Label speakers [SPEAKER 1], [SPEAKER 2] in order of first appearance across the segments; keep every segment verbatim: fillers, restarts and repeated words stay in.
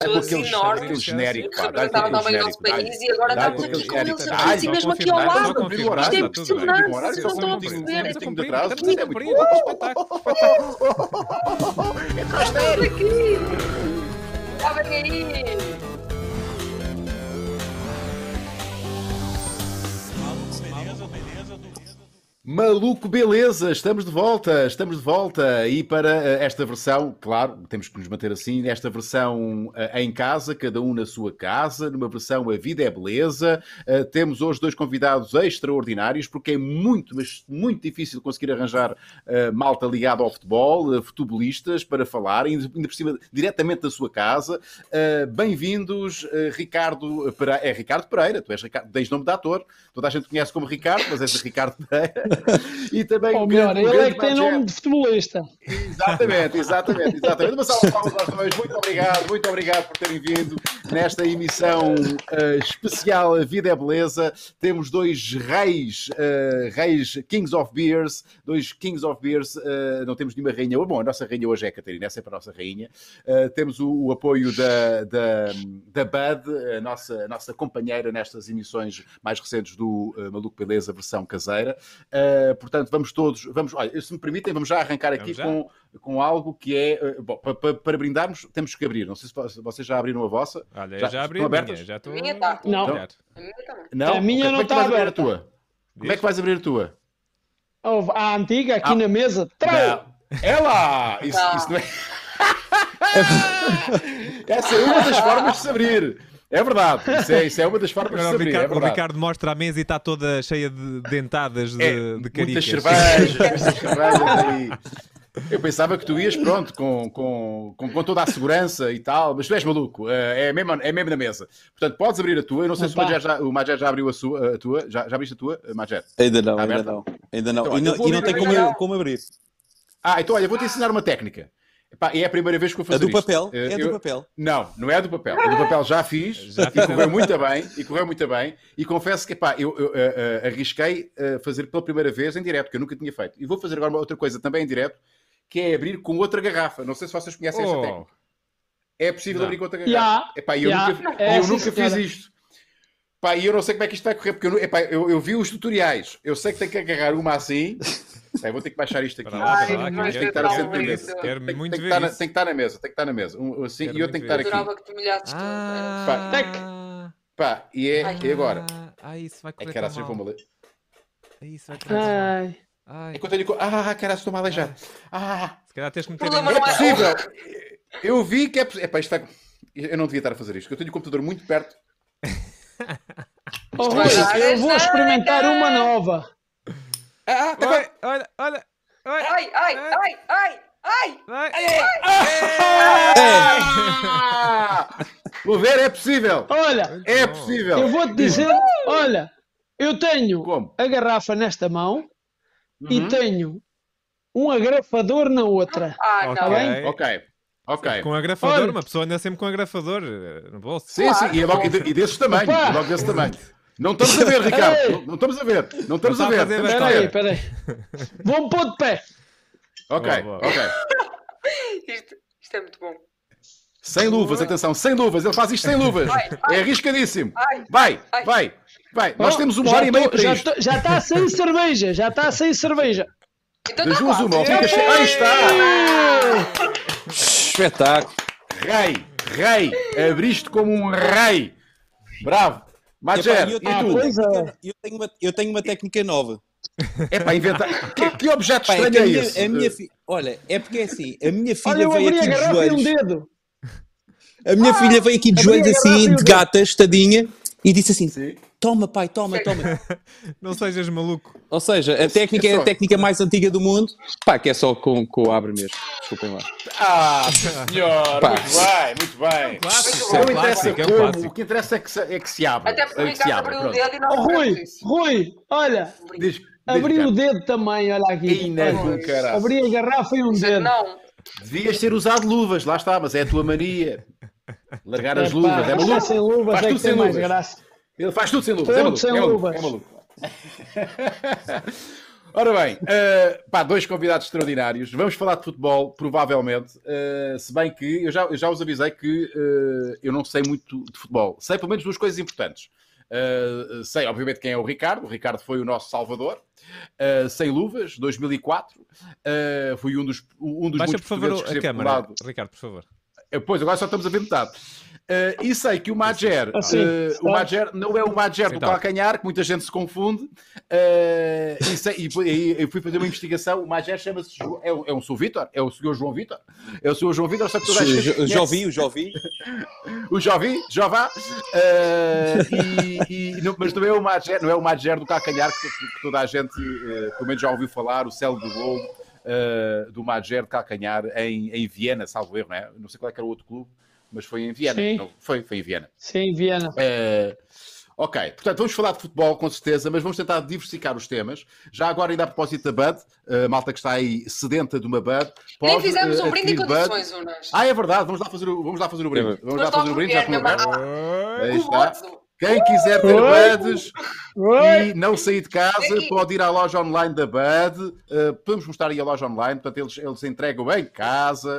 [SPEAKER 1] com aquele, aquele genérico, pá, dá-lhe com aquele genérico,
[SPEAKER 2] país e agora
[SPEAKER 1] dá-lhe com
[SPEAKER 2] estamos
[SPEAKER 1] aquele
[SPEAKER 2] aqui com
[SPEAKER 1] genérico,
[SPEAKER 2] eles assim mesmo aqui ao lado. Isto é impressionante, vocês não estão a perceber.
[SPEAKER 1] Estamos a atraso,
[SPEAKER 3] estamos a cumprir, espetáculo, espetáculo.
[SPEAKER 2] Estamos aqui. Estavam aí.
[SPEAKER 1] Maluco, beleza, estamos de volta, estamos de volta e para uh, esta versão, claro, temos que nos manter assim, nesta versão uh, em casa, cada um na sua casa, numa versão A Vida é Beleza, uh, temos hoje dois convidados extraordinários, porque é muito, mas muito difícil conseguir arranjar uh, malta ligada ao futebol, uh, futebolistas, para falar, ainda, ainda por cima, diretamente da sua casa. Uh, bem-vindos, uh, Ricardo Pereira, é Ricardo Pereira, tu és Ricardo, tens nome de ator, toda a gente conhece como Ricardo, mas és Ricardo Pereira. E também
[SPEAKER 4] Ou
[SPEAKER 1] um
[SPEAKER 4] melhor,
[SPEAKER 1] grande, um
[SPEAKER 4] ele é
[SPEAKER 1] grande
[SPEAKER 4] que tem
[SPEAKER 1] Magé.
[SPEAKER 4] nome de futebolista.
[SPEAKER 1] Exatamente, exatamente, exatamente. Uma salva de palmas aos dois. Muito obrigado, muito obrigado por terem vindo nesta emissão uh, especial A Vida é Beleza. Temos dois reis, uh, reis Kings of Beers, dois Kings of Beers, uh, não temos nenhuma rainha. Bom, a nossa rainha hoje é a Catarina, essa é para a nossa rainha. Uh, temos o, o apoio da, da, da Bud, a nossa, a nossa companheira nestas emissões mais recentes do uh, Maluco Beleza, versão caseira. Uh, portanto, vamos todos, vamos, olha, se me permitem, vamos já arrancar aqui com, com algo que é, uh, bom, para, para, para brindarmos, temos que abrir. Não sei se vocês já abriram a vossa.
[SPEAKER 3] Olha,
[SPEAKER 1] já,
[SPEAKER 3] já abri
[SPEAKER 1] estão
[SPEAKER 3] a minha,
[SPEAKER 1] abertas?
[SPEAKER 3] já estou...
[SPEAKER 2] A minha está.
[SPEAKER 4] Não.
[SPEAKER 3] Então,
[SPEAKER 2] A minha também.
[SPEAKER 1] Não?
[SPEAKER 4] A minha
[SPEAKER 1] Ok,
[SPEAKER 4] não
[SPEAKER 1] como é que
[SPEAKER 4] está
[SPEAKER 1] vais abrir a
[SPEAKER 4] aberta.
[SPEAKER 1] tua? Como é que vais abrir a tua?
[SPEAKER 4] Oh, a antiga, aqui
[SPEAKER 1] Ah.
[SPEAKER 4] na mesa. Trau!
[SPEAKER 1] Não. É lá! Isso,
[SPEAKER 2] Não.
[SPEAKER 1] isso não é... Essa é uma das formas de se abrir. É verdade. Isso é, isso é uma das formas de se
[SPEAKER 3] Agora o
[SPEAKER 1] abrir.
[SPEAKER 3] Ricardo,
[SPEAKER 1] é
[SPEAKER 3] o
[SPEAKER 1] verdade.
[SPEAKER 3] Ricardo mostra a mesa e está toda cheia de dentadas de,
[SPEAKER 1] É,
[SPEAKER 3] de
[SPEAKER 1] muitas
[SPEAKER 3] caricas.
[SPEAKER 1] cervejas, muitas cervejas aí. Eu pensava que tu ias, pronto, com, com, com, com toda a segurança e tal, mas tu és maluco, é mesmo, é mesmo na mesa. Portanto, podes abrir a tua. Eu não sei se o
[SPEAKER 4] Opa.
[SPEAKER 1] Magé já, o Magé já abriu a, sua, a tua. Já, já abriste a tua, Magé?
[SPEAKER 5] Ainda não,
[SPEAKER 1] Está
[SPEAKER 5] ainda
[SPEAKER 1] aberta?
[SPEAKER 5] não. Ainda não.
[SPEAKER 1] Então,
[SPEAKER 5] e
[SPEAKER 1] olha,
[SPEAKER 5] não,
[SPEAKER 1] eu vou
[SPEAKER 5] e não
[SPEAKER 1] abrir
[SPEAKER 5] tem
[SPEAKER 1] a
[SPEAKER 5] como,
[SPEAKER 2] minha.
[SPEAKER 5] como abrir.
[SPEAKER 1] Ah, então olha, vou-te ensinar uma técnica. Epá, é a primeira vez que vou
[SPEAKER 5] É
[SPEAKER 1] fazer
[SPEAKER 5] do
[SPEAKER 1] isto.
[SPEAKER 5] papel?
[SPEAKER 1] Eh,
[SPEAKER 5] É do
[SPEAKER 1] eu-
[SPEAKER 5] papel.
[SPEAKER 1] Não, não é do papel. É do papel já fiz,
[SPEAKER 3] Já
[SPEAKER 1] e
[SPEAKER 3] fiz.
[SPEAKER 1] correu muito bem, e correu muito bem, e confesso que epá, eu, eu, eh, eh, arrisquei eh, fazer pela primeira vez em direto, que eu nunca tinha feito. E vou fazer agora uma outra coisa também em direto, que é abrir com outra garrafa. Não sei se vocês conhecem esta
[SPEAKER 3] Oh,
[SPEAKER 1] técnica. É possível
[SPEAKER 3] Não.
[SPEAKER 1] abrir com outra
[SPEAKER 4] Ya,
[SPEAKER 1] garrafa. Epá, eu
[SPEAKER 4] ya,
[SPEAKER 1] nunca,
[SPEAKER 4] é,
[SPEAKER 1] eu
[SPEAKER 4] sim,
[SPEAKER 1] nunca fiz
[SPEAKER 4] senhora.
[SPEAKER 1] isto. Pá, e eu não sei como é que isto vai correr, porque eu, nu- epá, eu, eu vi os tutoriais. Eu sei que tenho que agarrar uma assim. Pá, eu vou ter que baixar isto aqui.
[SPEAKER 3] Para lá, para lá,
[SPEAKER 2] Ai,
[SPEAKER 3] que
[SPEAKER 2] vai
[SPEAKER 3] eu
[SPEAKER 1] Isto tem que
[SPEAKER 3] quero-
[SPEAKER 1] estar a
[SPEAKER 2] ser
[SPEAKER 1] ser
[SPEAKER 2] tão
[SPEAKER 1] na
[SPEAKER 2] lindo.
[SPEAKER 1] mesa.
[SPEAKER 3] Quero
[SPEAKER 1] Tem, tem
[SPEAKER 3] muito
[SPEAKER 1] que
[SPEAKER 3] ver
[SPEAKER 1] estar na,
[SPEAKER 3] isso.
[SPEAKER 1] tem que estar na mesa. Tem que estar na mesa. Um, assim,
[SPEAKER 3] Quero
[SPEAKER 1] e eu
[SPEAKER 3] muito
[SPEAKER 1] tenho que
[SPEAKER 3] ver
[SPEAKER 1] estar
[SPEAKER 3] isso.
[SPEAKER 1] aqui.
[SPEAKER 2] Adorava que tu molhasses tudo.
[SPEAKER 3] Ah,
[SPEAKER 1] Pá, e é,
[SPEAKER 2] Ai.
[SPEAKER 1] e agora?
[SPEAKER 3] Ah, isso vai
[SPEAKER 1] É
[SPEAKER 3] correr
[SPEAKER 1] que era
[SPEAKER 3] tão
[SPEAKER 1] assim
[SPEAKER 3] mal.
[SPEAKER 1] como ler.
[SPEAKER 3] Ah, isso vai correr tão mal.
[SPEAKER 4] Ai.
[SPEAKER 3] Ai,
[SPEAKER 1] É que eu tenho. co- Ah, caralho, estou-me a aleijar. Ah,
[SPEAKER 3] se calhar tens que meter
[SPEAKER 2] Problema
[SPEAKER 3] em...
[SPEAKER 2] não
[SPEAKER 1] é
[SPEAKER 2] é-
[SPEAKER 1] possível. Eu vi que é possível. Epá, isto está... Eu não devia estar a fazer isto, porque eu tenho o computador muito perto.
[SPEAKER 4] Oh,
[SPEAKER 2] vai
[SPEAKER 4] Rui,
[SPEAKER 2] dar
[SPEAKER 4] eu vou
[SPEAKER 2] esta-
[SPEAKER 4] experimentar uma nova.
[SPEAKER 1] Ah, está
[SPEAKER 3] Olha, olha, olha. olha.
[SPEAKER 2] Ai, ai, ai, ai, ai.
[SPEAKER 3] Vai.
[SPEAKER 1] Ah! Vou ver, é possível.
[SPEAKER 4] Olha,
[SPEAKER 1] É
[SPEAKER 3] Bom.
[SPEAKER 1] possível.
[SPEAKER 4] eu vou-te dizer, olha, eu tenho
[SPEAKER 1] Como?
[SPEAKER 4] a garrafa nesta mão
[SPEAKER 1] Uhum.
[SPEAKER 4] e tenho um agrafador na outra.
[SPEAKER 2] Ah,
[SPEAKER 3] Ok.
[SPEAKER 2] não.
[SPEAKER 4] bem?
[SPEAKER 1] Ok, ok.
[SPEAKER 3] Com agrafador,
[SPEAKER 4] Olha.
[SPEAKER 3] uma pessoa anda sempre com agrafador eh, no bolso.
[SPEAKER 1] Sim, sim, e, é logo, e de- e desses tamanhos.
[SPEAKER 4] Opa!
[SPEAKER 1] E logo desse tamanho. Não estamos a ver, Ricardo.
[SPEAKER 4] Ei!
[SPEAKER 1] Não, não estamos a ver. Não estamos
[SPEAKER 3] Não
[SPEAKER 1] a
[SPEAKER 3] está
[SPEAKER 1] ver.
[SPEAKER 3] a fazer
[SPEAKER 1] Temos que
[SPEAKER 4] Espera aí,
[SPEAKER 1] ver.
[SPEAKER 4] espera aí. Vou-me pôr de pé.
[SPEAKER 1] Ok,
[SPEAKER 3] Boa, boa.
[SPEAKER 1] ok.
[SPEAKER 2] Isto, isto é muito bom.
[SPEAKER 1] Sem luvas, atenção, sem luvas. Ele faz isto sem luvas.
[SPEAKER 2] Ai, ai.
[SPEAKER 1] É arriscadíssimo.
[SPEAKER 2] Ai,
[SPEAKER 1] Vai,
[SPEAKER 2] ai.
[SPEAKER 1] vai, vai. Nós
[SPEAKER 4] Oh,
[SPEAKER 1] temos uma
[SPEAKER 4] já
[SPEAKER 1] hora e
[SPEAKER 4] tô-
[SPEAKER 1] meia para
[SPEAKER 4] já
[SPEAKER 1] isto.
[SPEAKER 4] tô- Já está sem cerveja, já está sem cerveja.
[SPEAKER 2] Então
[SPEAKER 1] Das
[SPEAKER 2] tá
[SPEAKER 1] duas,
[SPEAKER 2] lá.
[SPEAKER 1] uma. Ou fica cheio. Aí está!
[SPEAKER 5] Espetáculo.
[SPEAKER 1] Rei, rei. Abriste como um rei. Bravo. Mager,
[SPEAKER 5] Epá, eu
[SPEAKER 1] e
[SPEAKER 5] tenho-
[SPEAKER 4] Ah,
[SPEAKER 1] tu?
[SPEAKER 4] pois é.
[SPEAKER 5] Eu tenho uma, eu tenho uma técnica nova.
[SPEAKER 1] É para inventar. Que, que objeto
[SPEAKER 5] Pá, é
[SPEAKER 1] estranho
[SPEAKER 5] que
[SPEAKER 1] é
[SPEAKER 5] a minha,
[SPEAKER 1] esse?
[SPEAKER 5] a minha fi- Olha, é porque é assim, a minha filha
[SPEAKER 4] Olha, eu
[SPEAKER 5] veio
[SPEAKER 4] abri a
[SPEAKER 5] aqui de
[SPEAKER 4] garrafa e um
[SPEAKER 5] joelhos.
[SPEAKER 4] dedo.
[SPEAKER 5] A minha filha veio aqui de
[SPEAKER 4] abri a
[SPEAKER 5] joelhos
[SPEAKER 4] garrafa
[SPEAKER 5] assim,
[SPEAKER 4] e o
[SPEAKER 5] de
[SPEAKER 4] dedo.
[SPEAKER 5] gata, estadinha, e disse assim:
[SPEAKER 1] Sim.
[SPEAKER 5] toma, pai, toma, toma.
[SPEAKER 3] Não sejas maluco.
[SPEAKER 5] Ou seja, a técnica é
[SPEAKER 1] só-
[SPEAKER 5] a técnica mais antiga do mundo. Pá, que é só com, com o abre mesmo. Desculpem lá.
[SPEAKER 1] Ah, senhor.
[SPEAKER 5] Pá.
[SPEAKER 1] Muito bem, muito bem.
[SPEAKER 3] Clássico,
[SPEAKER 1] Não
[SPEAKER 3] é um
[SPEAKER 1] interessa
[SPEAKER 3] clássico, é um
[SPEAKER 1] como,
[SPEAKER 3] clássico.
[SPEAKER 1] o que interessa é que se, é que se abre.
[SPEAKER 2] Até porque o
[SPEAKER 1] É que se
[SPEAKER 2] Ricardo
[SPEAKER 1] abre,
[SPEAKER 2] abriu o
[SPEAKER 1] pronto.
[SPEAKER 2] dedo e não
[SPEAKER 4] Oh,
[SPEAKER 2] fizemos
[SPEAKER 4] Rui,
[SPEAKER 2] isso.
[SPEAKER 4] Rui, olha,
[SPEAKER 1] Diz, diz,
[SPEAKER 4] abri
[SPEAKER 1] Ricardo.
[SPEAKER 4] o dedo também, olha aqui.
[SPEAKER 1] Ei, não,
[SPEAKER 4] Olha,
[SPEAKER 1] com caralho.
[SPEAKER 4] abri a garrafa e um dedo.
[SPEAKER 2] Não.
[SPEAKER 1] Devias ter usado luvas, lá está, mas é a tua mania. Largar as
[SPEAKER 4] Epá,
[SPEAKER 1] luvas, é
[SPEAKER 4] isto
[SPEAKER 1] maluco.
[SPEAKER 4] sem luvas
[SPEAKER 1] Faz
[SPEAKER 4] é
[SPEAKER 1] tudo
[SPEAKER 4] que
[SPEAKER 1] sem
[SPEAKER 4] tem mais
[SPEAKER 1] luvas.
[SPEAKER 4] graça.
[SPEAKER 1] Ele faz tudo sem luvas,
[SPEAKER 4] Tudo
[SPEAKER 1] é maluco.
[SPEAKER 4] sem
[SPEAKER 1] é maluco,
[SPEAKER 4] luvas.
[SPEAKER 1] é maluco. Ora bem, uh, pá, dois convidados extraordinários. Vamos falar de futebol, provavelmente. Uh, se bem que eu já, eu já os avisei que uh, eu não sei muito de futebol. Sei pelo menos duas coisas importantes. Uh, sei, obviamente, quem é o Ricardo. O Ricardo foi o nosso salvador. Uh, sem luvas, dois mil e quatro. Uh, foi um dos, um dos
[SPEAKER 3] Baixa,
[SPEAKER 1] muitos
[SPEAKER 3] por favor, a câmara.
[SPEAKER 1] Lado.
[SPEAKER 3] Ricardo, por favor.
[SPEAKER 1] Uh, pois, agora só estamos a ver metade. Uh, e sei que o Madjer,
[SPEAKER 4] assim,
[SPEAKER 1] uh, o Madjer não é o Madjer do
[SPEAKER 3] então.
[SPEAKER 1] calcanhar, que muita gente se confunde. Uh, e, sei, e, e eu fui fazer uma investigação. O Madjer chama-se. É, é um senhor Vítor, é o senhor João Vítor. É o senhor João Vítor, só que toda a gente conhece.
[SPEAKER 5] Já ouvi, já ouvi.
[SPEAKER 1] O Jovi, Jová. Uh, e, e, não, mas não é o Madjer, não é o Madjer do calcanhar que, que toda a gente, uh, pelo menos já ouviu falar, o célebre gol uh, do Madjer de calcanhar em, em Viena, salvo erro, não é? Não sei qual é que era o outro clube, mas foi em Viena.
[SPEAKER 4] Sim.
[SPEAKER 1] Não, foi, foi em Viena.
[SPEAKER 4] Sim, em Viena.
[SPEAKER 1] Uh, ok, portanto, vamos falar de futebol, com certeza, mas vamos tentar diversificar os temas. Já agora, ainda a propósito da Bud, a malta que está aí sedenta de uma Bud. Pode,
[SPEAKER 2] Nem fizemos um
[SPEAKER 1] uh,
[SPEAKER 2] brinde em
[SPEAKER 1] Bud.
[SPEAKER 2] condições, Unas.
[SPEAKER 1] Ah, é verdade, vamos lá fazer o, vamos lá fazer o brinde. Vamos lá
[SPEAKER 2] Estou
[SPEAKER 1] fazer o brinde, já estou
[SPEAKER 2] mesmo
[SPEAKER 1] aberto.
[SPEAKER 2] a-
[SPEAKER 1] Aí
[SPEAKER 2] o
[SPEAKER 1] está.
[SPEAKER 2] voto.
[SPEAKER 1] Quem quiser ter
[SPEAKER 4] Oi.
[SPEAKER 1] buds
[SPEAKER 4] Oi.
[SPEAKER 1] e não sair de casa,
[SPEAKER 2] E-
[SPEAKER 1] pode ir à loja online da Bud. Uh, podemos mostrar aí a loja online, portanto, eles, eles entregam em casa.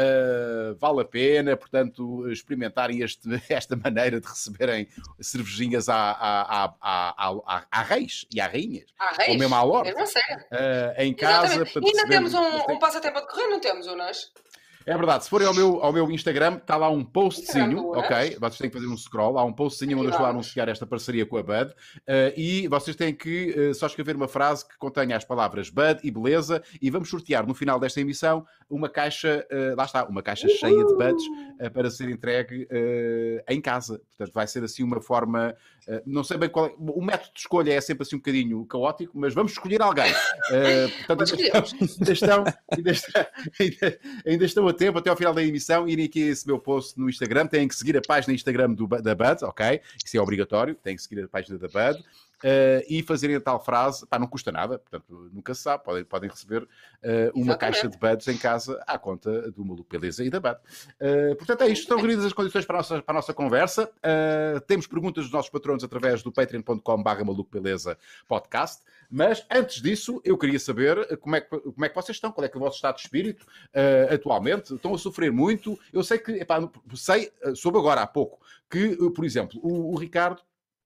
[SPEAKER 1] Uh, vale a pena, portanto, experimentarem este, esta maneira de receberem cervejinhas à, à, à, à, à, à reis e à rainhas,
[SPEAKER 2] Ah, reis?
[SPEAKER 1] ou mesmo à lorde,
[SPEAKER 2] Mesmo a sério.
[SPEAKER 1] uh, em casa.
[SPEAKER 2] Exatamente.
[SPEAKER 1] Portanto,
[SPEAKER 2] E ainda
[SPEAKER 1] receber-
[SPEAKER 2] temos um,
[SPEAKER 1] eles têm-
[SPEAKER 2] um passatempo a decorrer, não temos, Unas?
[SPEAKER 1] É verdade, se forem ao meu, ao meu Instagram, está lá um postzinho,
[SPEAKER 2] Instagram do Unas.
[SPEAKER 1] ok? Vocês têm que fazer um scroll, há um postzinho onde eu estou a anunciar esta parceria com a Bud, uh, e vocês têm que uh, só escrever uma frase que contenha as palavras Bud e beleza, e vamos sortear no final desta emissão uma caixa, uh, lá está, uma caixa cheia de Buds uh, para ser entregue uh, em casa. Portanto, vai ser assim uma forma, uh, não sei bem qual é, o método de escolha é sempre assim um bocadinho caótico, mas vamos escolher alguém. Uh, portanto, ainda estão, ainda, estão, ainda, estão, ainda, ainda estão a tempo, até ao final da emissão, irem aqui a esse meu post no Instagram, têm que seguir a página Instagram do, da Bud, ok? Isso é obrigatório, têm que seguir a página da Bud. Uh, e fazerem a tal frase, pá, não custa nada, portanto, nunca se sabe, podem, podem receber uh, uma
[SPEAKER 2] Exatamente.
[SPEAKER 1] caixa de buds em casa à conta do Maluco Beleza e da Bud. Uh, portanto, é isto, estão reunidas as condições para a nossa, para a nossa conversa. Uh, temos perguntas dos nossos patronos através do patreon ponto com barra Maluco Beleza podcast, mas antes disso, eu queria saber como é que, como é que vocês estão, qual é que é o vosso estado de espírito uh, atualmente. Estão a sofrer muito? Eu sei que, epá, sei, soube agora há pouco, que, por exemplo, o, o Ricardo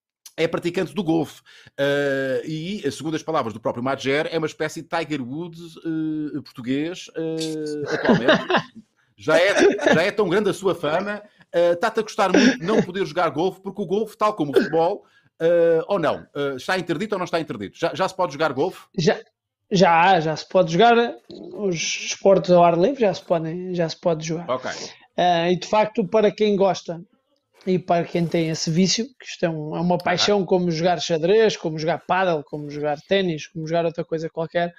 [SPEAKER 1] é praticante do golfe uh, e, segundo as palavras do próprio Madjer, é uma espécie de Tiger Woods uh, português uh, atualmente. Já é, já é tão grande a sua fama, uh, está-te a gostar muito de não poder jogar golfe, porque o golfe, tal como o futebol, uh, ou não, uh, está interdito ou não está interdito? Já, já se pode jogar golfe?
[SPEAKER 4] Já, já, já se pode jogar os esportes ao ar livre, já se, podem, já se pode jogar.
[SPEAKER 1] Ok.
[SPEAKER 4] Uh, e de facto, para quem gosta e para quem tem esse vício, que isto é, um, é uma paixão, uhum, como jogar xadrez, como jogar pádel, como jogar ténis, como jogar outra coisa qualquer,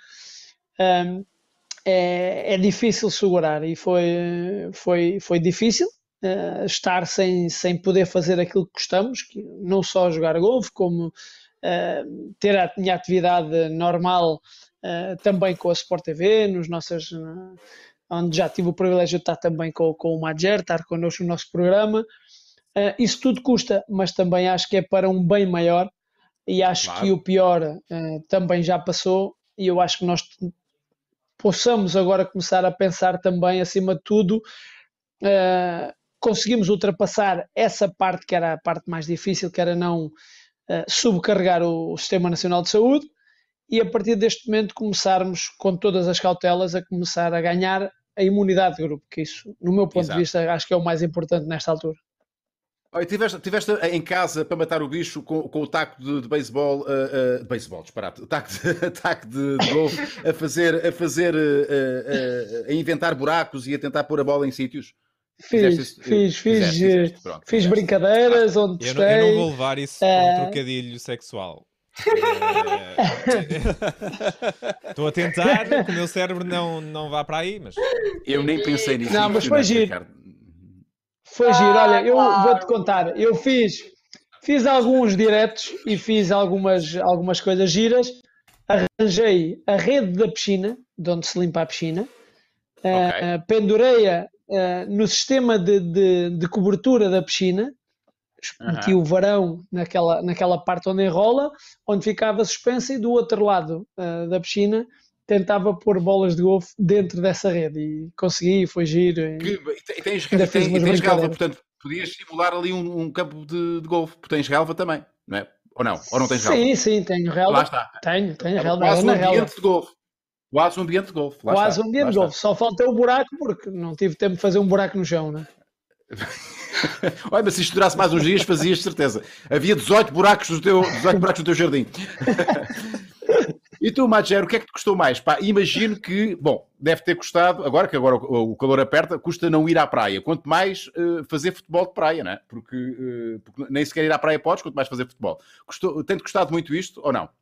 [SPEAKER 4] um, é, é difícil segurar e foi, foi, foi difícil uh, estar sem, sem poder fazer aquilo que gostamos, que não só jogar golfe, como uh, ter a minha atividade normal uh, também com a Sport T V, nos nossos, uh, onde já tive o privilégio de estar também com, com o Madjer, estar connosco no nosso programa. Uh, isso tudo custa, mas também acho que é para um bem maior e acho, claro, que o pior uh, também já passou e eu acho que nós possamos agora começar a pensar também, acima de tudo, uh, conseguimos ultrapassar essa parte que era a parte mais difícil, que era não uh, subcarregar o, o Sistema Nacional de Saúde e a partir deste momento começarmos com todas as cautelas a começar a ganhar a imunidade de grupo, que isso, no meu ponto, exato, de vista, acho que é o mais importante nesta altura.
[SPEAKER 1] Oi, tiveste, tiveste em casa para matar o bicho com, com o taco de, de beisebol, uh, uh, de beisebol, disparate, o taco de, taco de, de golfe, a fazer, a, fazer uh, uh, uh, a inventar buracos e a tentar pôr a bola em sítios?
[SPEAKER 4] Fiz, isso, fiz, fiz, fizeste, pronto, fiz fizeste. brincadeiras, ah, onde
[SPEAKER 3] eu
[SPEAKER 4] postei.
[SPEAKER 3] Não, eu não vou levar isso uh... como um trocadilho sexual. Estou a tentar que o meu cérebro não, não vá para aí, mas...
[SPEAKER 1] Eu nem pensei nisso.
[SPEAKER 4] Não, mas foi giro. Foi giro, olha, eu vou-te contar, eu fiz, fiz alguns diretos e fiz algumas, algumas coisas giras, arranjei a rede da piscina, de onde se limpa a piscina, okay, uh, pendurei-a uh, no sistema de, de, de cobertura da piscina, metia o varão naquela, naquela parte onde enrola, onde ficava suspensa, e do outro lado uh, da piscina tentava pôr bolas de golfe dentro dessa rede e consegui, foi giro.
[SPEAKER 1] Que, e tens, e tens, e tens relva, portanto, podias simular ali um, um campo de, de golfe, porque tens relva também, não é? Ou não? Ou não tens relva?
[SPEAKER 4] Sim, sim, tenho relva.
[SPEAKER 1] Lá está.
[SPEAKER 4] Tenho, tenho
[SPEAKER 1] é
[SPEAKER 4] relva.
[SPEAKER 1] Quase um ambiente
[SPEAKER 4] relva.
[SPEAKER 1] de golfe. Quase um ambiente de golfe. Lá
[SPEAKER 4] Quase
[SPEAKER 1] está.
[SPEAKER 4] um ambiente de golfe. Só falta o buraco, porque não tive tempo de fazer um buraco no chão, não é?
[SPEAKER 1] Olha, mas se isto durasse mais uns dias, fazias certeza. Havia dezoito buracos no teu, dezoito buracos no teu jardim. E tu, Magero, o que é que te custou mais? Pá, imagino que, bom, deve ter custado, agora que agora o calor aperta, custa não ir à praia. Quanto mais uh, fazer futebol de praia, não é? Porque, uh, porque nem sequer ir à praia podes, quanto mais fazer futebol. Custou, tem-te custado muito isto ou não?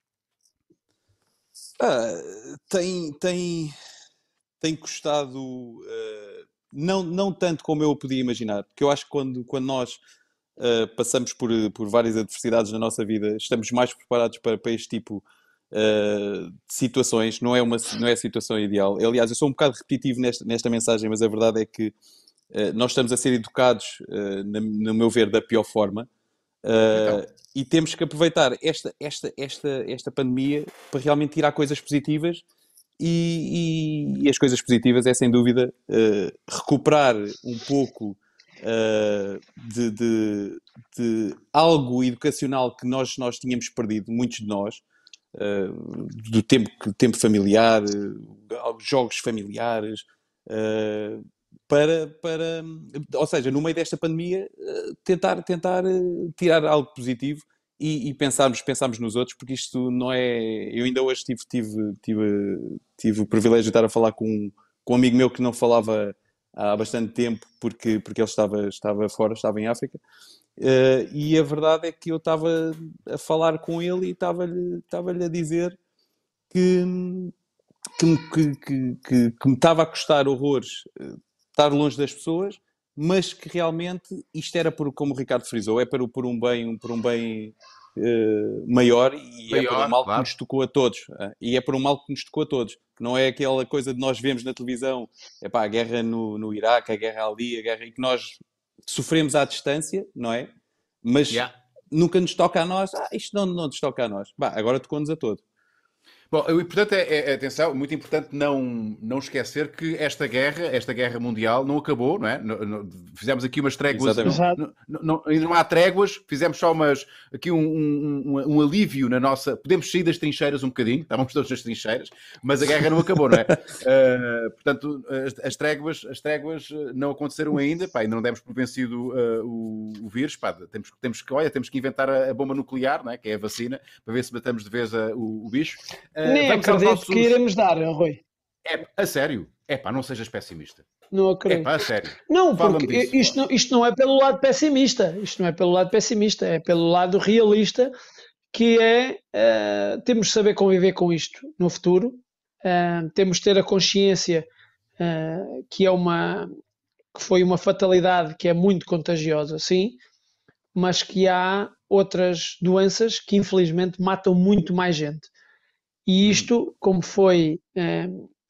[SPEAKER 5] Ah, tem, tem, tem custado, uh, não, não tanto como eu podia imaginar, porque eu acho que quando, quando nós uh, passamos por, por várias adversidades na nossa vida, estamos mais preparados para, para este tipo uh, de situações. Não é, uma, não é a situação ideal. Aliás, eu sou um bocado repetitivo nesta, nesta mensagem, mas a verdade é que uh, nós estamos a ser educados, uh, na, no meu ver, da pior forma. Uh, então. E temos que aproveitar esta, esta, esta, esta pandemia para realmente tirar coisas positivas, e, e, e as coisas positivas é, sem dúvida, uh, recuperar um pouco uh, de, de, de algo educacional que nós, nós tínhamos perdido, muitos de nós, uh, do tempo, tempo familiar, uh, jogos familiares, uh, Para, para, ou seja, no meio desta pandemia, tentar, tentar tirar algo positivo e, e pensarmos, pensarmos nos outros, porque isto não é... Eu ainda hoje tive, tive, tive, tive o privilégio de estar a falar com, com um amigo meu que não falava há bastante tempo, porque, porque ele estava, estava fora, estava em África, uh, e a verdade é que eu estava a falar com ele e estava-lhe, estava-lhe a dizer que, que, que, que, que, que me estava a custar horrores estar longe das pessoas, mas que realmente isto era por, como o Ricardo frisou, é por, por um bem, por um bem uh, maior, e maior, é por um mal, claro, que nos tocou a todos. Uh, e é por um mal que nos tocou a todos. Que não é aquela coisa de nós vemos na televisão, epá, a guerra no, no Iraque, a guerra ali, a guerra, e que nós sofremos à distância, não é? Mas yeah. nunca nos toca a nós. Ah, isto não, não nos toca a nós. Bah, agora tocou-nos a todos.
[SPEAKER 1] Bom, o importante é, é, atenção, muito importante não, não esquecer que esta guerra, esta guerra mundial não acabou, não é? No, no, fizemos aqui umas tréguas, não, não, ainda não há tréguas, fizemos só umas, aqui um, um, um, um alívio na nossa, podemos sair das trincheiras um bocadinho, estávamos todos nas trincheiras, mas a guerra não acabou, não é? Uh, portanto, as, as, tréguas, as tréguas não aconteceram ainda, pá, ainda não demos por vencido uh, o, o vírus, pá, temos, temos, que, olha, temos que inventar a, a bomba nuclear, não é? Que é a vacina, para ver se matamos de vez a, o, o bicho. Uh,
[SPEAKER 4] Nem acredito nossos... que iremos dar, Rui.
[SPEAKER 1] É, a sério? É pá, não sejas pessimista.
[SPEAKER 4] Não acredito.
[SPEAKER 1] É pá, a sério.
[SPEAKER 4] Não, porque disso, isto, não, isto não é pelo lado pessimista. Isto não é pelo lado pessimista, é pelo lado realista, que é, uh, temos de saber conviver com isto no futuro. Uh, temos de ter a consciência uh, que é uma, que foi uma fatalidade que é muito contagiosa, sim, mas que há outras doenças que infelizmente matam muito mais gente. E isto, como foi é,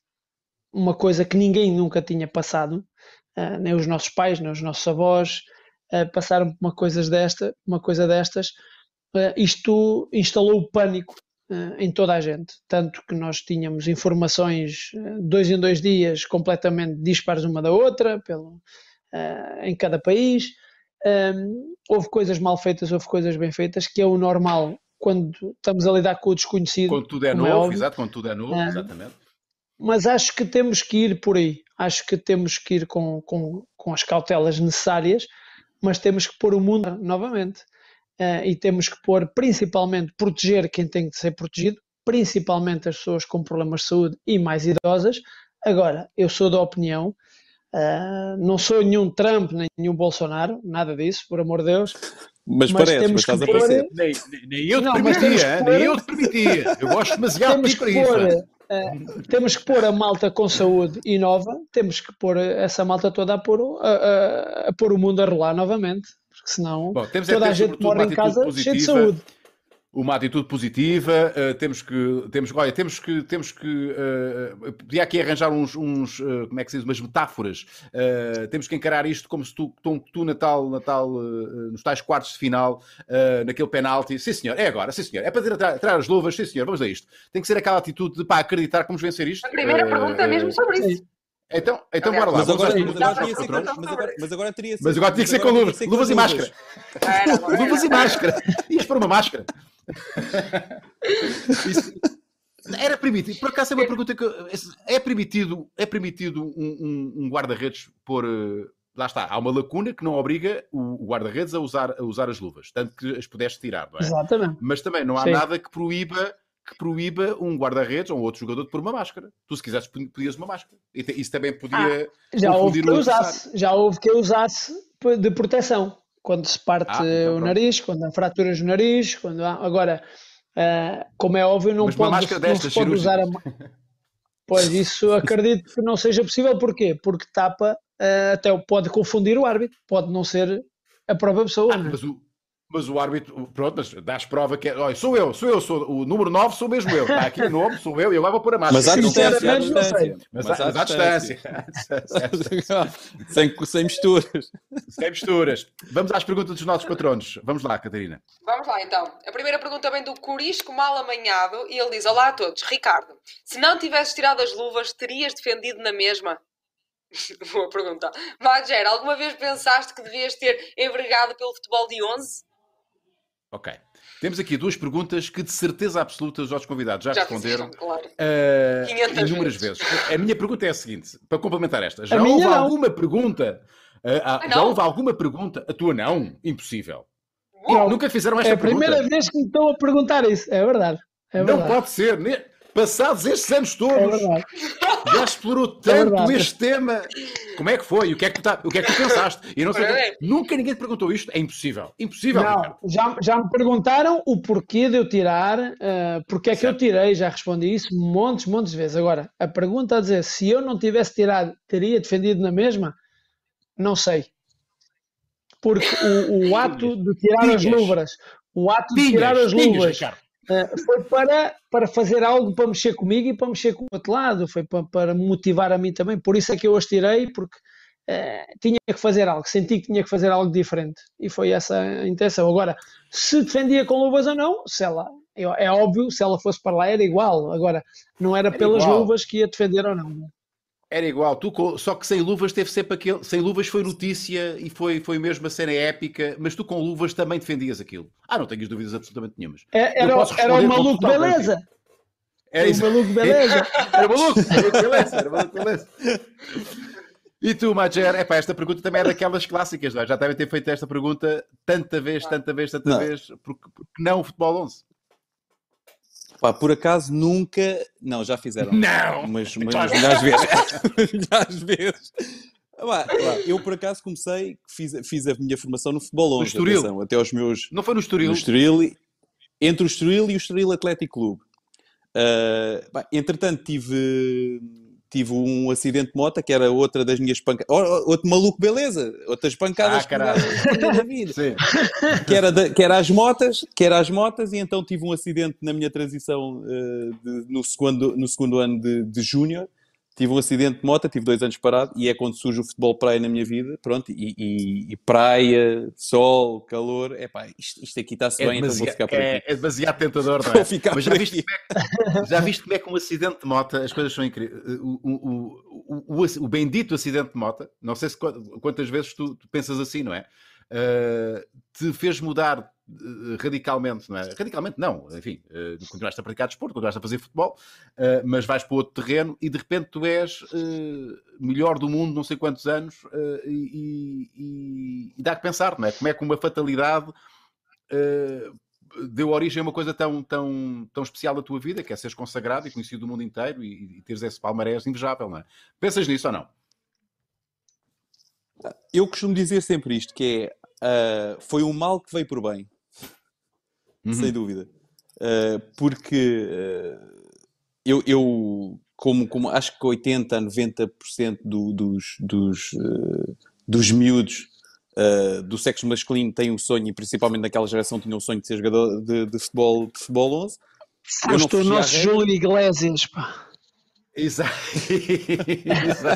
[SPEAKER 4] uma coisa que ninguém nunca tinha passado, é, nem os nossos pais, nem os nossos avós é, passaram por uma coisa, desta, uma coisa destas, é, isto instalou o pânico é, em toda a gente. Tanto que nós tínhamos informações é, dois em dois dias completamente dispares uma da outra, pelo, é, em cada país. É, houve coisas mal feitas, houve coisas bem feitas, que é o normal quando estamos a lidar com o desconhecido.
[SPEAKER 1] Quando tudo é novo, é exato, quando tudo é novo, é, exatamente.
[SPEAKER 4] Mas acho que temos que ir por aí, acho que temos que ir com, com, com as cautelas necessárias, mas temos que pôr o mundo novamente, uh, e temos que pôr, principalmente, proteger quem tem de ser protegido, principalmente as pessoas com problemas de saúde e mais idosas. Agora, eu sou da opinião, uh, não sou nenhum Trump, nem nenhum Bolsonaro, nada disso, por amor de Deus.
[SPEAKER 5] Mas, mas parece, mas estás a parecer.
[SPEAKER 1] Nem, nem eu te não, permitia, nem eu te permitia. Eu gosto demasiado de isso.
[SPEAKER 4] Uh, temos que pôr a malta com saúde e nova, temos que pôr essa malta toda a pôr, a, a, a pôr o mundo a rolar novamente, porque senão
[SPEAKER 1] Bom,
[SPEAKER 4] toda a gente morre em casa cheia de saúde.
[SPEAKER 1] uma atitude positiva, uh, temos que, temos, olha, temos que, temos que, uh, podia aqui arranjar uns, uns uh, como é que se diz, umas metáforas, uh, temos que encarar isto como se tu, tu, tu na tal, na tal, uh, nos tais quartos de final, uh, naquele penalti, sim senhor, é agora, sim senhor, é para tirar, tirar as luvas, sim senhor, vamos a isto. Tem que ser aquela atitude de, pá, acreditar que vamos vencer isto.
[SPEAKER 2] A primeira uh, pergunta é mesmo sobre isso.
[SPEAKER 1] Então, então bora lá.
[SPEAKER 5] Mas agora,
[SPEAKER 1] mas
[SPEAKER 5] agora, agora, ser, mas, agora, mas agora teria
[SPEAKER 1] Mas agora tinha que ser com luvas, luvas, luvas e máscara.
[SPEAKER 2] Era,
[SPEAKER 1] luvas e máscara. Ias para uma máscara. Isso, era permitido. Por acaso é uma pergunta que é permitido, é permitido um, um, um guarda-redes pôr. Lá está, há uma lacuna que não obriga o guarda-redes a usar, a usar as luvas, tanto que as pudeste tirar, não é?
[SPEAKER 4] Exatamente.
[SPEAKER 1] Mas também não há
[SPEAKER 4] Sim.
[SPEAKER 1] nada que proíba. que proíba um guarda-redes ou um outro jogador de pôr uma máscara. Tu, se quisesse, podias uma máscara. E isso também podia...
[SPEAKER 4] Ah, já houve que eu usasse. Já houve que eu usasse de proteção. Quando se parte ah, então, o nariz, quando há fraturas no nariz, quando há... Agora, uh, como é óbvio, não, pode, não se pode usar a... Pois, isso acredito que não seja possível. Porquê? Porque tapa, uh, até pode confundir o árbitro. Pode não ser a própria pessoa.
[SPEAKER 1] Ah,
[SPEAKER 4] não é?
[SPEAKER 1] Mas o... Mas o árbitro, pronto, mas dás prova que é. Olha, sou eu, sou eu, sou o número nove, sou mesmo eu. Está aqui o nome, sou eu, e eu lá vou pôr a máscara.
[SPEAKER 5] Mas à distância, à distância.
[SPEAKER 1] Mas à distância.
[SPEAKER 5] Sem, sem misturas.
[SPEAKER 1] Sem misturas. Vamos às perguntas dos nossos patronos. Vamos lá, Catarina.
[SPEAKER 2] Vamos lá, então. A primeira pergunta vem do Corisco Mal Amanhado e ele diz: olá a todos. Ricardo, se não tivesses tirado as luvas, terias defendido na mesma? Boa pergunta. Magger, alguma vez pensaste que devias ter envergado pelo futebol de onze?
[SPEAKER 1] Ok. Temos aqui duas perguntas que de certeza absoluta os nossos convidados já, já responderam
[SPEAKER 2] fizeram, claro.
[SPEAKER 1] uh, inúmeras vezes. vezes. A minha pergunta é a seguinte, para complementar esta. Já
[SPEAKER 4] a
[SPEAKER 1] houve
[SPEAKER 4] não.
[SPEAKER 1] alguma pergunta? Uh, ah, já houve alguma pergunta? A tua não? Impossível.
[SPEAKER 4] Não.
[SPEAKER 1] Nunca fizeram esta pergunta?
[SPEAKER 4] É a
[SPEAKER 1] pergunta.
[SPEAKER 4] primeira vez que me estão a perguntar isso. É verdade. É verdade.
[SPEAKER 1] Não pode ser. Ne... Passados estes anos todos,
[SPEAKER 4] é verdade.
[SPEAKER 1] já explorou tanto é este tema. Como é que foi? O que é que tu, tá... o que é que tu pensaste? E não sei que... Nunca ninguém te perguntou isto. É impossível. Impossível,
[SPEAKER 4] não, já, já me perguntaram o porquê de eu tirar, uh, porque é que certo. eu tirei, já respondi isso montes, montes de vezes. Agora, a pergunta a dizer se eu não tivesse tirado, teria defendido na mesma? Não sei. Porque o, o ato de tirar Tinhas. as luvas, o ato de tirar as
[SPEAKER 1] Tinhas,
[SPEAKER 4] luvas...
[SPEAKER 1] Ricardo.
[SPEAKER 4] Uh, foi para, para fazer algo para mexer comigo e para mexer com o outro lado, foi para, para me motivar a mim também, por isso é que eu as tirei, porque uh, tinha que fazer algo, senti que tinha que fazer algo diferente e foi essa a intenção. Agora, se defendia com luvas ou não, se ela, é óbvio, se ela fosse para lá era igual, agora não era, era pelas igual. luvas que ia defender ou não.
[SPEAKER 1] Era igual, tu, só que sem luvas teve sempre aquele. Sem luvas foi notícia e foi, foi mesmo a cena épica, mas tu com luvas também defendias aquilo. Ah, não tenhas dúvidas absolutamente nenhumas.
[SPEAKER 4] É, era, era o maluco beleza.
[SPEAKER 1] Era isso.
[SPEAKER 4] O maluco beleza.
[SPEAKER 1] Era o maluco, maluco beleza. Era o maluco beleza. E tu, Magger, epá, esta pergunta também é daquelas clássicas, não é? Já devem ter feito esta pergunta tanta vez, tanta vez, tanta não. vez, porque, porque não o futebol onze.
[SPEAKER 5] Pá, por acaso nunca... Não, já fizeram.
[SPEAKER 1] Não!
[SPEAKER 5] Mas, mas, mas milhares de vezes. milhares de vezes. Pá, pá, eu por acaso comecei, fiz, fiz a minha formação no futebol onze. No Estoril? Até aos meus...
[SPEAKER 1] Não foi no Estoril?
[SPEAKER 5] No Estoril, entre o Estoril e o Estoril Atlético Clube. Uh, pá, entretanto tive... Tive um acidente de moto, que era outra das minhas pancadas. Outro maluco, beleza. Outras pancadas
[SPEAKER 1] ah, caralho.
[SPEAKER 5] da vida. Sim. Que era, de, que era as motas, que era as motas, e então tive um acidente na minha transição uh, de, no, segundo, no segundo ano de, de júnior. Tive um acidente de moto, tive dois anos parado, e é quando surge o futebol praia na minha vida. Pronto, e, e, e praia, sol, calor. Epá, isto, isto aqui está-se
[SPEAKER 1] é
[SPEAKER 5] bem, então vou ficar por aqui.
[SPEAKER 1] É, é demasiado tentador, não é?
[SPEAKER 5] Vou ficar
[SPEAKER 1] Mas
[SPEAKER 5] por
[SPEAKER 1] já viste,
[SPEAKER 5] aqui.
[SPEAKER 1] Como é, já viste como é que um acidente de moto, as coisas são incríveis. O, o, o, o, o bendito acidente de moto, não sei se quantas vezes tu, tu pensas assim, não é? Uh, te fez mudar uh, radicalmente, não é? Radicalmente não, enfim, uh, continuaste a praticar desporto, continuaste a fazer futebol, uh, mas vais para outro terreno e de repente tu és uh, melhor do mundo não sei quantos anos uh, e, e, e dá que pensar, não é? Como é que uma fatalidade uh, deu origem a uma coisa tão, tão, tão especial da tua vida, que é seres consagrado e conhecido do mundo inteiro e, e teres esse palmarés invejável, não é? Pensas nisso ou não?
[SPEAKER 5] Eu costumo dizer sempre isto, que é, uh, foi um mal que veio por bem. Uhum. Sem dúvida. Uh, porque uh, eu, eu como, como acho que oitenta por cento a noventa por cento do, dos, dos, uh, dos miúdos uh, do sexo masculino têm o sonho, e principalmente naquela geração tinham o sonho de ser jogador de, de futebol, de futebol onze. Eu não
[SPEAKER 4] Foste o
[SPEAKER 5] fugia à
[SPEAKER 4] nosso
[SPEAKER 5] regra.
[SPEAKER 4] Júlio Iglesias, pá.
[SPEAKER 1] Exato. Exato.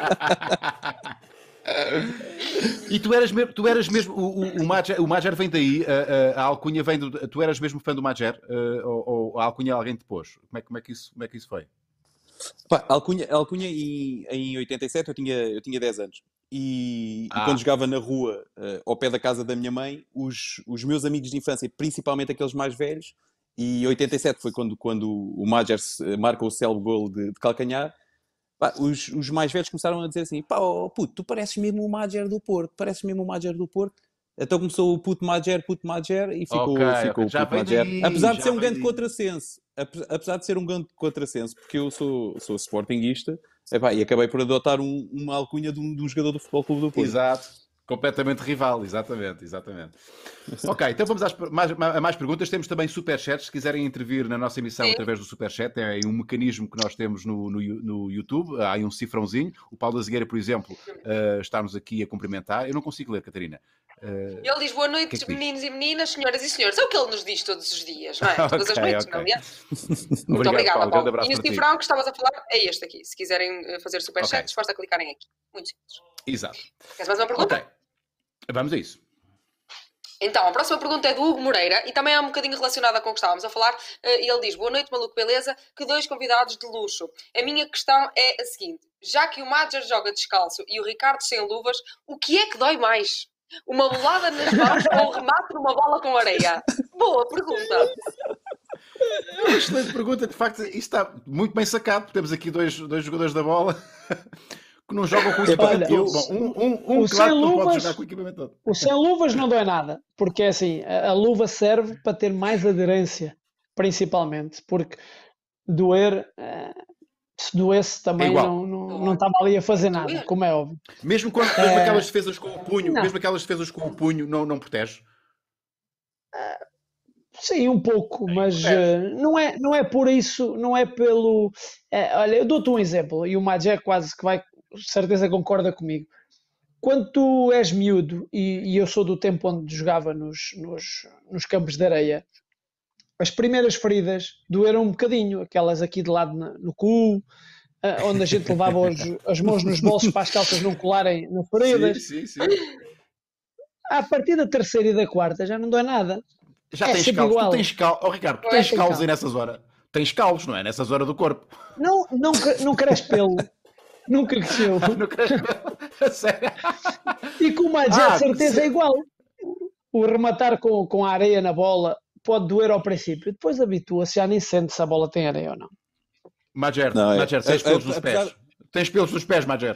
[SPEAKER 1] E tu eras mesmo, tu eras mesmo o, o, o, Madjer, o Madjer vem daí, a, a, a alcunha vem do. Tu eras mesmo fã do Madjer? Uh, ou, ou a alcunha alguém te pôs? Como é, como é, que, isso, como é que isso foi?
[SPEAKER 5] Pá, a Alcunha, a Alcunha em, em oitenta e sete eu tinha, eu tinha dez anos. E,
[SPEAKER 1] Ah.
[SPEAKER 5] e quando jogava na rua, uh, ao pé da casa da minha mãe, os, os meus amigos de infância, principalmente aqueles mais velhos, e oitenta e sete foi quando, quando o Madjer marca o célebre gol de, de calcanhar, pá, os, os mais velhos começaram a dizer assim: pá, oh, puto, tu pareces mesmo o Madjer do Porto, pareces mesmo o Madjer do Porto. Então começou o puto Madjer, puto Madjer, e ficou,
[SPEAKER 1] Ok,
[SPEAKER 5] ficou
[SPEAKER 1] ok.
[SPEAKER 5] o
[SPEAKER 1] Já
[SPEAKER 5] puto
[SPEAKER 1] vem
[SPEAKER 5] Madjer.
[SPEAKER 1] daí,
[SPEAKER 5] Apesar de
[SPEAKER 1] já
[SPEAKER 5] ser um
[SPEAKER 1] vem
[SPEAKER 5] grande
[SPEAKER 1] daí.
[SPEAKER 5] contrassenso, ape- apesar de ser um grande contrassenso, porque eu sou, sou sportinguista, epá, e acabei por adotar um- uma alcunha de um, de um jogador do Futebol Clube do Porto.
[SPEAKER 1] Exato. Completamente rival, exatamente, exatamente. Ok, então vamos às, mais, a mais perguntas. Temos também superchats. Se quiserem intervir na nossa emissão
[SPEAKER 2] Sim.
[SPEAKER 1] através do superchat, é aí um mecanismo que nós temos no, no, no YouTube. Há aí um cifrãozinho. O Paulo da Zigueira, por exemplo, uh, está-nos aqui a cumprimentar. Eu não consigo ler, Catarina. Uh,
[SPEAKER 2] Ele diz boa
[SPEAKER 1] que
[SPEAKER 2] noite,
[SPEAKER 1] é que diz?
[SPEAKER 2] meninos e meninas, senhoras e senhores. É o que ele nos diz todos os dias, não é? Todas as
[SPEAKER 1] Ok,
[SPEAKER 2] noites,
[SPEAKER 1] ok.
[SPEAKER 2] não é? Muito
[SPEAKER 1] Obrigado,
[SPEAKER 2] obrigada,
[SPEAKER 1] Paulo.
[SPEAKER 2] Paulo.
[SPEAKER 1] Grande abraço
[SPEAKER 2] E o
[SPEAKER 1] para ti.
[SPEAKER 2] cifrão que estavas a falar é este aqui. Se quiserem eh, fazer superchat,
[SPEAKER 1] Ok.
[SPEAKER 2] basta clicarem aqui. Muito simples.
[SPEAKER 1] Exato.
[SPEAKER 2] Queres mais uma pergunta?
[SPEAKER 1] Ok. Vamos a isso.
[SPEAKER 2] Então, a próxima pergunta é do Hugo Moreira e também é um bocadinho relacionada com o que estávamos a falar. Eh, Ele diz: boa noite, maluco, beleza? Que dois convidados de luxo. A minha questão é a seguinte: já que o Madjer joga descalço e o Ricardo sem luvas, o que é que dói mais? Uma bolada nas mãos ou um remate numa bola com areia? Boa pergunta.
[SPEAKER 1] É uma excelente pergunta. De facto, isto está muito bem sacado, porque temos aqui dois, dois jogadores da bola que não jogam com o equipamento
[SPEAKER 4] Olha,
[SPEAKER 1] todo.
[SPEAKER 4] o-
[SPEAKER 1] Bom, um, um, um
[SPEAKER 4] o
[SPEAKER 1] claro
[SPEAKER 4] sem
[SPEAKER 1] que não pode
[SPEAKER 4] luvas-
[SPEAKER 1] jogar com o equipamento todo.
[SPEAKER 4] O sem luvas não dói nada, porque é assim, a, a luva serve para ter mais aderência, principalmente, porque doer, eh, se doesse também
[SPEAKER 1] igual.
[SPEAKER 4] não, não, não estava ali a fazer nada,
[SPEAKER 2] Doer?
[SPEAKER 4] como é óbvio.
[SPEAKER 1] Mesmo, quando, mesmo
[SPEAKER 4] É.
[SPEAKER 1] aquelas defesas com o punho,
[SPEAKER 4] Não.
[SPEAKER 1] mesmo aquelas defesas com o punho não, não protege.
[SPEAKER 4] Sim, um pouco, mas
[SPEAKER 1] protege.
[SPEAKER 4] eh, não é, não é por isso, não é pelo. eh, olha, eu dou-te um exemplo, e o Madjer quase que vai, certeza concorda comigo. Quando tu és miúdo, e, e eu sou do tempo onde jogava nos, nos, nos campos de areia, as primeiras feridas doeram um bocadinho, aquelas aqui de lado na- no cu, ah, onde a gente levava os- as mãos nos bolsos para as calças não colarem nas feridas.
[SPEAKER 1] Sim, sim, sim.
[SPEAKER 4] A partir da terceira e da quarta já não dói nada.
[SPEAKER 1] Já
[SPEAKER 4] É
[SPEAKER 1] tens
[SPEAKER 4] sempre
[SPEAKER 1] calos.
[SPEAKER 4] igual.
[SPEAKER 1] Tu tens calos. Oh, Ricardo, tu
[SPEAKER 2] É,
[SPEAKER 1] tens
[SPEAKER 4] tem
[SPEAKER 1] calos
[SPEAKER 4] calos.
[SPEAKER 1] aí nessa zona. Tens calos, não é? Nessa zona do corpo.
[SPEAKER 4] Não, não, cre- não cresce pelo. Nunca cresceu.
[SPEAKER 1] Não queres... A sério?
[SPEAKER 4] E com o Madjer,
[SPEAKER 1] Ah,
[SPEAKER 4] de certeza,
[SPEAKER 1] se-
[SPEAKER 4] é igual. O rematar com, com a areia na bola pode doer ao princípio. Depois habitua-se, já nem sente se a bola tem areia ou não.
[SPEAKER 1] Majer,
[SPEAKER 5] Não, é-
[SPEAKER 1] Majer, tens
[SPEAKER 5] é-
[SPEAKER 1] pelos
[SPEAKER 5] é-
[SPEAKER 1] nos
[SPEAKER 5] apesar-
[SPEAKER 1] pés. Tens pelos nos pés, Majer.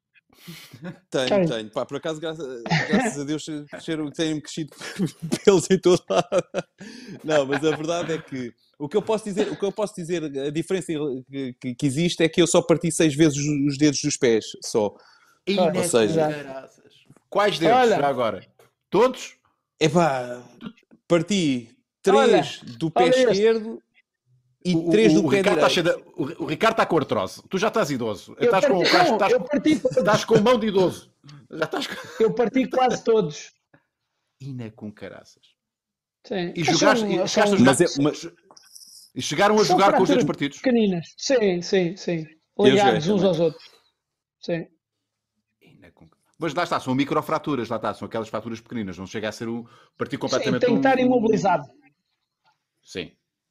[SPEAKER 5] Tenho,
[SPEAKER 4] Tenho.
[SPEAKER 5] tenho. Pá, por acaso, graças, graças a Deus, cresceram- têm-me crescido pelos em todo lado. Não, mas a verdade é que o que eu posso dizer, o que eu posso dizer, a diferença que, que- que existe é que eu só parti seis vezes os os dedos dos pés, só.
[SPEAKER 4] Ou
[SPEAKER 5] seja-
[SPEAKER 1] Quais deles,
[SPEAKER 4] Olha.
[SPEAKER 1] já agora? Todos?
[SPEAKER 5] Epá, parti três do pé
[SPEAKER 4] olha este.
[SPEAKER 5] esquerdo e
[SPEAKER 1] O,
[SPEAKER 5] três
[SPEAKER 1] o,
[SPEAKER 5] do
[SPEAKER 1] o
[SPEAKER 5] pé
[SPEAKER 1] Ricardo está
[SPEAKER 5] direito.
[SPEAKER 1] cheio de- o, o Ricardo está com artrose. Tu já estás idoso.
[SPEAKER 4] Eu
[SPEAKER 1] Estás com,
[SPEAKER 4] parti,
[SPEAKER 1] estás,
[SPEAKER 4] não,
[SPEAKER 1] estás,
[SPEAKER 4] eu
[SPEAKER 1] com-
[SPEAKER 4] parti todos.
[SPEAKER 1] estás com mão de idoso. Já estás com...
[SPEAKER 4] Eu parti quase todos.
[SPEAKER 1] Ina com caraças.
[SPEAKER 4] Sim.
[SPEAKER 1] E
[SPEAKER 4] Mas
[SPEAKER 1] jogaste,
[SPEAKER 4] são-
[SPEAKER 1] e
[SPEAKER 4] são-
[SPEAKER 1] chegaste a jogar,
[SPEAKER 5] Mas é- mas-
[SPEAKER 1] e chegaram a
[SPEAKER 4] são
[SPEAKER 1] jogar com os dedos
[SPEAKER 4] fraturas
[SPEAKER 1] partidos.
[SPEAKER 4] pequeninas. Sim, sim, sim.
[SPEAKER 5] Eu
[SPEAKER 4] Ligados
[SPEAKER 5] joguei
[SPEAKER 4] uns
[SPEAKER 5] também.
[SPEAKER 4] aos outros. Sim.
[SPEAKER 1] Ina com- Mas lá está, são microfraturas, lá está, são aquelas fraturas pequeninas, não chega a ser um partir
[SPEAKER 4] Sim,
[SPEAKER 1] completamente
[SPEAKER 4] tem que estar
[SPEAKER 1] um-
[SPEAKER 4] imobilizado.
[SPEAKER 1] Sim.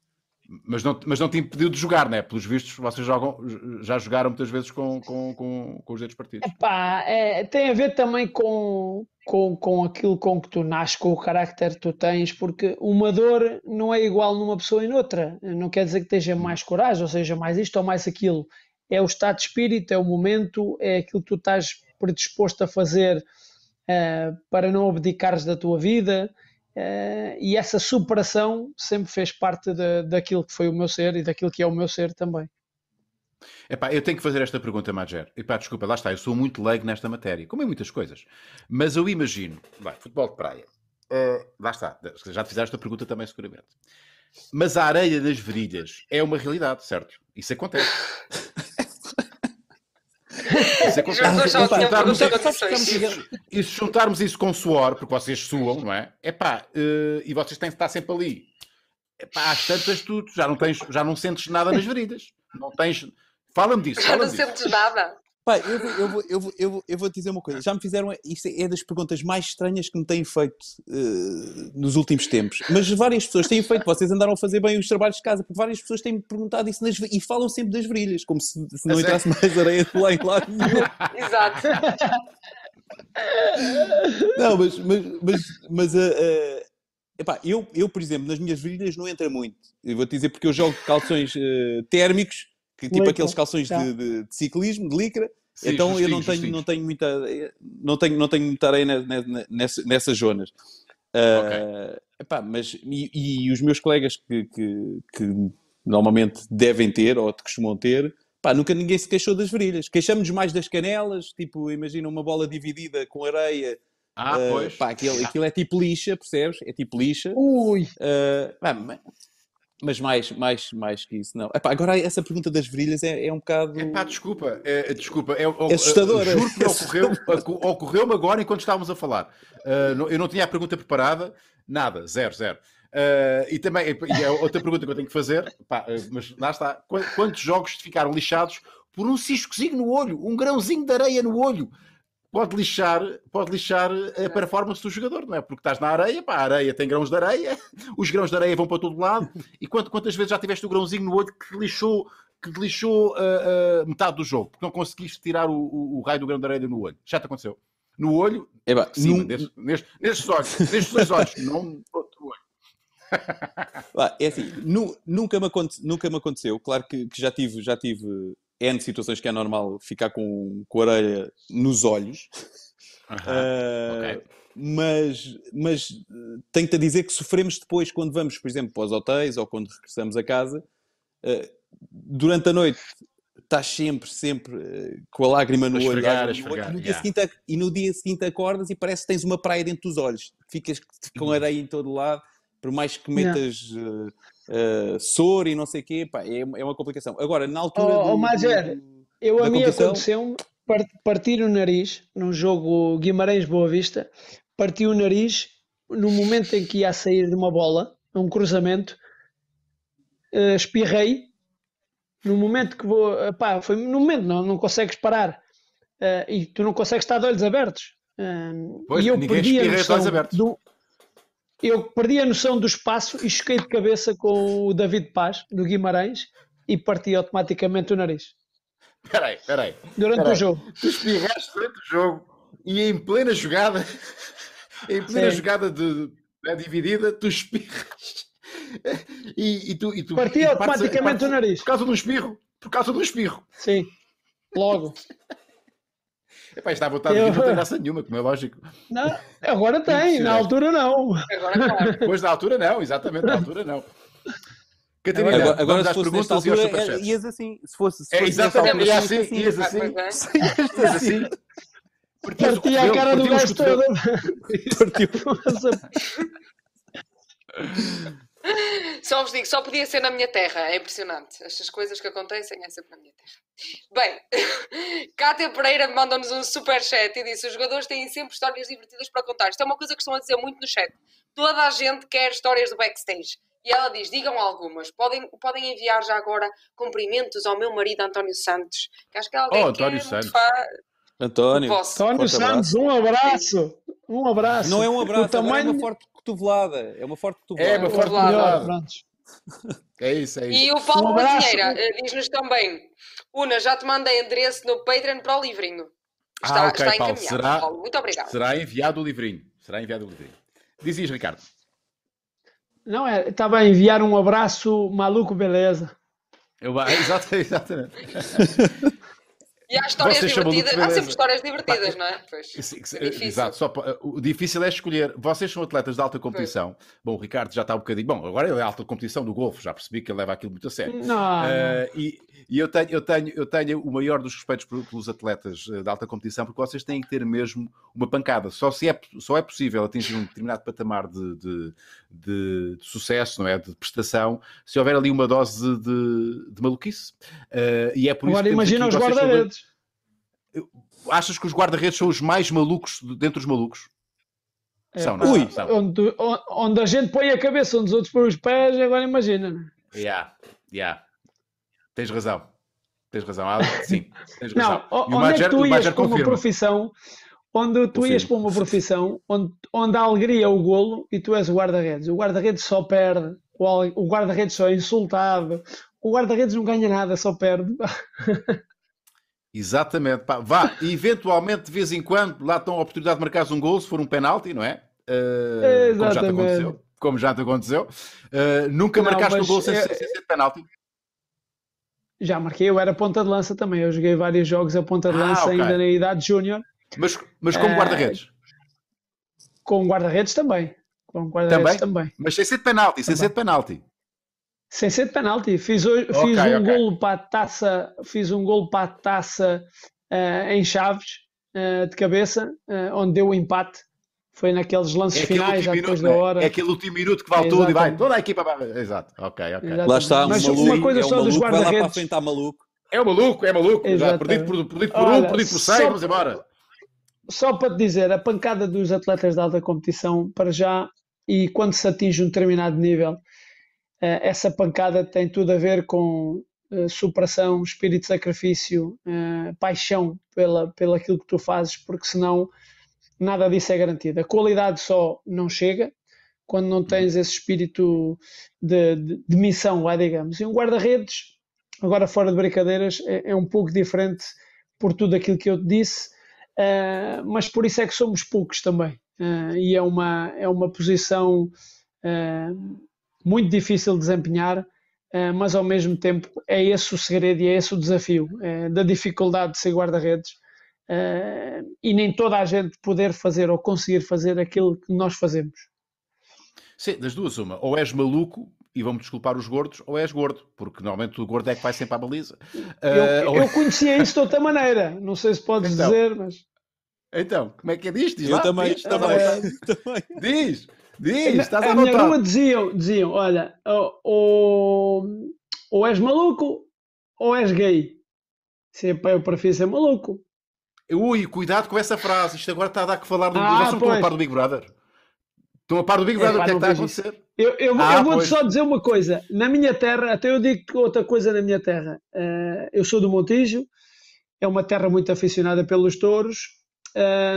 [SPEAKER 1] Mas não, mas não te impediu de jogar, não é? Pelos vistos, vocês jogam, já jogaram muitas vezes com, com, com, com os dedos partidos.
[SPEAKER 4] Epá, é, tem a ver também com, com, com aquilo com que tu nasces, com o carácter que tu tens, porque uma dor não é igual numa pessoa e noutra. Não quer dizer que esteja mais coragem, ou seja, mais isto ou mais aquilo. É o estado de espírito, é o momento, é aquilo que tu estás predisposto a fazer eh, para não abdicares da tua vida. eh, e essa superação sempre fez parte da, daquilo que foi o meu ser e daquilo que é o meu ser também.
[SPEAKER 1] Epá, eu tenho que fazer esta pergunta, Majer. Epá, desculpa, lá está, eu sou muito leigo nesta matéria, como em muitas coisas. Mas eu imagino, vai, futebol de praia, eh, lá está, já te fizeste a pergunta também seguramente. Mas a areia nas virilhas é uma realidade, certo? Isso acontece. Isso acontece.
[SPEAKER 2] João Gonçalves
[SPEAKER 1] E se
[SPEAKER 2] tinha
[SPEAKER 1] juntarmos
[SPEAKER 2] pergunta
[SPEAKER 1] isso-
[SPEAKER 2] condições.
[SPEAKER 1] E se juntarmos isso com suor, porque vocês suam, não é? Epá, eh, e vocês têm que estar sempre ali. Epá, às tantas tu tu já não, tens, já não sentes nada nas virilhas. Não tens... Fala-me disso,
[SPEAKER 2] Já não
[SPEAKER 1] fala-me disso.
[SPEAKER 2] sentes nada.
[SPEAKER 5] Pá, eu vou, eu, vou, eu, vou, eu, vou, eu vou te dizer uma coisa. Já me fizeram. Isto é das perguntas mais estranhas que me têm feito uh, nos últimos tempos. Mas várias pessoas têm feito. Vocês andaram a fazer bem os trabalhos de casa, porque várias pessoas têm-me perguntado isso nas, e falam sempre das virilhas, como se, se não
[SPEAKER 1] Mas é-
[SPEAKER 5] entrasse mais areia de lá em lado nenhum.
[SPEAKER 2] Exato.
[SPEAKER 5] Não, mas, mas, mas, mas uh, uh, epá, eu, eu, por exemplo, nas minhas virilhas não entra muito. Eu vou-te dizer porque eu jogo calções uh, térmicos, que, tipo
[SPEAKER 4] Licra,
[SPEAKER 5] aqueles calções
[SPEAKER 4] tá.
[SPEAKER 5] de, de, de ciclismo, de licra.
[SPEAKER 1] Sim,
[SPEAKER 5] Então eu não
[SPEAKER 1] justinhos,
[SPEAKER 5] tenho,
[SPEAKER 1] justinhos.
[SPEAKER 5] não tenho muita não tenho, não tenho muita areia ne- ne- nessa- nessas zonas. Uh, epá, mas, e, e os meus colegas que, que, que normalmente devem ter ou costumam ter, pá, nunca ninguém se queixou das virilhas. Queixamos-nos mais das canelas, tipo, imagina uma bola dividida com areia.
[SPEAKER 1] Ah,
[SPEAKER 5] uh,
[SPEAKER 1] pois.
[SPEAKER 5] pá, aquilo, aquilo é tipo lixa, percebes? É tipo lixa.
[SPEAKER 4] Ui,
[SPEAKER 5] Uh, pá, ma- mas mais, mais, mais que isso, não. Epá, agora essa pergunta das virilhas é, é um bocado...
[SPEAKER 1] Epá, desculpa, é, desculpa. É,
[SPEAKER 5] É assustadora.
[SPEAKER 1] Juro que me ocorreu, ocu- ocorreu-me agora enquanto estávamos a falar. Uh, não- eu não tinha a pergunta preparada, nada, zero, zero. Uh, e também, e a outra pergunta que eu tenho que fazer, pá, uh, mas lá está, Qu- quantos jogos ficaram lixados por um ciscozinho no olho, um grãozinho de areia no olho? Pode lixar, pode lixar a performance do jogador, não é? Porque estás na areia, pá, a areia tem grãos de areia, os grãos de areia vão para todo lado, e quant- quantas vezes já tiveste o grãozinho no olho que te lixou, que te lixou uh, uh, metade do jogo, porque não conseguiste tirar o, o- o raio do grão de areia no olho? Já te aconteceu? No olho,
[SPEAKER 5] Epá,
[SPEAKER 1] de cima,
[SPEAKER 5] num-
[SPEAKER 1] nestes, nestes, nestes olhos, nestes dois olhos, não no outro olho.
[SPEAKER 5] Ah, é assim, nu- nunca, me aconte- nunca me aconteceu. Claro que, que já tive, já tive N situações que é normal ficar com, com a areia nos olhos. Ah,
[SPEAKER 1] ok.
[SPEAKER 5] mas, mas eh, tenho-te a dizer que sofremos depois quando vamos, por exemplo, para os hotéis ou quando regressamos a casa. eh, durante a noite estás sempre, sempre eh, com a lágrima no
[SPEAKER 1] A
[SPEAKER 5] olho,
[SPEAKER 1] esfregar,
[SPEAKER 5] lágrima
[SPEAKER 1] a
[SPEAKER 5] no olho,
[SPEAKER 1] esfregar,
[SPEAKER 5] e, no dia
[SPEAKER 1] yeah.
[SPEAKER 5] seguinte, ac- e no dia seguinte acordas e parece que tens uma praia dentro dos olhos. Ficas com areia em todo lado, por mais que
[SPEAKER 4] Yeah.
[SPEAKER 5] metas eh, eh, soro e não sei o quê, pá, é, uma- é uma complicação. Agora, na altura
[SPEAKER 4] Oh,
[SPEAKER 5] do,
[SPEAKER 4] oh, Mager,
[SPEAKER 5] do-
[SPEAKER 4] eu
[SPEAKER 5] da
[SPEAKER 4] a mim
[SPEAKER 5] competição-
[SPEAKER 4] aconteceu par- partir o nariz num jogo Guimarães-Boa Vista, parti o nariz no momento em que ia sair de uma bola, um cruzamento, eh, espirrei, no momento que vou, pá, foi no momento, não, não consegues parar, eh, e tu não consegues estar de olhos abertos. Eh,
[SPEAKER 1] Pois,
[SPEAKER 4] e eu
[SPEAKER 1] ninguém
[SPEAKER 4] perdi a
[SPEAKER 1] espirra de
[SPEAKER 4] noção
[SPEAKER 1] olhos abertos.
[SPEAKER 4] do, eu perdi a noção do espaço e choquei de cabeça com o David Paz, do Guimarães, e parti automaticamente o nariz.
[SPEAKER 1] Espera aí, espera aí.
[SPEAKER 4] Durante
[SPEAKER 1] Espera
[SPEAKER 4] o
[SPEAKER 1] aí.
[SPEAKER 4] jogo.
[SPEAKER 1] Tu espirraste durante o jogo e em plena jogada, em plena
[SPEAKER 4] Sim.
[SPEAKER 1] jogada de, de dividida, tu espirras. E, e tu, e tu
[SPEAKER 4] Parti
[SPEAKER 1] e partes-
[SPEAKER 4] automaticamente
[SPEAKER 1] partes-
[SPEAKER 4] o nariz.
[SPEAKER 1] Por causa do espirro. Por causa do espirro.
[SPEAKER 4] Sim, logo.
[SPEAKER 1] Epá, isto à vontade de
[SPEAKER 4] Eu-
[SPEAKER 1] rir não tem graça nenhuma, como é lógico.
[SPEAKER 4] Não, agora tem, na
[SPEAKER 1] Impressionante.
[SPEAKER 4] altura não.
[SPEAKER 2] Agora, claro.
[SPEAKER 1] Depois na altura não, exatamente, na altura não. Catarina,
[SPEAKER 5] Agora, agora
[SPEAKER 1] vamos
[SPEAKER 5] se
[SPEAKER 1] às
[SPEAKER 5] fosse nesta
[SPEAKER 1] perguntas e aos
[SPEAKER 5] altura, é-
[SPEAKER 1] superchats.
[SPEAKER 5] ias assim. Se fosse, se
[SPEAKER 1] É,
[SPEAKER 5] fosse nesta
[SPEAKER 1] exatamente,
[SPEAKER 5] altura,
[SPEAKER 1] ias assim, ias
[SPEAKER 2] Ah,
[SPEAKER 1] assim.
[SPEAKER 2] pois é.
[SPEAKER 1] Ias assim. Partias o
[SPEAKER 4] Parti a
[SPEAKER 1] cotovelo,
[SPEAKER 4] cara do
[SPEAKER 1] partias o
[SPEAKER 4] gajo
[SPEAKER 1] cotovelo.
[SPEAKER 4] todo.
[SPEAKER 2] Só vos digo, só podia ser na minha terra. É impressionante. Estas coisas que acontecem é sempre na minha terra. Bem, Cátia Pereira mandou-nos um superchat e disse: os jogadores têm sempre histórias divertidas para contar. Isto é uma coisa que estão a dizer muito no chat. Toda a gente quer histórias do backstage. E ela diz: digam algumas. Podem, podem enviar já agora cumprimentos ao meu marido António Santos. Que acho que é alguém
[SPEAKER 1] Oh,
[SPEAKER 2] que é
[SPEAKER 1] António
[SPEAKER 2] muito
[SPEAKER 1] Santos.
[SPEAKER 2] fã
[SPEAKER 5] António,
[SPEAKER 2] do vosso.
[SPEAKER 4] António
[SPEAKER 5] forte abraço.
[SPEAKER 4] Santos, um abraço. Um abraço.
[SPEAKER 5] Não é um abraço,
[SPEAKER 4] O tamanho...
[SPEAKER 5] agora é uma forte cotovelada. É uma forte cotovelada.
[SPEAKER 1] É uma forte
[SPEAKER 2] Melhor,
[SPEAKER 1] cotovelada.
[SPEAKER 4] Prontos.
[SPEAKER 1] É isso, é isso.
[SPEAKER 2] E o Paulo
[SPEAKER 4] Um abraço.
[SPEAKER 2] Pinheira eh, diz-nos também: Una, já te mandei endereço no Patreon para o livrinho. Está,
[SPEAKER 1] Ah, ok,
[SPEAKER 2] está
[SPEAKER 1] Paulo.
[SPEAKER 2] encaminhado.
[SPEAKER 1] Será-
[SPEAKER 2] Paulo, muito obrigado.
[SPEAKER 1] Será enviado o livrinho. Será enviado o livrinho. Diz isso, Ricardo.
[SPEAKER 4] Não é, estava a enviar um abraço maluco, beleza.
[SPEAKER 1] Eu, exato, exatamente.
[SPEAKER 2] E há histórias
[SPEAKER 1] Vocês chamam de
[SPEAKER 2] divertidas. Há
[SPEAKER 1] beleza.
[SPEAKER 2] sempre histórias divertidas, não é? Pois.
[SPEAKER 1] Sim, sim,
[SPEAKER 2] É difícil.
[SPEAKER 1] Exato. Só, pa- o difícil é escolher. Vocês são atletas de alta competição. Bom, o Ricardo já está um bocadinho. Bom, agora ele é alta competição do golfe. Já percebi que ele leva aquilo muito a sério.
[SPEAKER 4] Não,
[SPEAKER 1] Uh, e e eu, tenho, eu, tenho, eu tenho o maior dos respeitos por- pelos atletas uh, de alta competição, porque vocês têm que ter mesmo uma pancada. Só, se é, só é possível atingir um determinado patamar de, de, de- de sucesso, não é? De prestação, se houver ali uma dose de, de, de maluquice. Uh, e é por isso
[SPEAKER 4] agora
[SPEAKER 1] que temos
[SPEAKER 4] imagina
[SPEAKER 1] aqui-
[SPEAKER 4] os
[SPEAKER 1] vocês são dois-
[SPEAKER 4] guarda-redes.
[SPEAKER 1] achas que os guarda-redes são os mais malucos dentre os malucos?
[SPEAKER 4] É,
[SPEAKER 1] São,
[SPEAKER 4] pá,
[SPEAKER 1] não
[SPEAKER 5] Ui.
[SPEAKER 1] são?
[SPEAKER 4] onde, onde a gente põe a cabeça, onde os outros põem os pés, agora imagina. Né?
[SPEAKER 1] Yeah, yeah. Tens razão. Tens razão. Ah, sim, tens razão.
[SPEAKER 4] Não,
[SPEAKER 1] E
[SPEAKER 4] o-
[SPEAKER 1] o
[SPEAKER 4] onde é
[SPEAKER 1] Major,
[SPEAKER 4] que tu
[SPEAKER 1] o
[SPEAKER 4] ias
[SPEAKER 1] Major
[SPEAKER 4] para uma
[SPEAKER 1] confirma.
[SPEAKER 4] profissão onde tu ias para
[SPEAKER 5] Confirmo.
[SPEAKER 4] uma profissão onde, onde a alegria é o golo e tu és o guarda-redes. O guarda-redes só perde, o, al- o guarda-redes só é insultado, o guarda-redes não ganha nada, só perde.
[SPEAKER 1] Exatamente. Pá, vá, eventualmente, de vez em quando, lá estão a oportunidade de marcares um gol, se for um penalti, não é? Uh, como já te
[SPEAKER 4] Exatamente.
[SPEAKER 1] aconteceu. Como já te aconteceu. Uh, nunca
[SPEAKER 4] Não,
[SPEAKER 1] marcaste um
[SPEAKER 4] mas
[SPEAKER 1] gol sem,
[SPEAKER 4] é-
[SPEAKER 1] sem ser de penalti?
[SPEAKER 4] Já marquei, eu era ponta de lança também. Eu joguei vários jogos a ponta de
[SPEAKER 1] Ah,
[SPEAKER 4] lança
[SPEAKER 1] ok.
[SPEAKER 4] ainda na idade júnior,
[SPEAKER 1] Mas, mas como
[SPEAKER 4] Eh,
[SPEAKER 1] guarda-redes?
[SPEAKER 4] com guarda-redes também. Com guarda-redes também.
[SPEAKER 1] Mas sem ser de penalti, sem
[SPEAKER 4] Também.
[SPEAKER 1] ser de penalti.
[SPEAKER 4] Sem ser de penalti. Fiz, hoje-
[SPEAKER 1] Ok,
[SPEAKER 4] fiz um
[SPEAKER 1] ok.
[SPEAKER 4] golo para a taça, fiz um golo para a taça eh, em Chaves, eh, de cabeça, eh, onde deu o empate. Foi naqueles lances
[SPEAKER 1] É aquele
[SPEAKER 4] finais,
[SPEAKER 1] último
[SPEAKER 4] já depois
[SPEAKER 1] minuto,
[SPEAKER 4] da
[SPEAKER 1] não é?
[SPEAKER 4] hora.
[SPEAKER 1] É aquele último minuto que vale tudo e vai
[SPEAKER 4] Exatamente.
[SPEAKER 1] toda a equipa. para- Exato, ok, ok.
[SPEAKER 4] Exatamente.
[SPEAKER 5] Lá está, um
[SPEAKER 4] Mas
[SPEAKER 5] maluco,
[SPEAKER 4] uma coisa
[SPEAKER 5] é um
[SPEAKER 4] só dos
[SPEAKER 5] maluco, vai lá para a
[SPEAKER 4] guarda-redes.
[SPEAKER 5] frente, está maluco.
[SPEAKER 1] É o maluco, é maluco. Já
[SPEAKER 4] Exatamente.
[SPEAKER 1] perdido por, perdido por um,
[SPEAKER 4] Olha,
[SPEAKER 1] perdido por seis,
[SPEAKER 4] só-
[SPEAKER 1] vamos embora.
[SPEAKER 4] Só para te dizer, a pancada dos atletas de alta competição, para já, e quando se atinge um determinado nível, eh, essa pancada tem tudo a ver com eh, superação, espírito de sacrifício, eh, paixão pela, pelo aquilo que tu fazes, porque senão nada disso é garantido. A qualidade só não chega quando não tens esse espírito de, de, de missão, lá digamos. E um guarda-redes, agora fora de brincadeiras, é, é um pouco diferente por tudo aquilo que eu te disse, eh, mas por isso é que somos poucos também. Eh, e é uma, é uma posição eh, muito difícil de desempenhar, eh, mas ao mesmo tempo é esse o segredo e é esse o desafio eh, da dificuldade de ser guarda-redes. eh, e nem toda a gente poder fazer ou conseguir fazer aquilo que nós fazemos.
[SPEAKER 1] Sim, das duas, uma. Ou és maluco, e vamos desculpar os gordos, ou és gordo, porque normalmente o gordo é que vai sempre à baliza.
[SPEAKER 4] Eu,
[SPEAKER 1] Ah, ou-
[SPEAKER 4] eu conhecia isso de outra maneira, não sei se podes
[SPEAKER 1] Então.
[SPEAKER 4] dizer, mas
[SPEAKER 1] Então, como é que é disto? Diz
[SPEAKER 5] Eu
[SPEAKER 1] lá,
[SPEAKER 5] também,
[SPEAKER 1] diz, estás à
[SPEAKER 5] também,
[SPEAKER 1] vontade.
[SPEAKER 5] também.
[SPEAKER 1] Diz, diz, estás à
[SPEAKER 4] a minha rua
[SPEAKER 1] vontade.
[SPEAKER 4] diziam, diziam, olha, ou, ou, ou és maluco ou és gay. Se é, pá, eu prefiro ser maluco.
[SPEAKER 1] Ui, cuidado com essa frase. Isto agora está a dar que falar do.
[SPEAKER 4] Ah,
[SPEAKER 1] Vocês não estão a
[SPEAKER 4] pois.
[SPEAKER 1] par do Big Brother? Estão a par do Big Brother?
[SPEAKER 4] Epá,
[SPEAKER 1] O que é que
[SPEAKER 4] não
[SPEAKER 1] está a
[SPEAKER 4] vejo isso.
[SPEAKER 1] acontecer?
[SPEAKER 4] Eu, eu,
[SPEAKER 1] Ah,
[SPEAKER 4] eu vou-te
[SPEAKER 1] pois.
[SPEAKER 4] só dizer uma coisa. Na minha terra, até eu digo que outra coisa na minha terra. Eh, eu sou do Montijo, é uma terra muito aficionada pelos touros, eh,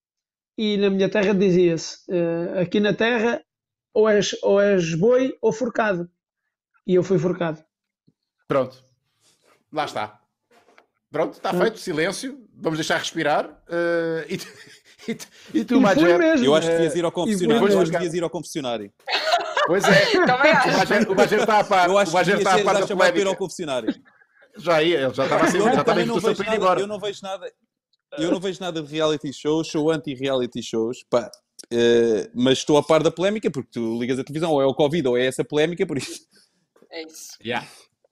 [SPEAKER 4] e na minha terra dizia-se, eh, aqui na terra ou és, ou és boi ou forcado. E eu fui forcado.
[SPEAKER 1] Pronto. Lá está. Pronto, está
[SPEAKER 4] Pronto.
[SPEAKER 1] feito. Silêncio. Vamos deixar respirar. Eh, e, tu- e, tu- e tu,
[SPEAKER 4] E fui
[SPEAKER 1] Major?
[SPEAKER 4] mesmo.
[SPEAKER 5] Eu acho que devias ir ao confessionário.
[SPEAKER 1] depois
[SPEAKER 5] Eu acho
[SPEAKER 1] buscar-
[SPEAKER 5] que devias ir ao confessionário.
[SPEAKER 1] Pois é.
[SPEAKER 2] Também
[SPEAKER 1] O
[SPEAKER 2] acho.
[SPEAKER 1] Major, o Major está a par.
[SPEAKER 5] Eu acho
[SPEAKER 1] O
[SPEAKER 5] que
[SPEAKER 1] Major
[SPEAKER 5] devias
[SPEAKER 1] está a
[SPEAKER 5] ser
[SPEAKER 1] par
[SPEAKER 5] já
[SPEAKER 1] da
[SPEAKER 5] chamado para ir
[SPEAKER 1] polémica.
[SPEAKER 5] ao confessionário.
[SPEAKER 1] Já ia, ele já estava assim,
[SPEAKER 5] Eu
[SPEAKER 1] já estava
[SPEAKER 5] também
[SPEAKER 1] em
[SPEAKER 5] não
[SPEAKER 1] votação
[SPEAKER 5] vejo
[SPEAKER 1] para ir
[SPEAKER 5] nada,
[SPEAKER 1] embora.
[SPEAKER 5] eu não vejo nada, eu não vejo nada de reality shows, sou anti-reality shows, pá, eh, mas estou a par da polémica porque tu ligas a televisão, ou é o Covid ou é essa polémica, por isso.
[SPEAKER 2] É isso.
[SPEAKER 1] Yeah.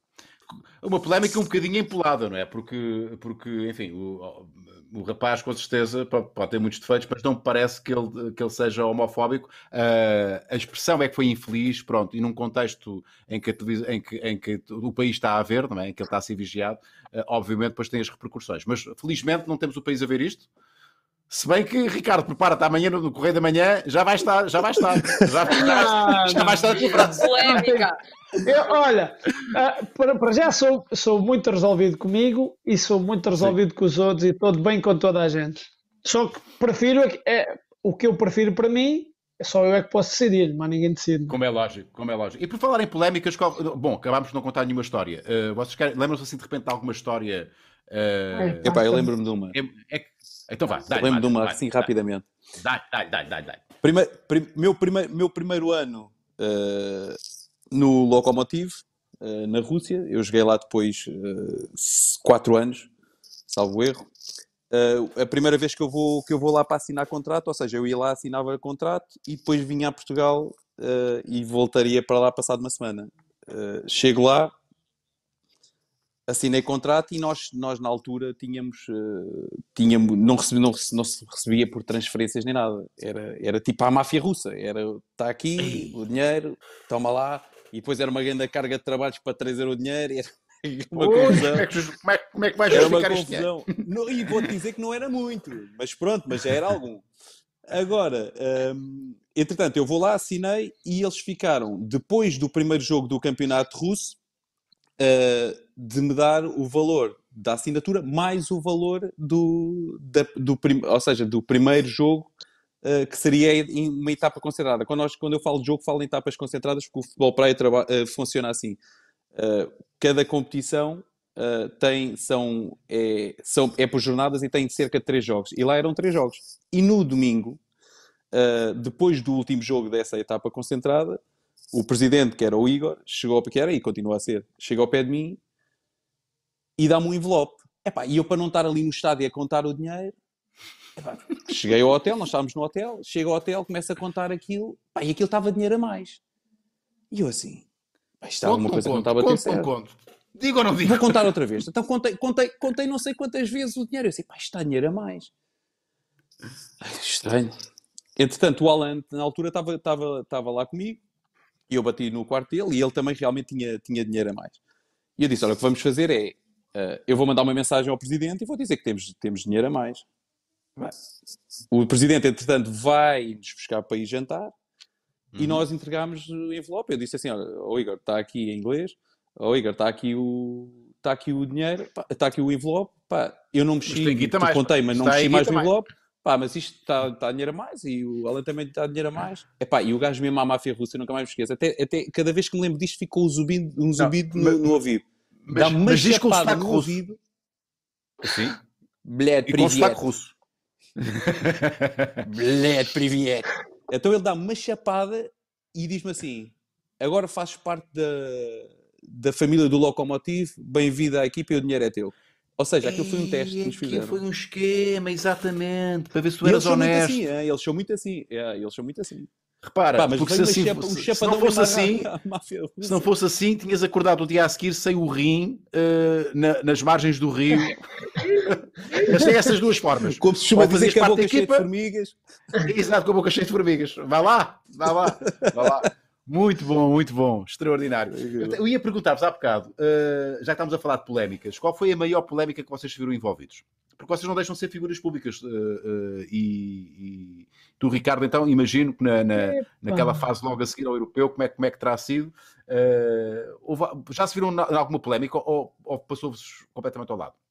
[SPEAKER 1] Uma polémica um bocadinho empolada, não é? Porque, porque enfim, o, o rapaz com certeza pode, pode ter muitos defeitos, mas não me parece que ele, que ele seja homofóbico. Uh, a expressão é que foi infeliz, pronto, e num contexto em que, a televis- em que, em que o país está a ver, não é? Em que ele está a ser vigiado, uh, obviamente depois tem as repercussões. Mas felizmente não temos o país a ver isto. Se bem que, Ricardo, prepara-te amanhã no Correio da Manhã, já vai estar, já vai estar. Já, já, vai, já vai estar a tua frase.
[SPEAKER 2] Polémica.
[SPEAKER 4] Eu, olha, ah, para, para já sou, sou muito resolvido comigo e sou muito resolvido com os outros e estou de bem com toda a gente. Só que prefiro, é, que- é, o que eu prefiro para mim, só eu é que posso decidir, mas ninguém decide.
[SPEAKER 1] Como é lógico, como é lógico. E por falar em polémicas, qual- bom, acabámos de não contar nenhuma história. Uh, vocês querem- lembram-se assim de repente de alguma história? Uh,
[SPEAKER 5] Epá, eu lembro-me de uma.
[SPEAKER 1] é- é- então vá,
[SPEAKER 5] Eu
[SPEAKER 1] dá-lhe,
[SPEAKER 5] lembro de uma
[SPEAKER 1] dá-lhe,
[SPEAKER 5] assim
[SPEAKER 1] dá-lhe,
[SPEAKER 5] rapidamente.
[SPEAKER 1] dá-lhe, dá-lhe, dá-lhe, dá-lhe, dá-lhe.
[SPEAKER 5] Primeiro, prim- meu, primeiro, meu primeiro ano eh, no Lokomotiv, eh, na Rússia, eu joguei lá depois eh, s- quatro anos, salvo erro. Eh, a primeira vez que eu, vou, que eu vou lá para assinar contrato, ou seja, eu ia lá, assinava contrato e depois vinha a Portugal eh, e voltaria para lá passado uma semana. Eh, chego lá, assinei contrato e nós, nós na altura tínhamos, eh, tínhamos não, recebi, não, rece- não se recebia por transferências nem nada. Era, era tipo a máfia russa. Era, está aqui o dinheiro, toma lá. E depois era uma grande carga de trabalhos para trazer o dinheiro. Era, Uma
[SPEAKER 1] Ui,
[SPEAKER 5] confusão.
[SPEAKER 1] como, é que, como, é, como é que vais
[SPEAKER 5] Era uma
[SPEAKER 1] justificar isto?
[SPEAKER 5] confusão. Não, e vou-te dizer que não era muito, mas pronto, mas já era algum. Agora, hum, entretanto, eu vou lá, assinei e eles ficaram, depois do primeiro jogo do campeonato russo, uh, de me dar o valor da assinatura mais o valor do, da, do prim, ou seja, do primeiro jogo, uh, que seria em uma etapa concentrada. Quando, nós, quando eu falo de jogo, falo em etapas concentradas, porque o futebol praia traba, uh, funciona assim. Uh, cada competição uh, tem, são, é, são, é por jornadas e tem cerca de três jogos. E lá eram três jogos. E no domingo, uh, depois do último jogo dessa etapa concentrada, o presidente, que era o Igor, chegou ao pé, que era e continua a ser, chega ao pé de mim e dá-me um envelope. Epá, e eu, para não estar ali no estádio a contar o dinheiro, epá, cheguei ao hotel, nós estávamos no hotel, chego ao hotel, começo a contar aquilo, epá, e aquilo estava dinheiro a mais. E eu assim... Isto está alguma coisa que não estava a ter certo.
[SPEAKER 1] Conto. Digo ou não digo?
[SPEAKER 5] Vou contar outra vez. Então contei, contei, contei não sei quantas vezes o dinheiro. Eu disse, pá, isto está dinheiro a mais. Ai, estranho. Entretanto, o Alan, na altura, estava, estava, estava lá comigo e eu bati no quarto dele e ele também realmente tinha, tinha dinheiro a mais. E eu disse, olha, o que vamos fazer é, uh, eu vou mandar uma mensagem ao presidente e vou dizer que temos, temos dinheiro a mais. O presidente, entretanto, vai-nos buscar para ir jantar. E nós entregámos o envelope. Eu disse assim, olha, oh, Igor, está aqui em inglês. Oh, Igor, está aqui o, está aqui o dinheiro. Pá, está aqui o envelope. Pá, eu não mexi, tu contei, mas não mexi mais no envelope. Pá, mas isto está, está dinheiro a mais. E o Alan também está dinheiro a mais. Epá, e o gajo mesmo à máfia russa, eu nunca mais me esqueço. Até, até cada vez que me lembro disto, ficou um zumbido, um zumbido não, no, no ouvido. Dá uma
[SPEAKER 1] mas diz com o
[SPEAKER 5] chapada no
[SPEAKER 1] russo.
[SPEAKER 5] ouvido.
[SPEAKER 1] Sim.
[SPEAKER 5] Bled,
[SPEAKER 1] e com o sotaque russo.
[SPEAKER 5] Bled, priviet. Então ele dá-me uma chapada e diz-me assim, agora fazes parte da, da família do Lokomotiv, bem-vindo à equipa e o dinheiro é teu. Ou seja, aquilo foi um teste que nos fizeram.
[SPEAKER 1] Foi um esquema, exatamente, para ver se tu
[SPEAKER 5] e
[SPEAKER 1] eras
[SPEAKER 5] eles
[SPEAKER 1] honesto.
[SPEAKER 5] São muito assim, é? Eles são muito assim, é, eles são muito assim.
[SPEAKER 1] Repara,
[SPEAKER 5] Pá, mas
[SPEAKER 1] porque se, assim,
[SPEAKER 5] chapa, um
[SPEAKER 1] se, se não fosse assim, se não fosse assim, tinhas acordado o dia a seguir sem o rim uh, na, nas margens do rio. Mas tem essas duas formas.
[SPEAKER 5] Como se costuma dizer que a boca cheia de formigas.
[SPEAKER 1] Exato, com a boca cheia de formigas. Vai lá, vai lá, vai lá. Muito bom, muito bom, extraordinário. Eu, eu ia perguntar-vos há bocado, uh, já que estamos a falar de polémicas, qual foi a maior polémica que vocês se viram envolvidos? Porque vocês não deixam de ser figuras públicas uh, uh, e, e tu, Ricardo, então, imagino que na, na, naquela fase logo a seguir ao europeu, como é, como é que terá sido? Uh, houve, já se viram em alguma polémica ou, ou passou-vos completamente ao lado?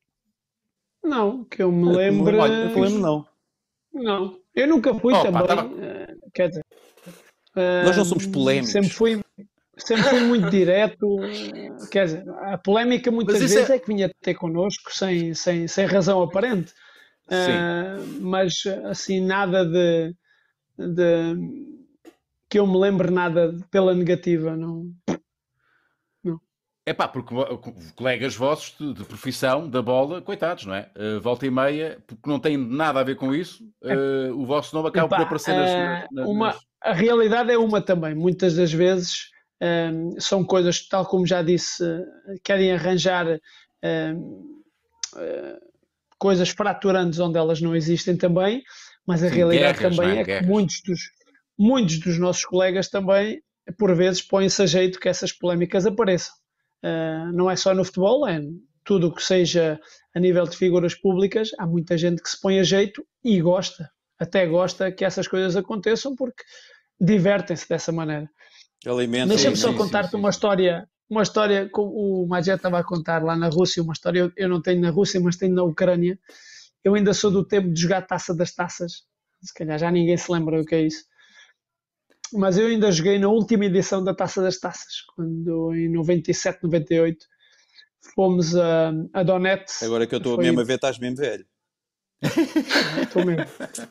[SPEAKER 4] Não, que eu me lembro...
[SPEAKER 5] Olha, eu lembro não.
[SPEAKER 4] Não, eu nunca fui
[SPEAKER 1] oh,
[SPEAKER 4] também,
[SPEAKER 1] pá, tava...
[SPEAKER 4] uh, quer dizer...
[SPEAKER 5] Nós não somos polémicos.
[SPEAKER 4] Sempre fui, sempre fui muito direto. Quer dizer, a polémica muitas vezes é... é que vinha ter connosco sem, sem, sem razão aparente. Uh, mas assim, nada de, de que eu me lembre nada pela negativa, não. não.
[SPEAKER 1] É pá, porque colegas vossos de, de profissão, da bola, coitados, não é? Uh, volta e meia, porque não tem nada a ver com isso, uh, o vosso nome acaba Epá, por aparecer nas, nas, nas,
[SPEAKER 4] uma...
[SPEAKER 1] nas...
[SPEAKER 4] A realidade é uma também. Muitas das vezes um, são coisas, tal como já disse, uh, querem arranjar um, uh, coisas fraturantes onde elas não existem também, mas a Sim, realidade guerras, também é, é que muitos dos, muitos dos nossos colegas também, por vezes, põem-se a jeito que essas polémicas apareçam. Uh, não é só no futebol, é tudo o que seja a nível de figuras públicas, há muita gente que se põe a jeito e gosta, até gosta que essas coisas aconteçam porque divertem-se dessa maneira. Deixa-me só contar-te uma história, uma história que o Magé estava a contar lá na Rússia, uma história eu, eu não tenho na Rússia, mas tenho na Ucrânia. Eu ainda sou do tempo de jogar Taça das Taças, se calhar já ninguém se lembra o que é isso. Mas eu ainda joguei na última edição da Taça das Taças, quando em noventa e sete, noventa e oito fomos a, a Donetsk.
[SPEAKER 5] Agora que eu estou mesmo a ver, estás mesmo velho.
[SPEAKER 4] Estou mesmo.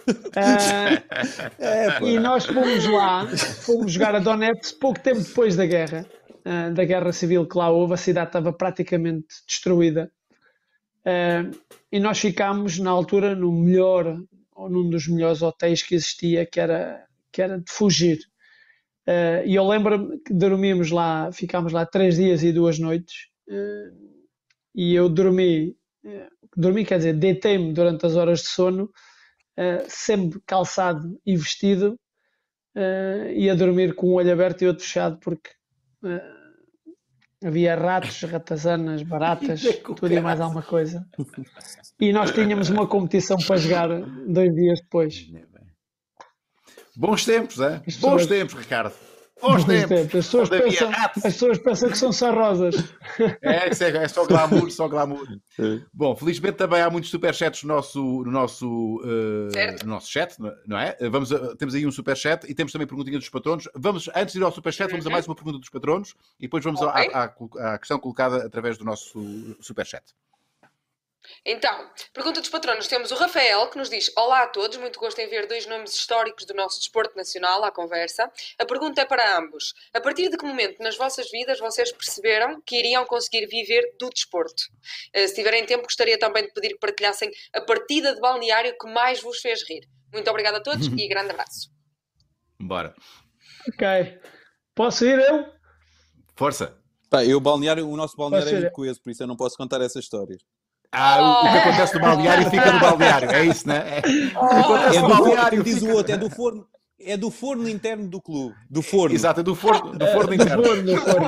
[SPEAKER 4] Uh, é, e nós fomos lá, fomos jogar a Donetsk pouco tempo depois da guerra, uh, da guerra civil que lá houve, a cidade estava praticamente destruída. Uh, e nós ficámos na altura no melhor, ou num dos melhores hotéis que existia, que era, que era de fugir. Uh, e eu lembro-me que dormimos lá, ficámos lá três dias e duas noites, uh, e eu dormi, uh, dormi quer dizer, deitei-me durante as horas de sono, uh, sempre calçado e vestido, uh, e a dormir com um olho aberto e outro fechado, porque uh, Havia ratos, ratazanas, baratas,
[SPEAKER 1] Ainda com
[SPEAKER 4] tudo e mais
[SPEAKER 1] graça.
[SPEAKER 4] alguma coisa. E nós tínhamos uma competição para jogar dois dias depois.
[SPEAKER 1] Bons tempos, é?
[SPEAKER 4] As
[SPEAKER 1] Bons
[SPEAKER 4] pessoas-
[SPEAKER 1] tempos, Ricardo. Bons
[SPEAKER 4] Bons
[SPEAKER 1] tempos.
[SPEAKER 4] tempos. As pessoas,
[SPEAKER 1] Onde havia
[SPEAKER 4] pensam,
[SPEAKER 1] ratos.
[SPEAKER 4] as pessoas pensam que são só rosas.
[SPEAKER 1] É, isso é, é só glamour, só glamour.
[SPEAKER 5] É.
[SPEAKER 1] Bom, felizmente também há muitos superchats no nosso, no nosso, uh,
[SPEAKER 2] Certo.
[SPEAKER 1] no nosso chat, não é? Vamos a- temos aí um superchat e temos também perguntinha dos patronos. Vamos, antes de ir ao superchat, vamos a mais uma pergunta dos patronos e depois vamos à-
[SPEAKER 2] Ok.
[SPEAKER 1] à, à- à questão colocada através do nosso superchat.
[SPEAKER 2] Então, pergunta dos patronos. Temos o Rafael, que nos diz: Olá a todos, muito gosto em ver dois nomes históricos do nosso desporto nacional à conversa. A pergunta é para ambos. A partir de que momento nas vossas vidas vocês perceberam que iriam conseguir viver do desporto? Eh, Se tiverem tempo, gostaria também de pedir que partilhassem a partida de balneário que mais vos fez rir. Muito obrigada a todos e grande abraço.
[SPEAKER 1] Bora.
[SPEAKER 4] Ok. Posso ir eu?
[SPEAKER 1] Força.
[SPEAKER 5] Pá, eu, balneário, o nosso balneário
[SPEAKER 4] Posso
[SPEAKER 5] é
[SPEAKER 4] ir?
[SPEAKER 5] muito coeso, por isso eu não posso contar essas histórias.
[SPEAKER 1] Ah, o, o que acontece no balneário fica no balneário, é isso, não é? É- acontece
[SPEAKER 5] É
[SPEAKER 1] no
[SPEAKER 5] do forno,
[SPEAKER 1] balneário.
[SPEAKER 5] como diz
[SPEAKER 1] fica-
[SPEAKER 5] o outro, é do forno, é do forno interno do clube. Do forno.
[SPEAKER 1] Exato, é do forno, do forno
[SPEAKER 4] Do
[SPEAKER 1] interno.
[SPEAKER 4] forno, do forno.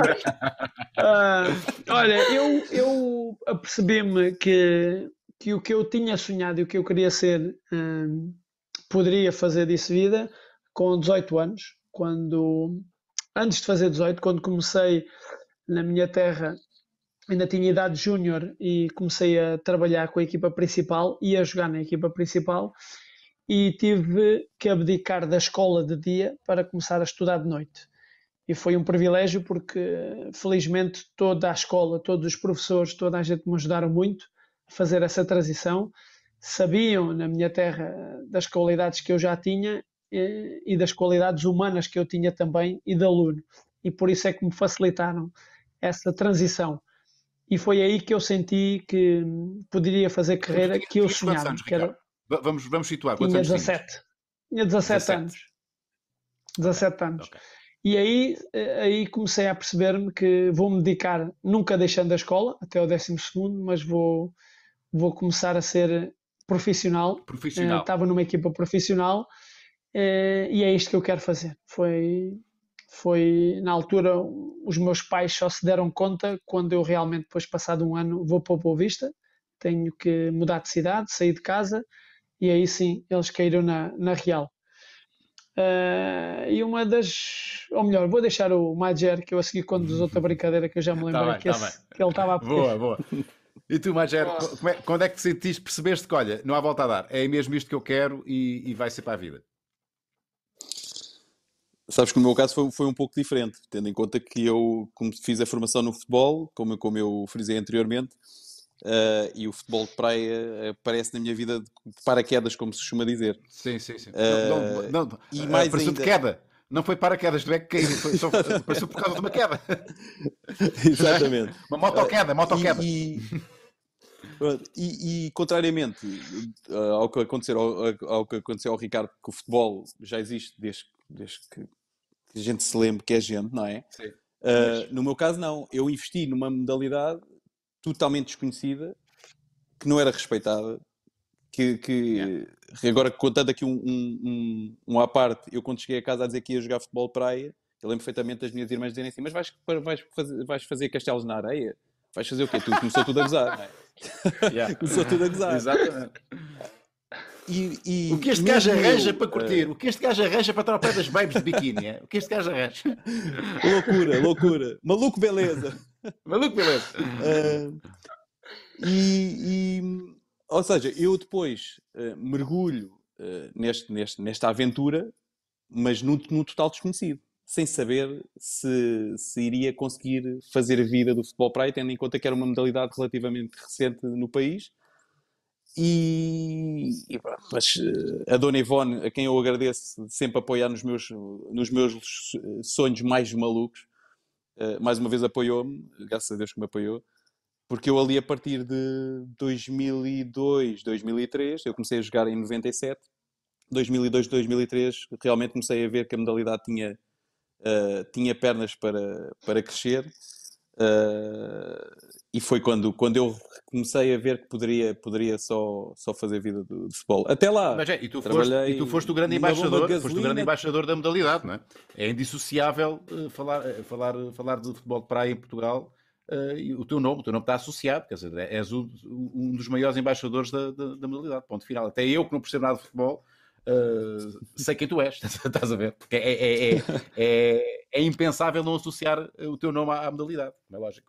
[SPEAKER 4] Ah, olha, eu, eu apercebi-me que, que o que eu tinha sonhado e o que eu queria ser, hum, poderia fazer disso vida com dezoito anos, quando, antes de fazer dezoito, quando comecei na minha terra, ainda tinha idade júnior e comecei a trabalhar com a equipa principal e a jogar na equipa principal e tive que abdicar da escola de dia para começar a estudar de noite. E foi um privilégio porque, felizmente, toda a escola, todos os professores, toda a gente me ajudaram muito a fazer essa transição. Sabiam, na minha terra, das qualidades que eu já tinha eh, e das qualidades humanas que eu tinha também e de aluno. E por isso é que me facilitaram essa transição. E foi aí que eu senti que hum, poderia fazer carreira
[SPEAKER 1] Tinha-
[SPEAKER 4] que eu
[SPEAKER 1] tinhas quantos
[SPEAKER 4] sonhava,
[SPEAKER 1] anos,
[SPEAKER 4] que era,
[SPEAKER 1] Ricardo? Va- Vamos, vamos situar. Quantos
[SPEAKER 4] tinha
[SPEAKER 1] anos tinhas?
[SPEAKER 4] dezassete. Tinha dezassete
[SPEAKER 1] dezassete.
[SPEAKER 4] anos. dezassete anos.
[SPEAKER 1] Ok.
[SPEAKER 4] E aí, eh, aí comecei a perceber-me que vou-me dedicar, nunca deixando a escola, até o décimo segundo, mas vou, vou começar a ser profissional. Eh,
[SPEAKER 1] Profissional.
[SPEAKER 4] Estava numa equipa profissional eh, e é isto que eu quero fazer. Foi, foi, na altura, os meus pais só se deram conta quando eu realmente, depois passado um ano, vou para o Boa Vista, tenho que mudar de cidade, sair de casa, e aí sim, eles caíram na, na Real. Uh, e uma das, ou melhor, vou deixar o Majer, que eu a seguir conduz outra brincadeira que eu já me lembrei
[SPEAKER 1] Tá bem,
[SPEAKER 4] que,
[SPEAKER 1] tá
[SPEAKER 4] esse-
[SPEAKER 1] bem.
[SPEAKER 4] que ele estava a pedir.
[SPEAKER 1] Boa, boa. E tu, Majer,
[SPEAKER 2] Boa.
[SPEAKER 1] como é- quando é que sentiste, percebeste que, olha, não há volta a dar, é mesmo isto que eu quero e, e vai ser para a vida?
[SPEAKER 5] Sabes que no meu caso foi, foi um pouco diferente, tendo em conta que eu como fiz a formação no futebol, como, como eu frisei anteriormente, eh, e o futebol de praia aparece na minha vida de paraquedas, como se costuma dizer.
[SPEAKER 1] Sim, sim, sim.
[SPEAKER 5] Uh,
[SPEAKER 1] não, não, não,
[SPEAKER 5] e
[SPEAKER 1] ah,
[SPEAKER 5] mais
[SPEAKER 1] apareceu de
[SPEAKER 5] ainda-
[SPEAKER 1] queda. Não foi paraquedas, não é que caiu, foi só, apareceu por causa de uma queda.
[SPEAKER 5] Exatamente.
[SPEAKER 1] Uma motoqueda, motoqueda.
[SPEAKER 5] E, e, pronto, e- e, contrariamente uh, ao que aconteceu ao, ao que aconteceu ao Ricardo, que o futebol já existe desde, desde que, que a gente se lembre que é gente, não é?
[SPEAKER 1] Sim.
[SPEAKER 5] Uh, no meu caso, não. Eu investi numa modalidade totalmente desconhecida, que não era respeitada, que, que agora contando aqui um, um, um, um à parte, eu quando cheguei a casa a dizer que ia jogar futebol de praia, eu lembro perfeitamente das minhas irmãs dizerem assim, mas vais, vais, fazer, vais fazer castelos na areia? Vais fazer o quê? Tu começou tudo a gozar, não é?
[SPEAKER 1] Yeah.
[SPEAKER 5] Começou tudo a gozar.
[SPEAKER 1] Exatamente.
[SPEAKER 5] E, e
[SPEAKER 1] O que este
[SPEAKER 5] mesmo
[SPEAKER 1] gajo arranja
[SPEAKER 5] eu,
[SPEAKER 1] para curtir, o que este gajo arranja para estar ao pé das babes de biquíni, é? O que este gajo arranja?
[SPEAKER 5] uh, loucura, loucura. Maluco, beleza.
[SPEAKER 1] Maluco, beleza.
[SPEAKER 5] Uh, e, e, ou seja, eu depois uh, mergulho uh, neste, neste, nesta aventura, mas no, no total desconhecido, sem saber se, se iria conseguir fazer a vida do futebol praia, tendo em conta que era uma modalidade relativamente recente no país. E, e pronto, mas uh, a Dona Ivone, a quem eu agradeço sempre apoiar nos meus, nos meus sonhos mais malucos, uh, mais uma vez apoiou-me, graças a Deus que me apoiou, porque eu ali a partir de dois mil e dois, dois mil e três, eu comecei a jogar em noventa e sete, dois mil e dois, dois mil e três, realmente comecei a ver que a modalidade tinha, uh, tinha pernas para, para crescer. Uh, e foi quando, quando eu comecei a ver que poderia, poderia só, só fazer vida de, de futebol. Até lá,
[SPEAKER 1] Mas é, e, tu foste,
[SPEAKER 5] trabalhei
[SPEAKER 1] e tu foste o grande
[SPEAKER 5] numa bomba de
[SPEAKER 1] embaixador, foste o
[SPEAKER 5] gasolina.
[SPEAKER 1] grande embaixador da modalidade, não é? É indissociável uh, falar, uh, falar, uh, falar de futebol de praia em Portugal uh, e o teu nome, o teu nome está associado, quer dizer, és o, um dos maiores embaixadores da, da, da modalidade, ponto final. Até eu, que não percebo nada de futebol, uh, sei quem tu és, estás a ver? Porque é, é, é, é, é impensável não associar o teu nome à, à modalidade, não é lógico.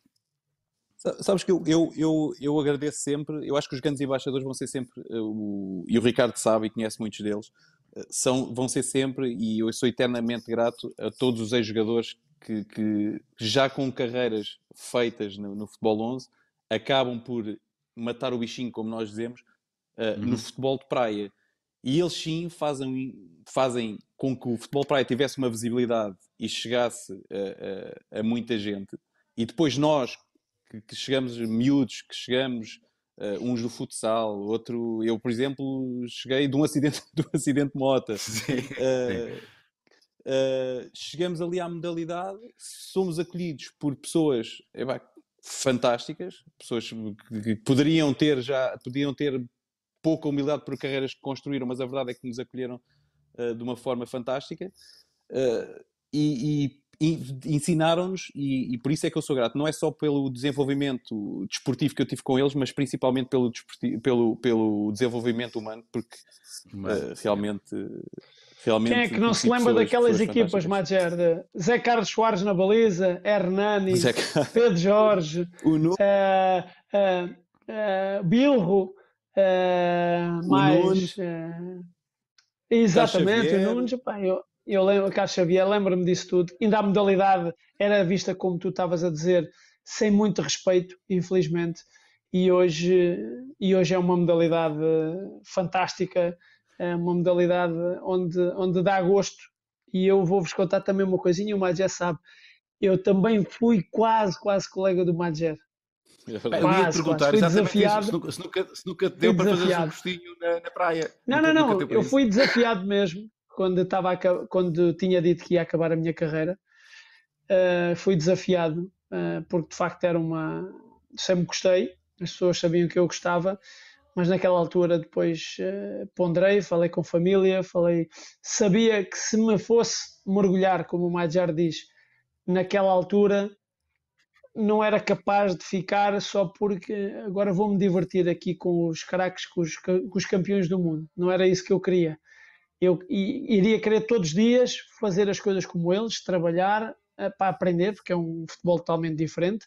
[SPEAKER 5] Sabes que eu, eu, eu, eu agradeço sempre, eu acho que os grandes embaixadores vão ser sempre, uh, o, e o Ricardo sabe e conhece muitos deles, uh, são, vão ser sempre, e eu sou eternamente grato a todos os ex-jogadores que, que já com carreiras feitas no, no Futebol onze, acabam por matar o bichinho, como nós dizemos, uh, uhum. no futebol de praia. E eles sim fazem, fazem com que o futebol de praia tivesse uma visibilidade e chegasse a, a, a muita gente. E depois nós, Que, que chegamos miúdos, que chegamos uh, uns do futsal, outro, eu por exemplo cheguei de um acidente de um acidente de moto. Uh, uh, chegamos ali à modalidade, somos acolhidos por pessoas epá, fantásticas, pessoas que, que poderiam ter já podiam ter pouca humildade por carreiras que construíram, mas a verdade é que nos acolheram uh, de uma forma fantástica. Uh, e, e E ensinaram-nos, e, e por isso é que eu sou grato, não é só pelo desenvolvimento desportivo que eu tive com eles, mas principalmente pelo, pelo, pelo desenvolvimento humano, porque uh, realmente, realmente...
[SPEAKER 4] Quem é que não se lembra pessoas, daquelas pessoas equipas, Madger? De Zé Carlos Soares na baliza, Hernani, Zé... Pedro Jorge,
[SPEAKER 5] o
[SPEAKER 4] uh, uh, uh, Bilro, uh, mais... Uh, exatamente, o Nunes, pá, eu... Eu lembro, Carlos Xavier, lembro-me disso tudo. Ainda a modalidade era vista, como tu estavas a dizer, sem muito respeito, infelizmente. E hoje, e hoje é uma modalidade fantástica, é uma modalidade onde, onde dá gosto. E eu vou-vos contar também uma coisinha, o Madger sabe. Eu também fui quase, quase colega do Madger.
[SPEAKER 1] É eu ia te perguntar quase, exatamente isso, se nunca, se nunca, se nunca te deu para fazer um gostinho na, na praia.
[SPEAKER 4] Não,
[SPEAKER 1] nunca,
[SPEAKER 4] não, não, eu fui isso. desafiado mesmo. Quando, estava a, quando tinha dito que ia acabar a minha carreira, uh, fui desafiado, uh, porque de facto era uma... Sempre gostei, as pessoas sabiam que eu gostava, mas naquela altura depois uh, ponderei, falei com família, falei... Sabia que se me fosse mergulhar, como o Madjar diz, naquela altura, não era capaz de ficar só porque agora vou-me divertir aqui com os craques, com os, com os campeões do mundo. Não era isso que eu queria. Eu iria querer todos os dias fazer as coisas como eles, trabalhar uh, para aprender, porque é um futebol totalmente diferente,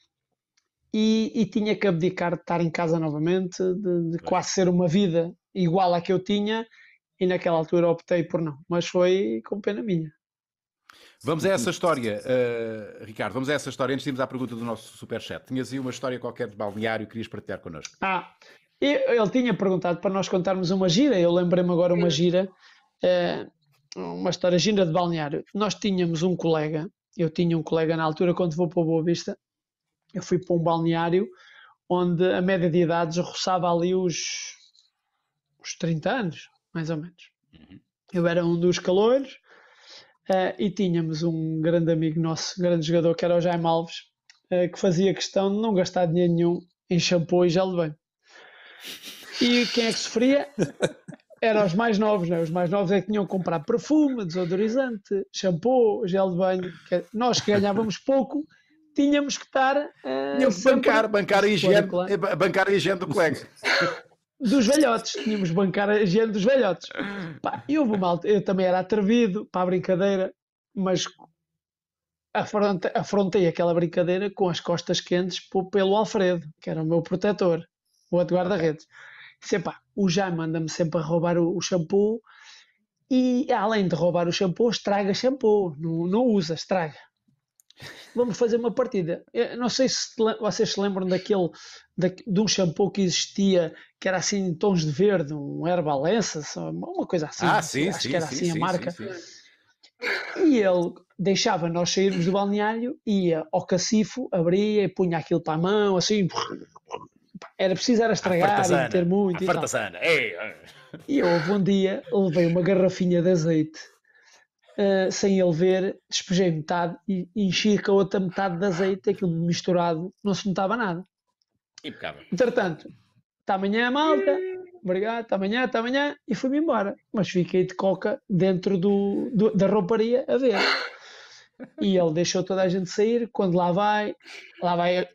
[SPEAKER 4] e, e tinha que abdicar de estar em casa novamente, de, de quase ser uma vida igual à que eu tinha, e naquela altura optei por não, mas foi com pena minha.
[SPEAKER 1] Vamos a essa história, uh, Ricardo, vamos a essa história, antes de irmos à pergunta do nosso superchat. Tinhas aí uma história qualquer de balneário que querias partilhar connosco.
[SPEAKER 4] Ah, ele tinha perguntado para nós contarmos uma gira, eu lembrei-me agora uma gira, uma história gira de balneário. Nós tínhamos um colega, eu tinha um colega na altura, quando vou para o Boa Vista, eu fui para um balneário onde a média de idades roçava ali os, os trinta anos, mais ou menos. Eu era um dos caloiros e tínhamos um grande amigo nosso, um grande jogador, que era o Jaime Alves, que fazia questão de não gastar dinheiro nenhum em shampoo e gel de banho. E quem é que sofria? Eram os mais novos, né? Os mais novos é que tinham que comprar perfume, desodorizante, shampoo, gel de banho. Que nós que ganhávamos pouco, tínhamos que estar... Uh,
[SPEAKER 1] Tinham que bancar, bancar, a higiene, bancar a higiene do colega.
[SPEAKER 4] Dos velhotes, tínhamos que bancar a higiene dos velhotes. Pá, eu, mal, eu também era atrevido para a brincadeira, mas afrontei, afrontei aquela brincadeira com as costas quentes pelo Alfredo, que era o meu protetor, o outro guarda-redes. Sempre, o Jaime manda-me sempre a roubar o, o shampoo e, além de roubar o shampoo, estraga shampoo, não, não usa, estraga. Vamos fazer uma partida. Eu não sei se vocês se lembram daquele, da, de um shampoo que existia, que era assim em tons de verde, um Herbal Essence, uma coisa assim.
[SPEAKER 1] Ah, sim,
[SPEAKER 4] acho
[SPEAKER 1] sim,
[SPEAKER 4] que era
[SPEAKER 1] sim,
[SPEAKER 4] assim
[SPEAKER 1] sim,
[SPEAKER 4] a marca.
[SPEAKER 1] Sim, sim.
[SPEAKER 4] E ele deixava nós sairmos do balneário, ia ao cacifo, abria e punha aquilo para a mão, assim... Era preciso era estragar e meter muito e tal. E eu, houve um dia, levei uma garrafinha de azeite, uh, sem ele ver, despejei metade e enchi com a outra metade de azeite, aquilo misturado, não se notava nada.
[SPEAKER 1] Impecável.
[SPEAKER 4] Entretanto, até amanhã, malta, obrigado, até amanhã, até amanhã, e fui-me embora. Mas fiquei de coca dentro do, do, da rouparia a ver. E ele deixou toda a gente sair. Quando lá vai, lá vai a,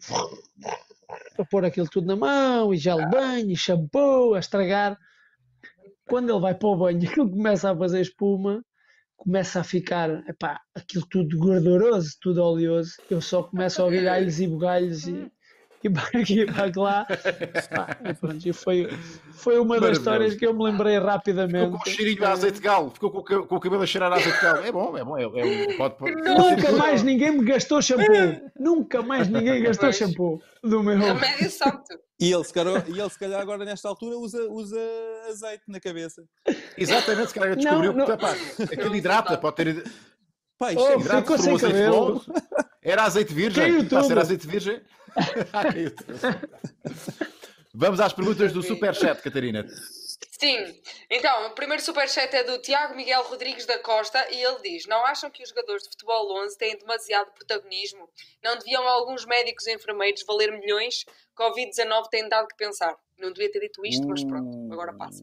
[SPEAKER 4] a pôr aquilo tudo na mão, e gel de banho, e shampoo, a estragar. Quando ele vai para o banho, aquilo começa a fazer espuma, começa a ficar, epá, aquilo tudo gorduroso, tudo oleoso. Eu só começo a ouvir alhos e bugalhos e, e para aqui e para lá. Pá, e pronto, e foi, foi uma das histórias que eu me lembrei rapidamente.
[SPEAKER 1] Ficou com o cheirinho de azeite de galo, ficou com, o ca- com o cabelo a cheirar a azeite de galo. É bom, é bom. É, é um- pode, pode,
[SPEAKER 4] Nunca mais ninguém me gastou shampoo. Nunca mais ninguém gastou
[SPEAKER 2] Pois.
[SPEAKER 4] shampoo do meu.
[SPEAKER 2] Remédio santo.
[SPEAKER 5] E ele, se calhar, e ele, se calhar, agora nesta altura usa, usa azeite na cabeça.
[SPEAKER 1] Exatamente, se calhar descobriu
[SPEAKER 4] Não,
[SPEAKER 1] que
[SPEAKER 4] não.
[SPEAKER 1] pá, aquilo hidrata, pode ter
[SPEAKER 5] Pá, isto
[SPEAKER 4] Oh,
[SPEAKER 5] é
[SPEAKER 1] hidrata,
[SPEAKER 4] ficou
[SPEAKER 1] se
[SPEAKER 4] sem
[SPEAKER 1] for um azeite
[SPEAKER 4] cabelo.
[SPEAKER 1] bom. Era azeite virgem.
[SPEAKER 4] Caiu
[SPEAKER 1] Pá, se
[SPEAKER 4] tudo.
[SPEAKER 1] era azeite virgem. Ah, caiu tudo. Vamos às perguntas do Superchat, Catarina.
[SPEAKER 2] Sim, então, o primeiro superchat é do Tiago Miguel Rodrigues da Costa e ele diz: não acham que os jogadores de futebol onze têm demasiado protagonismo? Não deviam alguns médicos e enfermeiros valer milhões? covid dezanove tem dado que pensar. Não devia ter dito isto, mas pronto, agora passa.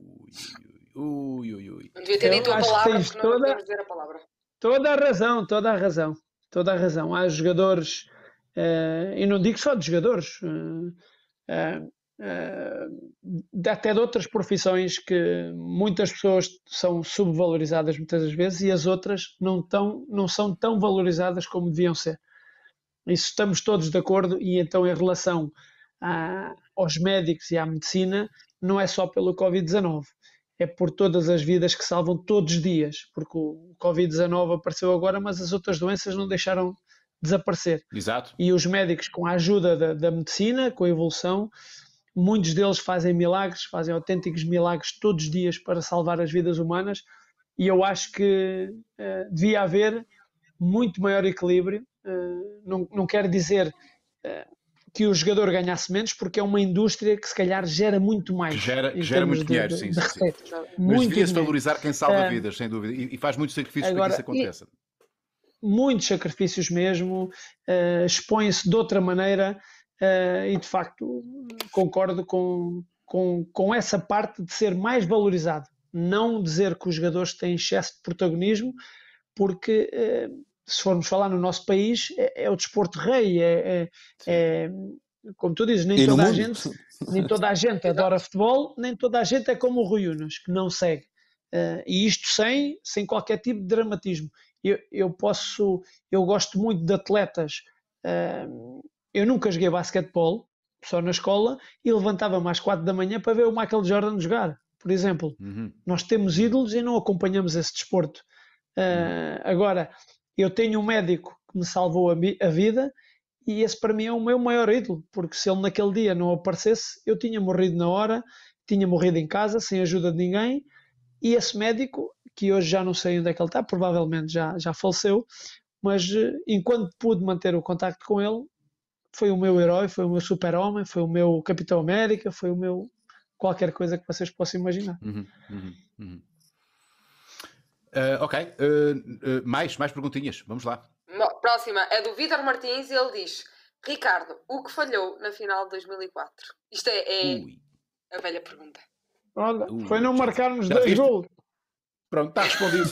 [SPEAKER 1] Ui, ui, ui.
[SPEAKER 2] Não devia ter
[SPEAKER 4] Eu
[SPEAKER 2] dito a
[SPEAKER 4] acho que
[SPEAKER 2] palavra
[SPEAKER 4] tens
[SPEAKER 2] porque não
[SPEAKER 4] toda-
[SPEAKER 2] podemos dizer a palavra.
[SPEAKER 4] Toda a razão, toda a razão, toda a razão. Há jogadores, eh, e não digo só de jogadores, eh, eh, de- até de outras profissões que muitas pessoas são subvalorizadas muitas das vezes e as outras não, tão, não são tão valorizadas como deviam ser. Isso estamos todos de acordo e então em relação a- aos médicos e à medicina, não é só pelo covid dezanove. É por todas as vidas que salvam todos os dias, porque o covid dezanove apareceu agora, mas as outras doenças não deixaram de desaparecer.
[SPEAKER 1] Exato.
[SPEAKER 4] E os médicos, com a ajuda da, da medicina, com a evolução, muitos deles fazem milagres, fazem autênticos milagres todos os dias para salvar as vidas humanas, e eu acho que eh, devia haver muito maior equilíbrio. Eh, não, não quero dizer eh, que o jogador ganhasse menos, porque é uma indústria que se calhar gera muito mais.
[SPEAKER 1] Que gera- que
[SPEAKER 4] em
[SPEAKER 1] gera
[SPEAKER 4] termos
[SPEAKER 1] muito
[SPEAKER 4] de-
[SPEAKER 1] dinheiro,
[SPEAKER 4] de-
[SPEAKER 1] sim,
[SPEAKER 4] de
[SPEAKER 1] sim, sim.
[SPEAKER 4] receitas.
[SPEAKER 1] Mas
[SPEAKER 4] Muito
[SPEAKER 1] devia-se
[SPEAKER 4] dinheiro.
[SPEAKER 1] valorizar quem salva
[SPEAKER 4] Ah,
[SPEAKER 1] vidas, sem dúvida. E, e faz muitos sacrifícios
[SPEAKER 4] agora,
[SPEAKER 1] para que isso aconteça.
[SPEAKER 4] muitos sacrifícios mesmo, eh, expõe-se de outra maneira eh, e de facto concordo com, com, com essa parte de ser mais valorizado. Não dizer que os jogadores têm excesso de protagonismo, porque eh, se formos falar no nosso país, é, é o desporto rei, é, é- é- como tu dizes, nem
[SPEAKER 5] E no
[SPEAKER 4] toda a
[SPEAKER 5] mundo?
[SPEAKER 4] gente, nem toda a gente adora futebol, nem toda a gente é como o Rui Unas, que não segue. Eh, e isto sem, sem qualquer tipo de dramatismo. Eu, eu posso, eu gosto muito de atletas. eh, eu nunca joguei basquetebol, só na escola, e levantava-me às quatro da manhã para ver o Michael Jordan jogar, por exemplo.
[SPEAKER 1] Uhum.
[SPEAKER 4] Nós temos ídolos e não acompanhamos esse desporto. Uh, agora, eu tenho um médico que me salvou a, mi- a vida e esse para mim é o meu maior ídolo, porque se ele naquele dia não aparecesse, eu tinha morrido na hora, tinha morrido em casa, sem ajuda de ninguém, e esse médico, que hoje já não sei onde é que ele está, provavelmente já, já faleceu, mas uh, enquanto pude manter o contacto com ele, foi o meu herói, foi o meu super-homem, foi o meu Capitão América, foi o meu qualquer coisa que vocês possam imaginar.
[SPEAKER 1] Uhum, uhum, uhum. Uh, ok, uh, uh, mais, mais perguntinhas, vamos lá.
[SPEAKER 2] Bom, próxima é do Vítor Martins e ele diz: Ricardo, o que falhou na final de dois mil e quatro? Isto é, é
[SPEAKER 1] Ui.
[SPEAKER 2] a velha pergunta.
[SPEAKER 4] Olha,
[SPEAKER 1] Ui,
[SPEAKER 4] foi não
[SPEAKER 1] já-
[SPEAKER 4] marcarmos
[SPEAKER 1] já
[SPEAKER 4] dois
[SPEAKER 1] viste?
[SPEAKER 4] gols.
[SPEAKER 1] Pronto, está respondido.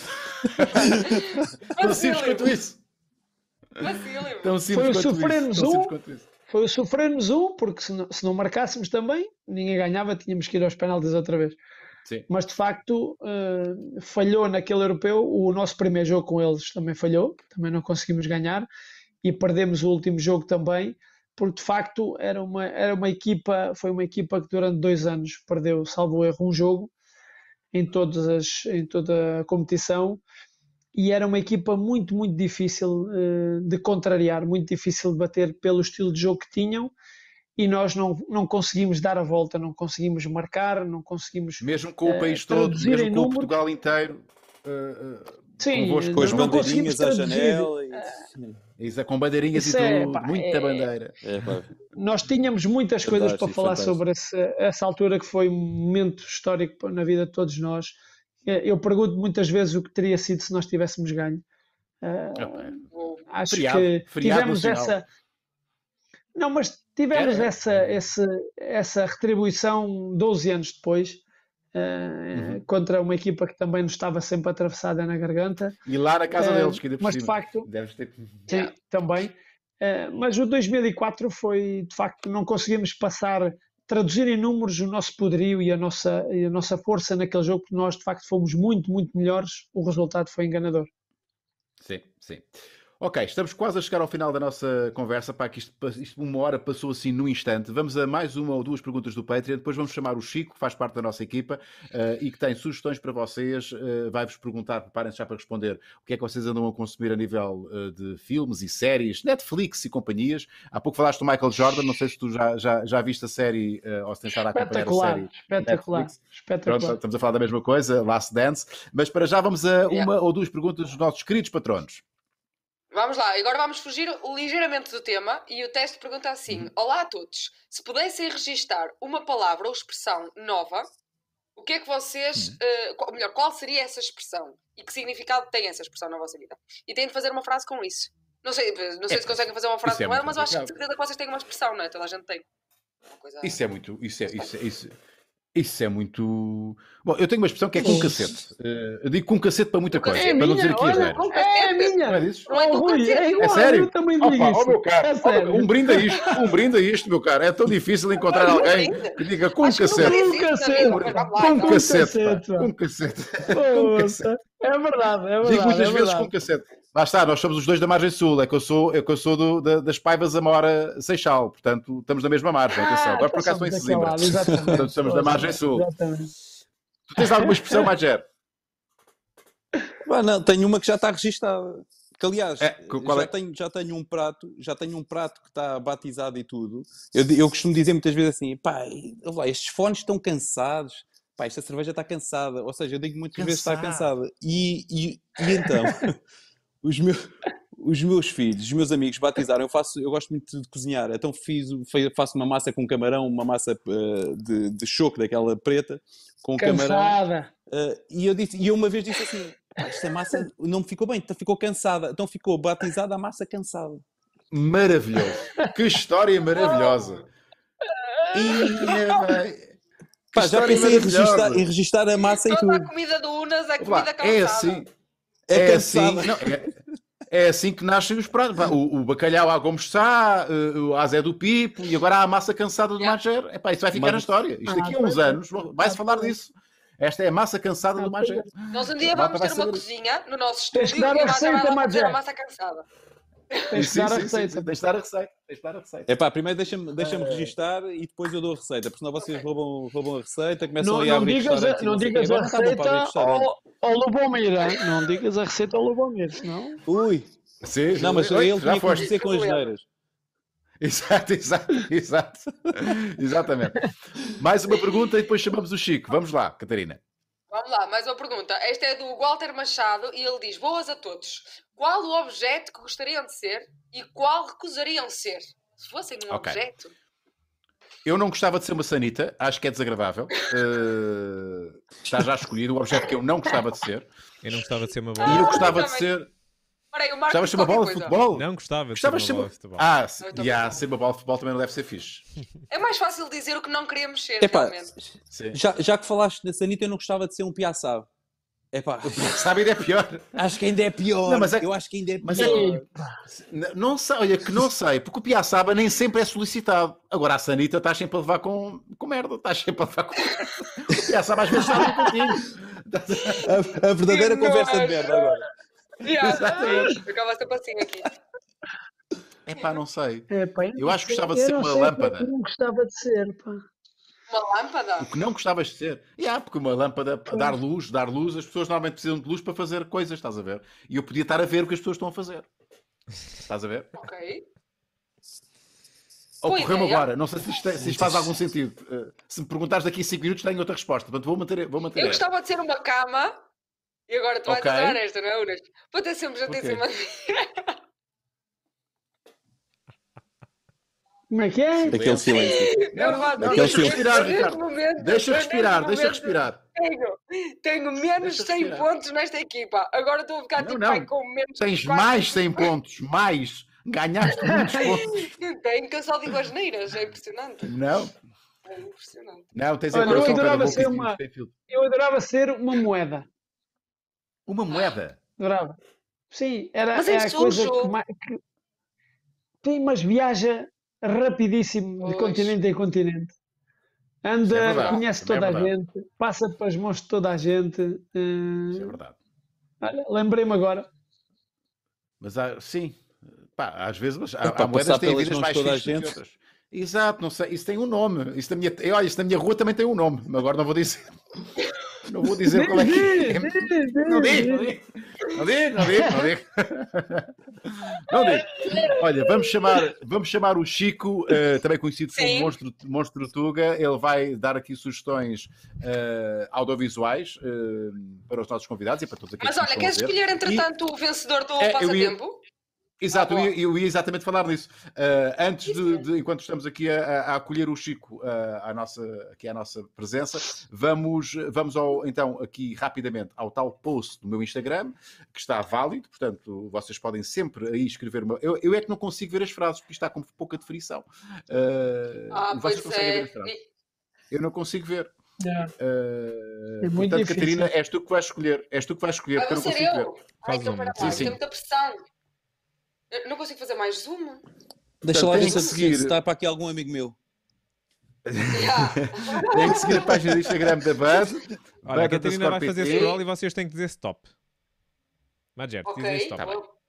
[SPEAKER 1] Tão simples quanto isso.
[SPEAKER 2] Vacílio.
[SPEAKER 1] Tão simples
[SPEAKER 4] Foi o
[SPEAKER 1] quanto isso.
[SPEAKER 4] sofrermos
[SPEAKER 1] Tão
[SPEAKER 4] um.
[SPEAKER 1] simples quanto isso.
[SPEAKER 4] Foi o sofrermos um, porque se não, se não marcássemos também, ninguém ganhava, tínhamos que ir aos penaltis outra vez.
[SPEAKER 1] Sim.
[SPEAKER 4] Mas de facto uh, falhou naquele europeu. O nosso primeiro jogo com eles também falhou, também não conseguimos ganhar e perdemos o último jogo também, porque de facto era uma, era uma equipa, foi uma equipa que durante dois anos perdeu, salvo erro, um jogo em, todas as, em toda a competição, e era uma equipa muito, muito difícil uh, de contrariar, muito difícil de bater pelo estilo de jogo que tinham. E nós não, não conseguimos dar a volta, não conseguimos marcar, não conseguimos.
[SPEAKER 1] Mesmo com o
[SPEAKER 4] eh,
[SPEAKER 1] país todo,
[SPEAKER 4] traduzir
[SPEAKER 1] mesmo
[SPEAKER 4] em
[SPEAKER 1] com o
[SPEAKER 4] números.
[SPEAKER 1] Portugal inteiro, uh, uh,
[SPEAKER 4] Sim,
[SPEAKER 1] convosco,
[SPEAKER 5] Com as
[SPEAKER 4] não
[SPEAKER 5] bandeirinhas
[SPEAKER 4] conseguimos
[SPEAKER 5] à
[SPEAKER 4] traduzir.
[SPEAKER 5] janela. E...
[SPEAKER 1] isso é com bandeirinhas
[SPEAKER 4] Isso
[SPEAKER 1] e
[SPEAKER 4] é,
[SPEAKER 1] tudo,
[SPEAKER 4] pá,
[SPEAKER 1] muita
[SPEAKER 4] é-
[SPEAKER 1] bandeira.
[SPEAKER 5] É, pá.
[SPEAKER 4] Nós tínhamos muitas coisas para
[SPEAKER 5] Fantástico,
[SPEAKER 4] falar
[SPEAKER 5] fantástico.
[SPEAKER 4] sobre esse- essa altura, que foi um momento histórico na vida de todos nós. Eh, Eu pergunto muitas vezes o que teria sido se nós tivéssemos ganho. Eh,
[SPEAKER 2] Vou-
[SPEAKER 4] acho
[SPEAKER 1] Feriado,
[SPEAKER 4] que
[SPEAKER 1] feriado
[SPEAKER 4] tivemos
[SPEAKER 1] nacional.
[SPEAKER 4] essa. Não, mas tivemos
[SPEAKER 1] Era, era.
[SPEAKER 4] essa, essa, essa retribuição doze anos depois. uh, contra uma equipa que também nos estava sempre atravessada na garganta.
[SPEAKER 1] E lá na casa
[SPEAKER 4] Uh,
[SPEAKER 1] deles, que ainda por
[SPEAKER 4] mas de
[SPEAKER 1] cima.
[SPEAKER 4] facto,
[SPEAKER 1] Deves ter...
[SPEAKER 4] sim,
[SPEAKER 2] Yeah.
[SPEAKER 4] também. Uh, mas o dois mil e quatro foi, de facto, não conseguimos passar, traduzir em números o nosso poderio e a nossa, e a nossa força naquele jogo, porque nós, de facto, fomos muito, muito melhores. O resultado foi enganador.
[SPEAKER 1] Sim, sim. Ok, estamos quase a chegar ao final da nossa conversa. Pá, que isto, isto uma hora passou assim num instante. Vamos a mais uma ou duas perguntas do Patreon. Depois vamos chamar o Chico, que faz parte da nossa equipa uh, e que tem sugestões para vocês. Uh, vai-vos perguntar, preparem-se já para responder, o que é que vocês andam a consumir a nível uh, de filmes e séries, Netflix e companhias. Há pouco falaste do Michael Jordan. Não sei se tu já, já, já viste a série uh, ou se tens estado a acompanhar a série.
[SPEAKER 4] Espetacular,
[SPEAKER 1] Netflix.
[SPEAKER 4] espetacular.
[SPEAKER 1] Pronto, estamos a falar da mesma coisa, Last Dance. Mas para já vamos a uma
[SPEAKER 2] Yeah.
[SPEAKER 1] ou duas perguntas dos nossos queridos patronos.
[SPEAKER 2] Vamos lá, agora vamos fugir ligeiramente do tema e o teste pergunta assim: Olá a todos, se pudessem registar uma palavra ou expressão nova, o que é que vocês, uh, ou melhor, qual seria essa expressão? E que significado tem essa expressão na vossa vida? E têm de fazer uma frase com isso. Não sei, não sei
[SPEAKER 1] É,
[SPEAKER 2] se conseguem fazer uma frase
[SPEAKER 1] isso é
[SPEAKER 2] com ela,
[SPEAKER 1] muito
[SPEAKER 2] mas eu acho que de
[SPEAKER 1] complicado.
[SPEAKER 2] certeza que vocês têm uma expressão, não é? Toda a gente tem. Uma coisa...
[SPEAKER 1] Isso é muito. Isso é, isso, é- isso, isso é muito. Bom, eu tenho uma expressão que é com cacete. Uh, eu digo com cacete para muita
[SPEAKER 2] Com
[SPEAKER 1] coisa.
[SPEAKER 2] cacete.
[SPEAKER 1] Para não dizer
[SPEAKER 4] minha,
[SPEAKER 1] aqui
[SPEAKER 4] olha,
[SPEAKER 1] asneiras.
[SPEAKER 2] Com
[SPEAKER 4] é a
[SPEAKER 2] cacete.
[SPEAKER 4] minha.
[SPEAKER 1] Não é disso?
[SPEAKER 2] Não é
[SPEAKER 4] Oh,
[SPEAKER 2] com
[SPEAKER 4] Rui,
[SPEAKER 2] cacete.
[SPEAKER 4] é
[SPEAKER 1] É
[SPEAKER 4] igual,
[SPEAKER 1] sério?
[SPEAKER 4] eu também digo
[SPEAKER 1] Opa,
[SPEAKER 4] isso.
[SPEAKER 1] oh, meu caro,
[SPEAKER 4] É
[SPEAKER 1] oh,
[SPEAKER 4] sério.
[SPEAKER 1] um brinde a isto, um brinde a isto, meu caro. É tão difícil encontrar
[SPEAKER 2] Um
[SPEAKER 1] alguém
[SPEAKER 2] brinde?
[SPEAKER 1] que diga com
[SPEAKER 2] Acho que nunca
[SPEAKER 1] cacete.
[SPEAKER 2] disse isso na vida,
[SPEAKER 4] Com
[SPEAKER 2] mas vamos lá,
[SPEAKER 1] Com
[SPEAKER 2] então.
[SPEAKER 4] Com
[SPEAKER 1] cacete, pá.
[SPEAKER 4] cacete, pá.
[SPEAKER 1] Com cacete. Com cacete.
[SPEAKER 4] É verdade, é
[SPEAKER 1] Digo
[SPEAKER 4] verdade.
[SPEAKER 1] muitas
[SPEAKER 4] é
[SPEAKER 1] vezes
[SPEAKER 4] verdade.
[SPEAKER 1] com cacete. Lá está, nós somos os dois da margem sul. É que eu sou, é que eu sou do, da, das Paivas Amora Seixal. Portanto, estamos na mesma margem. Atenção.
[SPEAKER 4] Ah,
[SPEAKER 1] Agora por
[SPEAKER 4] então
[SPEAKER 1] acaso estou em
[SPEAKER 4] somos daquele
[SPEAKER 1] Sesimbra.
[SPEAKER 4] lado, exatamente.
[SPEAKER 1] Portanto, somos da margem sul.
[SPEAKER 4] Exatamente.
[SPEAKER 1] Tu tens alguma expressão, Magger?
[SPEAKER 5] Ah, não, tenho uma que já está registada. Que, aliás,
[SPEAKER 1] É, qual
[SPEAKER 5] já,
[SPEAKER 1] é?
[SPEAKER 5] tenho, já tenho um prato, já tenho um prato que está batizado e tudo. Eu, eu costumo dizer muitas vezes assim, pá, olha lá, estes fones estão cansados, pá, esta cerveja está cansada. Ou seja, eu digo muitas vezes está
[SPEAKER 1] Cansado.
[SPEAKER 5] cansada. E, e, e então, os meus, os meus filhos, os meus amigos batizaram, eu, faço, eu gosto muito de cozinhar, então fiz, faço uma massa com camarão, uma massa uh, de, de choco, daquela preta, com camarão.
[SPEAKER 4] Cansada.
[SPEAKER 5] Uh, e, eu disse, e eu uma vez disse assim, pá, esta massa não me ficou bem, então ficou cansada. Então ficou batizada a massa cansada.
[SPEAKER 1] Maravilhoso. Que história maravilhosa. E,
[SPEAKER 5] Pá, já pensei em registar, em registar a massa e
[SPEAKER 2] Toda a
[SPEAKER 5] tudo.
[SPEAKER 2] comida do Unas é
[SPEAKER 1] Lá,
[SPEAKER 2] comida cansada.
[SPEAKER 1] é assim.
[SPEAKER 5] É
[SPEAKER 1] É assim,
[SPEAKER 5] cansada.
[SPEAKER 1] não, é, é assim que nascem os pratos. Pá, O, o bacalhau à Gomes Sá, eh, o Azé do Pipo e agora há a massa cansada do
[SPEAKER 2] Yeah.
[SPEAKER 1] Magger. Epá, isso vai ficar
[SPEAKER 5] Mas-
[SPEAKER 1] na história. Isto daqui a
[SPEAKER 4] Ah,
[SPEAKER 1] uns
[SPEAKER 4] pois é.
[SPEAKER 1] anos vai-se falar disso. Esta é a massa cansada do Magger.
[SPEAKER 2] Nós um dia
[SPEAKER 1] A malta
[SPEAKER 2] vamos
[SPEAKER 1] vai
[SPEAKER 2] ter uma
[SPEAKER 1] saber.
[SPEAKER 2] cozinha no nosso
[SPEAKER 4] Tens que
[SPEAKER 2] estúdio
[SPEAKER 4] dar
[SPEAKER 2] e
[SPEAKER 4] a
[SPEAKER 2] a Magda vai
[SPEAKER 4] receita,
[SPEAKER 2] lá fazer
[SPEAKER 4] Magé.
[SPEAKER 2] a massa cansada.
[SPEAKER 4] Tens que dar a receita.
[SPEAKER 1] Tens de dar a receita. Tens de dar a receita.
[SPEAKER 5] É pá, primeiro deixa-me deixa registar e depois eu dou a receita, porque senão vocês roubam, roubam a receita, começam
[SPEAKER 4] Não,
[SPEAKER 5] ali a
[SPEAKER 4] não
[SPEAKER 5] abrir
[SPEAKER 4] digas, a,
[SPEAKER 5] restaurantes e
[SPEAKER 4] não
[SPEAKER 5] sei o
[SPEAKER 4] digas
[SPEAKER 5] quê.
[SPEAKER 4] a
[SPEAKER 5] Agora não está bom para abrir
[SPEAKER 4] receita
[SPEAKER 5] restaurantes.
[SPEAKER 4] ao, ao Lubomir, hein? Não digas a receita ao Lubomir, senão...
[SPEAKER 5] Ui,
[SPEAKER 1] Sim,
[SPEAKER 5] não, mas
[SPEAKER 1] Oi,
[SPEAKER 5] ele
[SPEAKER 1] já
[SPEAKER 5] tinha que
[SPEAKER 1] foste.
[SPEAKER 5] dizer com as neiras.
[SPEAKER 1] Exato, exato, exato. Exatamente. Mais uma pergunta e depois chamamos o Chico. Vamos lá, Catarina.
[SPEAKER 2] Vamos lá, mais uma pergunta. Esta é do Walter Machado e ele diz: Boas a todos. Qual o objeto que gostariam de ser e qual recusariam ser? Se fossem um
[SPEAKER 1] Ok.
[SPEAKER 2] objeto.
[SPEAKER 1] Eu não gostava de ser uma sanita, acho que é desagradável. Uh, está já escolhido o objeto que eu não gostava de ser.
[SPEAKER 3] Eu não gostava de ser uma
[SPEAKER 1] E
[SPEAKER 3] bola.
[SPEAKER 1] eu gostava de
[SPEAKER 2] também.
[SPEAKER 1] ser.
[SPEAKER 3] Ah,
[SPEAKER 2] Espera aí, o Marcos
[SPEAKER 1] Gostavas de ser uma
[SPEAKER 2] qualquer
[SPEAKER 1] bola de
[SPEAKER 2] coisa.
[SPEAKER 1] futebol?
[SPEAKER 3] Não gostava de
[SPEAKER 1] Gostavas de
[SPEAKER 3] ser
[SPEAKER 1] ser
[SPEAKER 3] uma
[SPEAKER 1] uma.
[SPEAKER 3] bola de futebol.
[SPEAKER 1] Ah, se-
[SPEAKER 2] Eu também
[SPEAKER 1] yeah,
[SPEAKER 2] não.
[SPEAKER 1] ser uma bola de futebol também não deve ser fixe.
[SPEAKER 2] É mais fácil dizer o que não queremos ser,
[SPEAKER 5] Epá,
[SPEAKER 2] realmente.
[SPEAKER 1] Sim.
[SPEAKER 5] já, já que falaste na sanita, eu não gostava de ser um piaçaba. Epá,
[SPEAKER 1] Sabe, ainda é pior.
[SPEAKER 5] acho que ainda é pior.
[SPEAKER 1] Não, mas é que-
[SPEAKER 5] Eu acho que ainda é pior.
[SPEAKER 1] mas é que- N- Não sei, olha, que não sei, porque o Piaçaba nem sempre é solicitado. Agora a Sanita estás sempre a levar com, com merda, estás sempre a levar com merda. O Piaçaba às vezes está ali contigo.
[SPEAKER 5] A, a verdadeira
[SPEAKER 2] Que
[SPEAKER 5] conversa de
[SPEAKER 2] nojo.
[SPEAKER 5] merda agora.
[SPEAKER 2] Yeah,
[SPEAKER 1] Exatamente.
[SPEAKER 2] Acaba sempre assim aqui.
[SPEAKER 1] É pá, não sei.
[SPEAKER 4] É, pá,
[SPEAKER 1] Eu acho que gostava de
[SPEAKER 4] eu
[SPEAKER 1] ser
[SPEAKER 4] não
[SPEAKER 1] uma
[SPEAKER 4] sei o que é
[SPEAKER 1] lâmpada.
[SPEAKER 4] que não gostava de ser, pá.
[SPEAKER 2] Uma lâmpada?
[SPEAKER 1] O que não gostavas de ser. Yeah, porque uma lâmpada, dar luz, dar luz, as pessoas normalmente precisam de luz para fazer coisas, estás a ver? E eu podia estar a ver o que as pessoas estão a fazer. Estás a ver?
[SPEAKER 2] Ok. Boa
[SPEAKER 1] Ocorreu-me
[SPEAKER 2] ideia.
[SPEAKER 1] agora, não sei se isto, se isto faz algum sentido. Uh, se me perguntares daqui a cinco minutos, tenho outra resposta. Portanto, vou manter, vou manter
[SPEAKER 2] Eu
[SPEAKER 1] esta.
[SPEAKER 2] gostava de ser uma cama. E agora tu vais
[SPEAKER 1] Ok.
[SPEAKER 2] adorar esta, não é, Unas? Para ter sempre gente em
[SPEAKER 1] Porquê?
[SPEAKER 2] cima de mim.
[SPEAKER 4] Como é que é?
[SPEAKER 5] Aquele silêncio.
[SPEAKER 2] Não, não,
[SPEAKER 1] Não,
[SPEAKER 5] Aquele
[SPEAKER 1] deixa
[SPEAKER 5] filme.
[SPEAKER 1] respirar,
[SPEAKER 2] neste
[SPEAKER 1] Ricardo.
[SPEAKER 2] momento-
[SPEAKER 1] Deixa
[SPEAKER 2] eu
[SPEAKER 1] respirar,
[SPEAKER 2] neste
[SPEAKER 1] deixa
[SPEAKER 2] momento
[SPEAKER 1] respirar.
[SPEAKER 2] Tenho, tenho menos
[SPEAKER 1] Deixa
[SPEAKER 2] cem
[SPEAKER 1] respirar.
[SPEAKER 2] pontos nesta equipa. Agora estou a ficar
[SPEAKER 1] Não,
[SPEAKER 2] tipo
[SPEAKER 1] não.
[SPEAKER 2] pai, com menos
[SPEAKER 1] Tens
[SPEAKER 2] quatro.
[SPEAKER 1] mais cem pontos, mais. Ganhaste muitos pontos.
[SPEAKER 2] Tenho, que eu só digo as neiras, é impressionante.
[SPEAKER 1] Não,
[SPEAKER 2] É impressionante.
[SPEAKER 1] Não, tens em
[SPEAKER 4] Olha, eu
[SPEAKER 1] coração cada
[SPEAKER 4] adorava
[SPEAKER 1] boca
[SPEAKER 4] ser
[SPEAKER 1] e
[SPEAKER 4] uma,
[SPEAKER 1] tem filtro.
[SPEAKER 4] eu adorava ser uma moeda.
[SPEAKER 1] Uma moeda.
[SPEAKER 4] Adorava. Sim, era,
[SPEAKER 2] Mas
[SPEAKER 4] é
[SPEAKER 2] é
[SPEAKER 4] a coisa
[SPEAKER 2] sujo.
[SPEAKER 4] que mais. Que, sim, mas viaja rapidíssimo de
[SPEAKER 2] Pois.
[SPEAKER 4] continente em continente.
[SPEAKER 1] Isso é
[SPEAKER 4] Anda,
[SPEAKER 1] verdade.
[SPEAKER 4] conhece
[SPEAKER 1] Também é
[SPEAKER 4] toda a
[SPEAKER 1] verdade.
[SPEAKER 4] gente, passa pelas mãos de toda a gente.
[SPEAKER 1] Isso é
[SPEAKER 4] eh,
[SPEAKER 1] verdade.
[SPEAKER 4] olha, lembrei-me agora.
[SPEAKER 1] Mas há, sim, pá, às vezes mas há,
[SPEAKER 5] Epá,
[SPEAKER 1] há moedas
[SPEAKER 5] passar
[SPEAKER 1] que têm
[SPEAKER 5] pelas
[SPEAKER 1] vidas
[SPEAKER 5] mãos de
[SPEAKER 1] mais
[SPEAKER 5] toda a
[SPEAKER 1] fixas do que
[SPEAKER 5] gente.
[SPEAKER 1] outras. Exato, não sei, isso tem um nome. Isso na minha, eu, olha, isso na minha rua também tem um nome, mas agora não vou dizer. Não vou dizer qual é que é.
[SPEAKER 4] Diz, diz,
[SPEAKER 1] Não
[SPEAKER 4] diz,
[SPEAKER 1] digo, não
[SPEAKER 4] diz.
[SPEAKER 1] digo. Não digo, não digo, não digo. Não digo. Olha, vamos chamar, vamos chamar o Chico, eh, também conhecido como
[SPEAKER 2] Sim.
[SPEAKER 1] Monstro, Monstro Tuga. Ele vai dar aqui sugestões eh, audiovisuais eh, para os nossos convidados e para todos aqueles
[SPEAKER 2] Mas
[SPEAKER 1] que
[SPEAKER 2] olha,
[SPEAKER 1] nos
[SPEAKER 2] queres
[SPEAKER 1] estão a ver.
[SPEAKER 2] escolher,
[SPEAKER 1] E-
[SPEAKER 2] entretanto, o vencedor do
[SPEAKER 1] É, eu ia-
[SPEAKER 2] passatempo?
[SPEAKER 1] Exato,
[SPEAKER 2] Ah,
[SPEAKER 1] eu,
[SPEAKER 2] boa.
[SPEAKER 1] ia, eu ia exatamente falar nisso. Uh, antes
[SPEAKER 2] Isso
[SPEAKER 1] de,
[SPEAKER 2] é.
[SPEAKER 1] de- enquanto estamos aqui a, a- a acolher o Chico uh, à, nossa, aqui à nossa presença, vamos, vamos ao, então aqui rapidamente ao tal post do meu Instagram, que está válido, portanto vocês podem sempre aí escrever uma... Eu, eu é que não consigo ver as frases, porque isto está com pouca definição. Uh,
[SPEAKER 2] Ah,
[SPEAKER 1] vocês
[SPEAKER 2] pois
[SPEAKER 1] conseguem ver
[SPEAKER 2] é.
[SPEAKER 1] as frases?
[SPEAKER 2] E-
[SPEAKER 1] Eu não consigo ver.
[SPEAKER 4] Yeah.
[SPEAKER 1] Uh,
[SPEAKER 4] É muito
[SPEAKER 1] portanto,
[SPEAKER 4] difícil.
[SPEAKER 1] Catarina, és tu que vais escolher. És tu que vais escolher,
[SPEAKER 2] Ah,
[SPEAKER 1] porque eu
[SPEAKER 2] vou
[SPEAKER 1] não
[SPEAKER 2] ser
[SPEAKER 1] consigo ver.
[SPEAKER 2] eu? Ai,
[SPEAKER 3] Faz
[SPEAKER 2] então,
[SPEAKER 3] um.
[SPEAKER 2] pera
[SPEAKER 1] Sim,
[SPEAKER 2] lá,
[SPEAKER 1] sim.
[SPEAKER 2] tem muita pressão. Eu não consigo fazer mais zoom?
[SPEAKER 5] Deixa lá
[SPEAKER 1] Tem
[SPEAKER 5] ver
[SPEAKER 1] que
[SPEAKER 5] se,
[SPEAKER 1] seguir.
[SPEAKER 5] se está para aqui algum amigo meu.
[SPEAKER 2] Yeah.
[SPEAKER 1] Tem que seguir a página do Instagram da Bud.
[SPEAKER 3] Olha, a
[SPEAKER 1] Bud
[SPEAKER 3] Catarina vai
[SPEAKER 1] underscore
[SPEAKER 3] fazer
[SPEAKER 1] P T.
[SPEAKER 3] scroll e vocês têm que dizer stop. Magert, dizem
[SPEAKER 2] Ok.
[SPEAKER 3] stop.
[SPEAKER 1] Tá bem.
[SPEAKER 2] vou-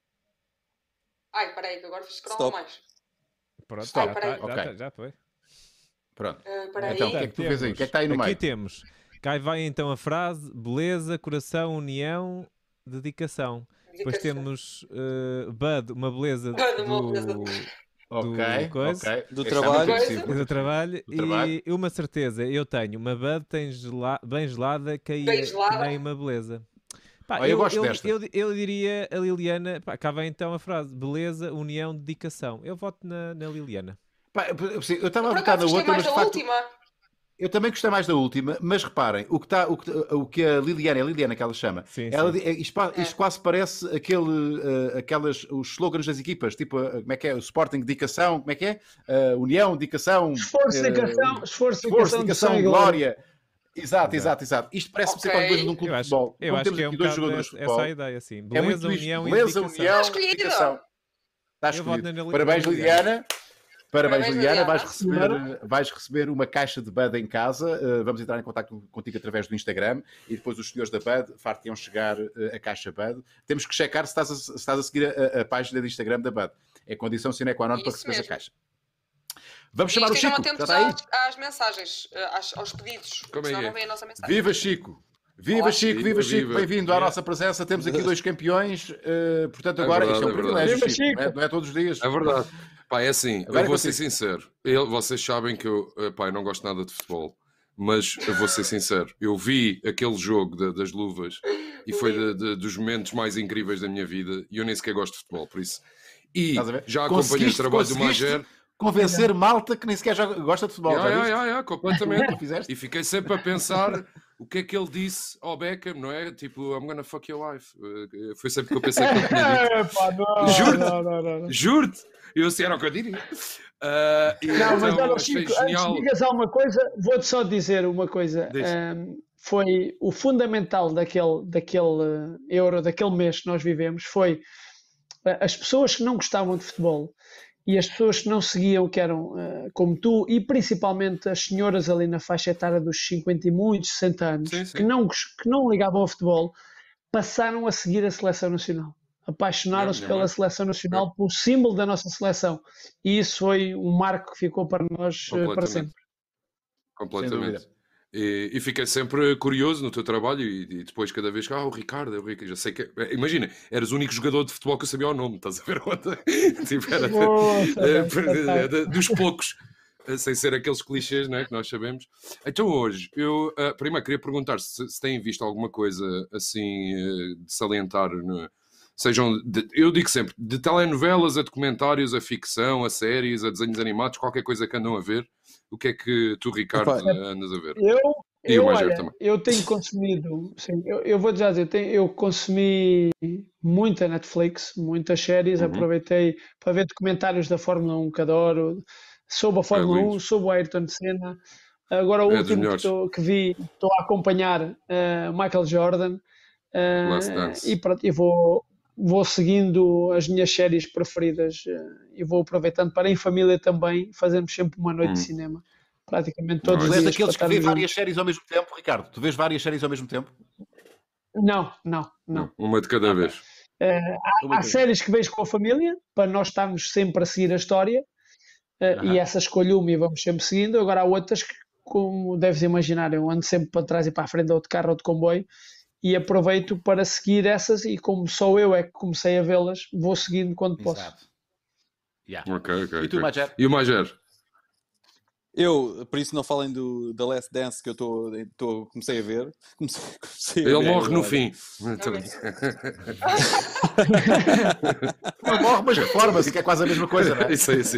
[SPEAKER 2] Ai, peraí, que agora fiz scroll
[SPEAKER 5] Stop.
[SPEAKER 2] mais.
[SPEAKER 3] Pronto,
[SPEAKER 1] Stop.
[SPEAKER 3] já, tá,
[SPEAKER 2] Peraí.
[SPEAKER 3] já,
[SPEAKER 1] Ok.
[SPEAKER 3] tá, já foi.
[SPEAKER 1] Pronto.
[SPEAKER 2] Ah, peraí.
[SPEAKER 1] Então, o que é que tu
[SPEAKER 3] Portanto,
[SPEAKER 1] vês aí? O que é que está aí no
[SPEAKER 3] aqui
[SPEAKER 1] meio?
[SPEAKER 3] temos. Cá vai então a frase: beleza, coração, união, dedicação. Depois
[SPEAKER 2] Dedicação.
[SPEAKER 3] temos uh, Bud, uma beleza
[SPEAKER 2] Bud, uma
[SPEAKER 3] do,
[SPEAKER 2] beleza.
[SPEAKER 1] Ok,
[SPEAKER 3] coisa.
[SPEAKER 1] ok.
[SPEAKER 5] Do
[SPEAKER 1] Esse
[SPEAKER 5] trabalho.
[SPEAKER 1] é muito possível.
[SPEAKER 3] do trabalho.
[SPEAKER 1] Do trabalho.
[SPEAKER 3] E uma certeza, eu tenho uma Bud tem gela- bem gelada, caía
[SPEAKER 2] Bem gelada.
[SPEAKER 3] que nem uma beleza. Pá,
[SPEAKER 1] Olha, eu gosto
[SPEAKER 3] eu,
[SPEAKER 1] desta.
[SPEAKER 3] Eu, eu diria a Liliana, pá, cá vem então a frase: beleza, união, dedicação. Eu voto na, na Liliana.
[SPEAKER 1] Pá, sim, eu estava a
[SPEAKER 2] Por
[SPEAKER 1] votar
[SPEAKER 2] acaso
[SPEAKER 1] na
[SPEAKER 2] gostei
[SPEAKER 1] outra,
[SPEAKER 2] mais
[SPEAKER 1] mas de
[SPEAKER 2] da
[SPEAKER 1] facto,
[SPEAKER 2] última.
[SPEAKER 1] eu também gostei mais da última, mas reparem, o que, está, o que, o que a Liliana, é a Liliana que ela chama,
[SPEAKER 3] Sim,
[SPEAKER 1] ela,
[SPEAKER 3] sim.
[SPEAKER 1] di- é, isto, pa- isto quase parece aquele, eh, aquelas, os slogans das equipas, tipo, eh, como é que é? O Sporting, dedicação, como é que é? Eh, União, dedicação,
[SPEAKER 4] Esforço,
[SPEAKER 1] eh,
[SPEAKER 4] dedicação, esforço,
[SPEAKER 1] esforço,
[SPEAKER 4] dedicação,
[SPEAKER 1] dedicação,
[SPEAKER 4] dedicação e glória.
[SPEAKER 1] glória. Exato, exato, exato. Isto parece-me ser
[SPEAKER 2] Ok.
[SPEAKER 1] qualquer coisa de um clube
[SPEAKER 3] Eu
[SPEAKER 1] de
[SPEAKER 3] acho,
[SPEAKER 1] futebol.
[SPEAKER 3] eu
[SPEAKER 1] Como
[SPEAKER 3] acho
[SPEAKER 1] temos
[SPEAKER 3] que é um
[SPEAKER 1] aqui dois
[SPEAKER 3] bocado
[SPEAKER 1] jogadores de
[SPEAKER 3] essa,
[SPEAKER 1] futebol.
[SPEAKER 3] essa a ideia, assim.
[SPEAKER 1] É
[SPEAKER 3] Beleza,
[SPEAKER 1] muito isto.
[SPEAKER 3] união
[SPEAKER 1] Beleza,
[SPEAKER 3] e dedicação.
[SPEAKER 1] união,
[SPEAKER 2] Está escolhido.
[SPEAKER 1] dedicação. Está
[SPEAKER 3] Eu voto
[SPEAKER 1] escolhido.
[SPEAKER 3] na Lili-
[SPEAKER 1] Parabéns,
[SPEAKER 3] na
[SPEAKER 1] Liliana. Parabéns,
[SPEAKER 2] Parabéns,
[SPEAKER 1] Liliana. Vais
[SPEAKER 2] Liliana.
[SPEAKER 1] receber, vais receber uma caixa de Bud em casa. Uh, vamos entrar em contato contigo através do Instagram e depois os senhores da Bud far-te-iam chegar uh, a caixa Bud. Temos que checar se estás a, se estás a seguir a, a página de Instagram da Bud. É condição sine qua non para
[SPEAKER 2] Isso
[SPEAKER 1] receberes a
[SPEAKER 2] mesmo.
[SPEAKER 1] caixa. Vamos
[SPEAKER 2] E
[SPEAKER 1] chamar o
[SPEAKER 2] estejam
[SPEAKER 1] Chico. Já
[SPEAKER 2] atentos
[SPEAKER 1] está aí?
[SPEAKER 2] às, às mensagens, eh, às- aos pedidos.
[SPEAKER 6] Como é
[SPEAKER 2] Senão
[SPEAKER 6] que é?
[SPEAKER 2] não vem a nossa mensagem.
[SPEAKER 1] Viva Chico! Viva
[SPEAKER 2] Olá.
[SPEAKER 1] Chico, viva,
[SPEAKER 6] Viva,
[SPEAKER 1] Chico,
[SPEAKER 6] viva.
[SPEAKER 1] bem-vindo à
[SPEAKER 3] Viva.
[SPEAKER 1] nossa presença. Temos aqui dois campeões, uh, portanto,
[SPEAKER 6] É
[SPEAKER 1] agora
[SPEAKER 6] verdade,
[SPEAKER 1] isto é um
[SPEAKER 6] é verdade.
[SPEAKER 1] privilégio,
[SPEAKER 4] Viva,
[SPEAKER 1] Chico. Não é,
[SPEAKER 4] Chico.
[SPEAKER 1] não é todos os dias.
[SPEAKER 6] É verdade. Pá, é assim,
[SPEAKER 1] Agora é
[SPEAKER 6] eu vou ser
[SPEAKER 1] contigo.
[SPEAKER 6] sincero. Eu, vocês sabem que eu, eh, pá, eu não gosto nada de futebol, mas eu vou ser sincero. Eu vi aquele jogo da- das luvas e foi de- de- dos momentos mais incríveis da minha vida e eu nem sequer gosto de futebol, por isso. E
[SPEAKER 1] Estás a ver?
[SPEAKER 6] já acompanhei o
[SPEAKER 1] Conseguiste-
[SPEAKER 6] trabalho do
[SPEAKER 1] conseguiste
[SPEAKER 6] Mager.
[SPEAKER 1] Convencer malta que nem sequer joga- gosta de futebol.
[SPEAKER 6] Ya,
[SPEAKER 1] já
[SPEAKER 6] ya,
[SPEAKER 1] viste?
[SPEAKER 6] ya, ya, completamente.
[SPEAKER 1] Tu fizeste?
[SPEAKER 6] E fiquei sempre a pensar o que é que ele disse ao Beckham, não é? Tipo, I'm gonna fuck your life. Eh, Foi sempre que eu pensei que ele tinha dito.
[SPEAKER 4] É, pá, não,
[SPEAKER 6] Juro-te.
[SPEAKER 4] não, não, não, não.
[SPEAKER 6] Juro-te! Eu sei, era o que eu diria. Ah, e
[SPEAKER 4] Não, mas
[SPEAKER 6] então
[SPEAKER 4] olha,
[SPEAKER 6] achei
[SPEAKER 4] Chico, antes
[SPEAKER 6] genial.
[SPEAKER 4] de digas alguma coisa, vou-te só dizer uma coisa.
[SPEAKER 6] Diz.
[SPEAKER 4] Ahm, foi o fundamental daquele, daquele eh, euro, daquele mês que nós vivemos, foi eh, as pessoas que não gostavam de futebol e as pessoas que não seguiam, que eram eh, como tu, e principalmente as senhoras ali na faixa etária dos cinquenta e muitos, sessenta anos,
[SPEAKER 6] Sim, sim.
[SPEAKER 4] Que, não, gos- que não ligavam ao futebol, passaram a seguir a seleção nacional. Apaixonaram-se
[SPEAKER 6] Minha
[SPEAKER 4] pela
[SPEAKER 6] mãe.
[SPEAKER 4] seleção nacional, pelo símbolo da nossa seleção. E isso foi um marco que ficou para nós eh, para
[SPEAKER 6] Completamente.
[SPEAKER 4] sempre.
[SPEAKER 6] Completamente. E, e fiquei sempre curioso no teu trabalho e, e depois cada vez que, ah, o Ricardo, é o Ricardo, já sei que... é- Imagina, eras o único jogador de futebol que eu sabia o nome, estás a ver ontem? Tipo, era de-
[SPEAKER 4] Poxa,
[SPEAKER 6] eh,
[SPEAKER 4] fantástico.
[SPEAKER 6] de- dos poucos, eh, sem ser aqueles clichês, né, que nós sabemos. Então hoje, eu eh, primeiro queria perguntar se, se têm visto alguma coisa assim eh, de salientar, no- sejam, de- eu digo sempre, de telenovelas a documentários, a ficção, a séries, a desenhos animados, qualquer coisa que andam a ver. O que é que tu, Ricardo,
[SPEAKER 5] Epá,
[SPEAKER 6] andas a ver?
[SPEAKER 4] Eu,
[SPEAKER 6] E o
[SPEAKER 4] eu,
[SPEAKER 6] Magero
[SPEAKER 4] olha,
[SPEAKER 6] também.
[SPEAKER 4] eu tenho consumido, sim, eu, eu vou já dizer, eu, tenho- eu consumi muita Netflix, muitas séries,
[SPEAKER 6] Uhum.
[SPEAKER 4] aproveitei para ver documentários da Fórmula um que adoro, soube a Fórmula
[SPEAKER 6] lindo.
[SPEAKER 4] um, soube o Ayrton Senna. Agora o
[SPEAKER 6] É dos
[SPEAKER 4] último que,
[SPEAKER 6] melhores.
[SPEAKER 4] tô- que vi, estou a acompanhar uh, Michael Jordan. Uh,
[SPEAKER 6] Last Dance.
[SPEAKER 4] e pronto, eu vou, vou seguindo as minhas séries preferidas uh, e vou aproveitando para em família também fazermos sempre uma noite
[SPEAKER 6] Hum.
[SPEAKER 4] de cinema. Praticamente todos
[SPEAKER 6] Nice.
[SPEAKER 1] Tu
[SPEAKER 4] os
[SPEAKER 1] és
[SPEAKER 4] dias
[SPEAKER 1] daqueles
[SPEAKER 4] para
[SPEAKER 1] que vê
[SPEAKER 4] estarmos
[SPEAKER 1] várias
[SPEAKER 4] juntos.
[SPEAKER 1] séries ao mesmo tempo, Ricardo? Tu vês várias séries ao mesmo tempo?
[SPEAKER 4] Não, não, não.
[SPEAKER 6] Uma de cada vez.
[SPEAKER 4] Uh, há, há séries que vejo com a família para nós estarmos sempre a seguir a história uh,
[SPEAKER 1] Aham.
[SPEAKER 4] e essa escolho-me e vamos sempre seguindo. Agora há outras que, como deves imaginar, eu ando sempre para trás e para a frente, ou de carro ou de comboio, e aproveito para seguir essas, e como só eu é que comecei a vê-las, vou seguindo quando posso.
[SPEAKER 1] Exato. Yeah.
[SPEAKER 6] Ok, ok.
[SPEAKER 1] E tu,
[SPEAKER 6] ok.
[SPEAKER 1] Majer?
[SPEAKER 6] E o Majer?
[SPEAKER 5] Eu, por isso não falem do The Last Dance que eu estou, estou- comecei a ver. Comecei, comecei a
[SPEAKER 6] Ele
[SPEAKER 5] ver
[SPEAKER 6] morre no
[SPEAKER 5] agora.
[SPEAKER 6] fim.
[SPEAKER 1] Não morre, mas reforma-se, que é quase a mesma coisa, não é?
[SPEAKER 6] Isso aí, isso.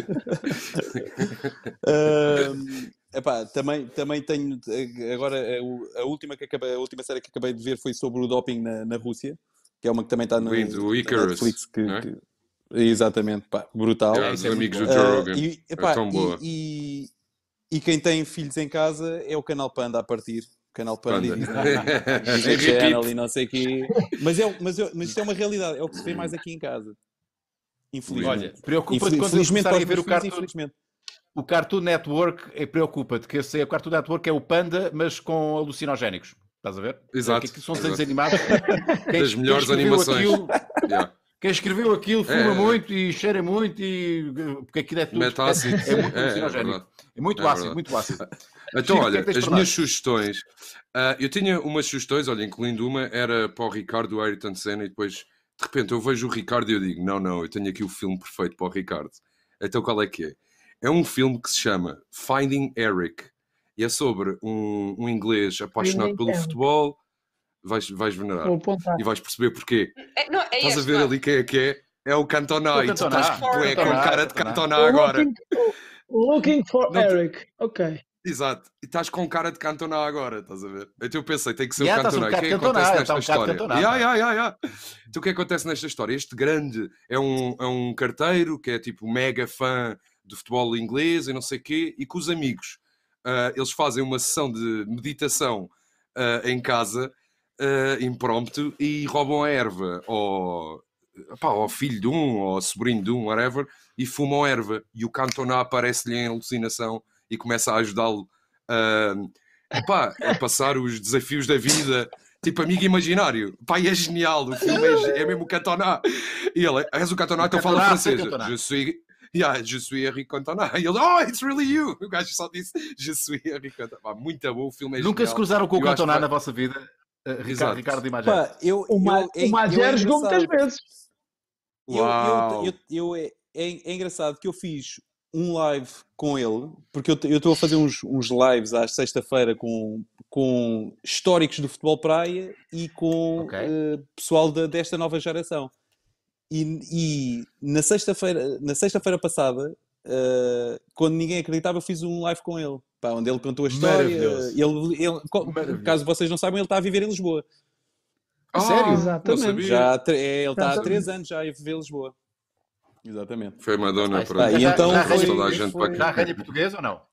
[SPEAKER 5] Ahm, epá, também, também tenho agora a, u- a última que acabei, a última série que acabei de ver foi sobre o doping na, na Rússia, que é uma que também está no,
[SPEAKER 6] Lindo, o
[SPEAKER 5] na
[SPEAKER 6] Icarus,
[SPEAKER 5] Netflix. Que,
[SPEAKER 6] não é?
[SPEAKER 5] que- exatamente, pá, brutal.
[SPEAKER 6] É,
[SPEAKER 1] isso
[SPEAKER 6] dos
[SPEAKER 1] é
[SPEAKER 6] amigos
[SPEAKER 1] muito
[SPEAKER 6] do
[SPEAKER 1] bom.
[SPEAKER 6] Joe
[SPEAKER 5] Ah,
[SPEAKER 6] Rogan.
[SPEAKER 5] e, epá,
[SPEAKER 6] É tão boa.
[SPEAKER 5] e, e, e quem tem filhos em casa é o Canal Panda a partir. Canal Panda,
[SPEAKER 6] Panda.
[SPEAKER 5] e Disney, Disney
[SPEAKER 6] Em
[SPEAKER 5] Channel
[SPEAKER 6] repeat.
[SPEAKER 5] e não sei o quê. Mas, é, mas, é, mas isto é uma realidade, é o que se vê mais aqui em casa. Infelizmente.
[SPEAKER 1] Olha, preocupa-te
[SPEAKER 5] Infeliz-
[SPEAKER 1] quando eles
[SPEAKER 5] Felizmente para
[SPEAKER 1] começarem
[SPEAKER 5] os
[SPEAKER 1] a ver
[SPEAKER 5] meus
[SPEAKER 1] o
[SPEAKER 5] filhos,
[SPEAKER 1] Cartoon,
[SPEAKER 5] infelizmente.
[SPEAKER 1] o Cartoon Network, é, preocupa-te, que esse é o Cartoon Network, é o Panda, mas com alucinogénicos. Estás a ver?
[SPEAKER 6] Exato,
[SPEAKER 1] Que aquilo são
[SPEAKER 6] exato.
[SPEAKER 1] desenhos animados. Quem,
[SPEAKER 6] Das melhores
[SPEAKER 1] quem escreveu
[SPEAKER 6] animações.
[SPEAKER 1] aquilo-
[SPEAKER 6] Yeah.
[SPEAKER 1] quem escreveu aquilo fuma
[SPEAKER 6] É.
[SPEAKER 1] muito e cheira muito e... Porque aquilo é tudo...
[SPEAKER 6] Mete ácido.
[SPEAKER 1] É, é muito
[SPEAKER 6] É, é
[SPEAKER 1] alucinogénico.
[SPEAKER 6] verdade.
[SPEAKER 1] É muito
[SPEAKER 6] É
[SPEAKER 1] ácido,
[SPEAKER 6] verdade.
[SPEAKER 1] muito ácido.
[SPEAKER 6] Então,
[SPEAKER 1] Chico, o que
[SPEAKER 6] olha,
[SPEAKER 1] é que tens
[SPEAKER 6] as
[SPEAKER 1] para
[SPEAKER 6] minhas
[SPEAKER 1] nós?
[SPEAKER 6] sugestões. ah, eu tinha umas sugestões, olha, incluindo uma, era para o Ricardo, o Ayrton Senna, e depois, de repente, eu vejo o Ricardo e eu digo: não, não, eu tenho aqui o filme perfeito para o Ricardo. Então, qual é que é? É um filme que se chama Finding Eric, e é sobre um, um inglês apaixonado
[SPEAKER 4] Finding
[SPEAKER 6] pelo
[SPEAKER 4] Eric.
[SPEAKER 6] futebol. Vais, vais venerar
[SPEAKER 4] Vou apontar.
[SPEAKER 6] e vais perceber porquê.
[SPEAKER 2] É, não, é
[SPEAKER 6] Estás a
[SPEAKER 2] este,
[SPEAKER 6] ver
[SPEAKER 2] não é?
[SPEAKER 6] ali quem é que é? É o Cantona,
[SPEAKER 1] O
[SPEAKER 6] e tu
[SPEAKER 1] Cantona,
[SPEAKER 6] estás
[SPEAKER 2] Cantona,
[SPEAKER 6] bué com
[SPEAKER 1] Cantona,
[SPEAKER 6] cara de
[SPEAKER 1] Cantona.
[SPEAKER 6] Cantona agora.
[SPEAKER 4] Looking, looking for
[SPEAKER 6] Não te-
[SPEAKER 4] Eric. Ok.
[SPEAKER 6] Exato, e estás com cara de Cantona agora, estás a ver? Então eu pensei, tem que ser
[SPEAKER 1] Yeah,
[SPEAKER 6] o
[SPEAKER 1] estás um
[SPEAKER 6] Cantona. O que é que
[SPEAKER 1] bocado Cantona,
[SPEAKER 6] acontece
[SPEAKER 1] está
[SPEAKER 6] nesta
[SPEAKER 1] um bocado
[SPEAKER 6] história?
[SPEAKER 1] Cantona.
[SPEAKER 6] Yeah, yeah, yeah, yeah. Então o que é que acontece nesta história? Este grande é um, é um carteiro que é tipo mega fã do futebol inglês e não sei o quê, e com os amigos ah, eles fazem uma sessão de meditação ah, em casa, ah, impromptu, e roubam a erva ao, pá, ao filho de um, ou ao sobrinho de um, whatever, e fumam a erva. E o Cantona aparece-lhe em alucinação e começa a ajudá-lo a, pá, a passar os desafios da vida. Tipo, amigo imaginário. Pá, e é genial. O filme é, ge- é mesmo o Cantona. E ele, és o Cantona, então fala
[SPEAKER 1] Cantona,
[SPEAKER 6] francês.
[SPEAKER 1] sim, Cantona.
[SPEAKER 6] Je suis... Yeah, je suis Eric Cantona. E ele, oh, it's really you. O gajo só disse, je suis Eric Cantona. Pá, muito bom, o filme é
[SPEAKER 1] Nunca
[SPEAKER 6] genial.
[SPEAKER 1] se cruzaram com o
[SPEAKER 6] Eu acho
[SPEAKER 1] Cantona
[SPEAKER 6] que vai-
[SPEAKER 1] na vossa vida? Uh, Ricardo,
[SPEAKER 6] Exato.
[SPEAKER 1] Ricardo e Magé.
[SPEAKER 5] Pá, eu,
[SPEAKER 4] O, Ma
[SPEAKER 5] eu, é-
[SPEAKER 4] o Majer
[SPEAKER 5] eu é
[SPEAKER 4] jogou muitas
[SPEAKER 5] engraçado.
[SPEAKER 4] vezes.
[SPEAKER 5] Eu, eu,
[SPEAKER 6] Uau.
[SPEAKER 5] eu, eu- é, é, é engraçado que eu fiz um live com ele, porque eu estou a fazer uns, uns lives à sexta-feira com, com históricos do futebol praia e com
[SPEAKER 1] Ok.
[SPEAKER 5] eh, pessoal da- desta nova geração. E, e na sexta-feira na sexta-feira passada, eh, quando ninguém acreditava, eu fiz um live com ele, pá, onde ele contou a história.
[SPEAKER 1] Maravilhoso.
[SPEAKER 5] Ele, ele, co-
[SPEAKER 1] Maravilhoso.
[SPEAKER 5] caso vocês não saibam, ele está a viver em Lisboa.
[SPEAKER 6] Ah,
[SPEAKER 1] sério?
[SPEAKER 6] Não
[SPEAKER 4] Exatamente.
[SPEAKER 6] sabia.
[SPEAKER 5] Já há tre- é, ele está há
[SPEAKER 4] Exatamente.
[SPEAKER 5] três anos já a viver em Lisboa. Exatamente.
[SPEAKER 6] Foi Madonna,
[SPEAKER 1] Mas,
[SPEAKER 6] pronto.
[SPEAKER 5] Ah, e
[SPEAKER 1] já-
[SPEAKER 5] então
[SPEAKER 1] já
[SPEAKER 5] foi-
[SPEAKER 1] arranha-
[SPEAKER 6] toda a gente
[SPEAKER 5] foi-
[SPEAKER 6] para cá.
[SPEAKER 1] Já arranha português ou não?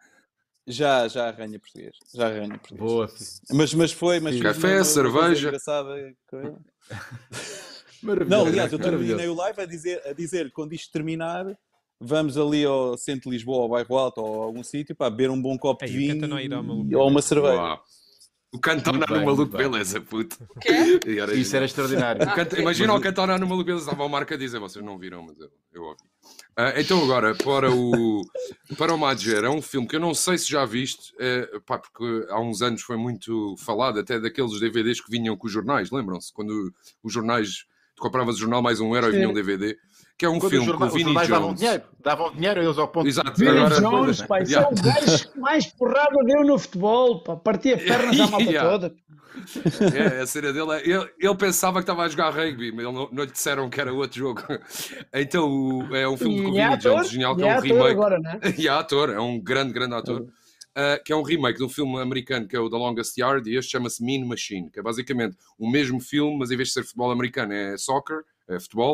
[SPEAKER 5] Já, já arranha português. Já arranha português.
[SPEAKER 1] Boa. filho.
[SPEAKER 5] Mas, mas foi, mas fiz
[SPEAKER 6] Café,
[SPEAKER 5] uma- uma
[SPEAKER 6] cerveja.
[SPEAKER 5] coisa engraçada com ele.
[SPEAKER 1] Maravilhoso.
[SPEAKER 5] Não, aliás, eu
[SPEAKER 1] Maravilhoso.
[SPEAKER 5] terminei o live a dizer, a dizer quando isto terminar, vamos ali ao centro de Lisboa, ao bairro Alto ou a algum sítio, para beber um bom copo de
[SPEAKER 3] Ei, o
[SPEAKER 5] vinho
[SPEAKER 3] Cantona irá ao Maluco
[SPEAKER 5] e- ou uma
[SPEAKER 3] Beleza.
[SPEAKER 5] cerveja.
[SPEAKER 6] Uau. O Cantona
[SPEAKER 1] Muito
[SPEAKER 6] no
[SPEAKER 1] bem,
[SPEAKER 6] Maluco
[SPEAKER 1] muito bem.
[SPEAKER 6] Beleza, puto.
[SPEAKER 2] Quê?
[SPEAKER 6] E era
[SPEAKER 1] Isso era
[SPEAKER 6] genial.
[SPEAKER 1] extraordinário.
[SPEAKER 2] Ah,
[SPEAKER 6] Canta-
[SPEAKER 2] sim.
[SPEAKER 6] Imagina
[SPEAKER 1] Mas-
[SPEAKER 6] o Cantona no Maluco Beleza, estava o Marco a dizer, vocês não viram, mas eu, eu ouvi. Ah, então agora, para o, para o Majer, é um filme que eu não sei se já viste, é, pá, porque há uns anos foi muito falado, até daqueles D V Ds que vinham com os jornais, lembram-se? Quando os jornais, tu compravas o jornal mais um euro e
[SPEAKER 4] Sim.
[SPEAKER 6] vinha um D V D, que é um
[SPEAKER 1] Quando
[SPEAKER 6] filme
[SPEAKER 1] os
[SPEAKER 6] com
[SPEAKER 1] jornais,
[SPEAKER 6] o
[SPEAKER 1] os
[SPEAKER 6] Vinnie
[SPEAKER 1] jornais davam
[SPEAKER 6] Jones.
[SPEAKER 1] dinheiro. Davam dinheiro a eles ao ponto
[SPEAKER 6] Exato.
[SPEAKER 1] de...
[SPEAKER 4] Vinnie
[SPEAKER 6] Agora-
[SPEAKER 4] Jones, pá, isso
[SPEAKER 6] Yeah.
[SPEAKER 4] é o gajo que mais porrada deu no futebol, pá. Partia pernas à malta
[SPEAKER 6] Yeah.
[SPEAKER 4] toda.
[SPEAKER 6] É, a cena dele é, ele, ele pensava que estava a jogar rugby, mas ele não, não lhe disseram que era outro jogo. Então o- é um filme com o
[SPEAKER 4] E é
[SPEAKER 6] Vinnie
[SPEAKER 4] ator,
[SPEAKER 6] Jones, genial, que
[SPEAKER 4] e é
[SPEAKER 6] é um
[SPEAKER 4] ator
[SPEAKER 6] remake.
[SPEAKER 4] agora, né?
[SPEAKER 6] E é ator, é um grande, grande ator. Uh, que é um remake de um filme americano que é o The Longest Yard, e este chama-se Mean Machine, que é basicamente o mesmo filme, mas em vez de ser futebol americano é soccer, é futebol,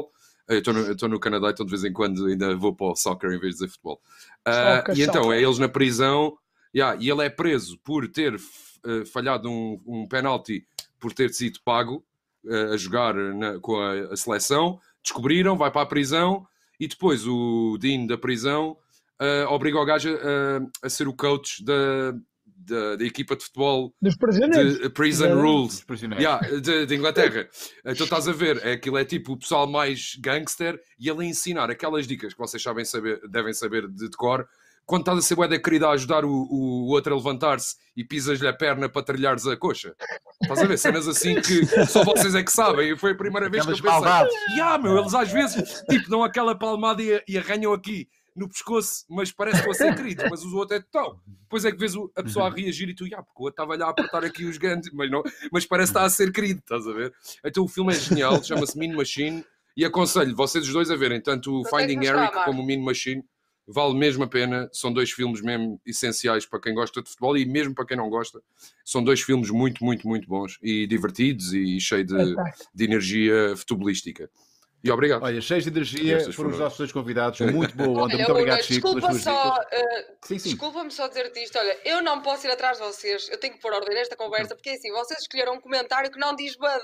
[SPEAKER 6] Eu estou no, eu estou no Canadá, então de vez em quando ainda vou para o soccer em vez de dizer futebol.
[SPEAKER 4] Soccer,
[SPEAKER 6] Uh, e então
[SPEAKER 4] soccer.
[SPEAKER 6] é eles na prisão, yeah, e ele é preso por ter uh, falhado um, um penalti, por ter sido pago uh, a jogar na, com a, a seleção. Descobriram, vai para a prisão e depois o Dean da prisão uh, obriga o gajo a, a ser o coach da, da, da equipa de futebol
[SPEAKER 4] Dos prisioneiros.
[SPEAKER 6] de Prison
[SPEAKER 4] Exato.
[SPEAKER 6] Rules.
[SPEAKER 1] Os prisioneiros.
[SPEAKER 6] Yeah, de, de Inglaterra. Então estás a ver, é, aquilo é tipo o pessoal mais gangster e ele a ensinar aquelas dicas que vocês sabem saber, devem saber de cor. Quando estás a ser bué da querida a ajudar o, o outro a levantar-se e pisas-lhe a perna para trilhares a coxa. Estás a ver? Cenas assim que só vocês é que sabem. E foi a primeira vez
[SPEAKER 1] Aquelas
[SPEAKER 6] que eu pensei.
[SPEAKER 1] maldades.
[SPEAKER 6] Yeah, meu, eles às vezes tipo, dão aquela palmada e, e arranham aqui no pescoço, mas parece que estão a ser queridos, mas os outros é tão. Depois é que vês o- a pessoa a reagir e tu, yeah, porque o outro estava lá a apertar aqui os gantes, mas, não, mas parece que está a ser querido, estás a ver? Então o filme é genial, chama-se Mean Machine e aconselho vocês os dois a verem, tanto o
[SPEAKER 2] Não tem que
[SPEAKER 6] Finding
[SPEAKER 2] mostrar,
[SPEAKER 6] Eric
[SPEAKER 2] Marco.
[SPEAKER 6] como o Mean Machine. Vale mesmo a pena, são dois filmes mesmo essenciais para quem gosta de futebol e mesmo para quem não gosta. São dois filmes muito, muito, muito bons e divertidos e cheios de, de energia futebolística. E obrigado.
[SPEAKER 1] Olha, cheios de energia
[SPEAKER 6] Estas
[SPEAKER 1] foram os
[SPEAKER 6] foram-
[SPEAKER 1] nossos dois convidados. Muito boa onda.
[SPEAKER 2] Olha,
[SPEAKER 1] Muito obrigado,
[SPEAKER 2] Unas,
[SPEAKER 1] Chico, pelas
[SPEAKER 2] desculpa
[SPEAKER 1] tuas
[SPEAKER 2] só,
[SPEAKER 1] dicas.
[SPEAKER 2] eh,
[SPEAKER 1] Sim, sim.
[SPEAKER 2] desculpa-me só dizer-te isto. Olha, eu não posso ir atrás de vocês. Eu tenho que pôr ordem nesta conversa, porque é assim, vocês escolheram um comentário que não diz Bud.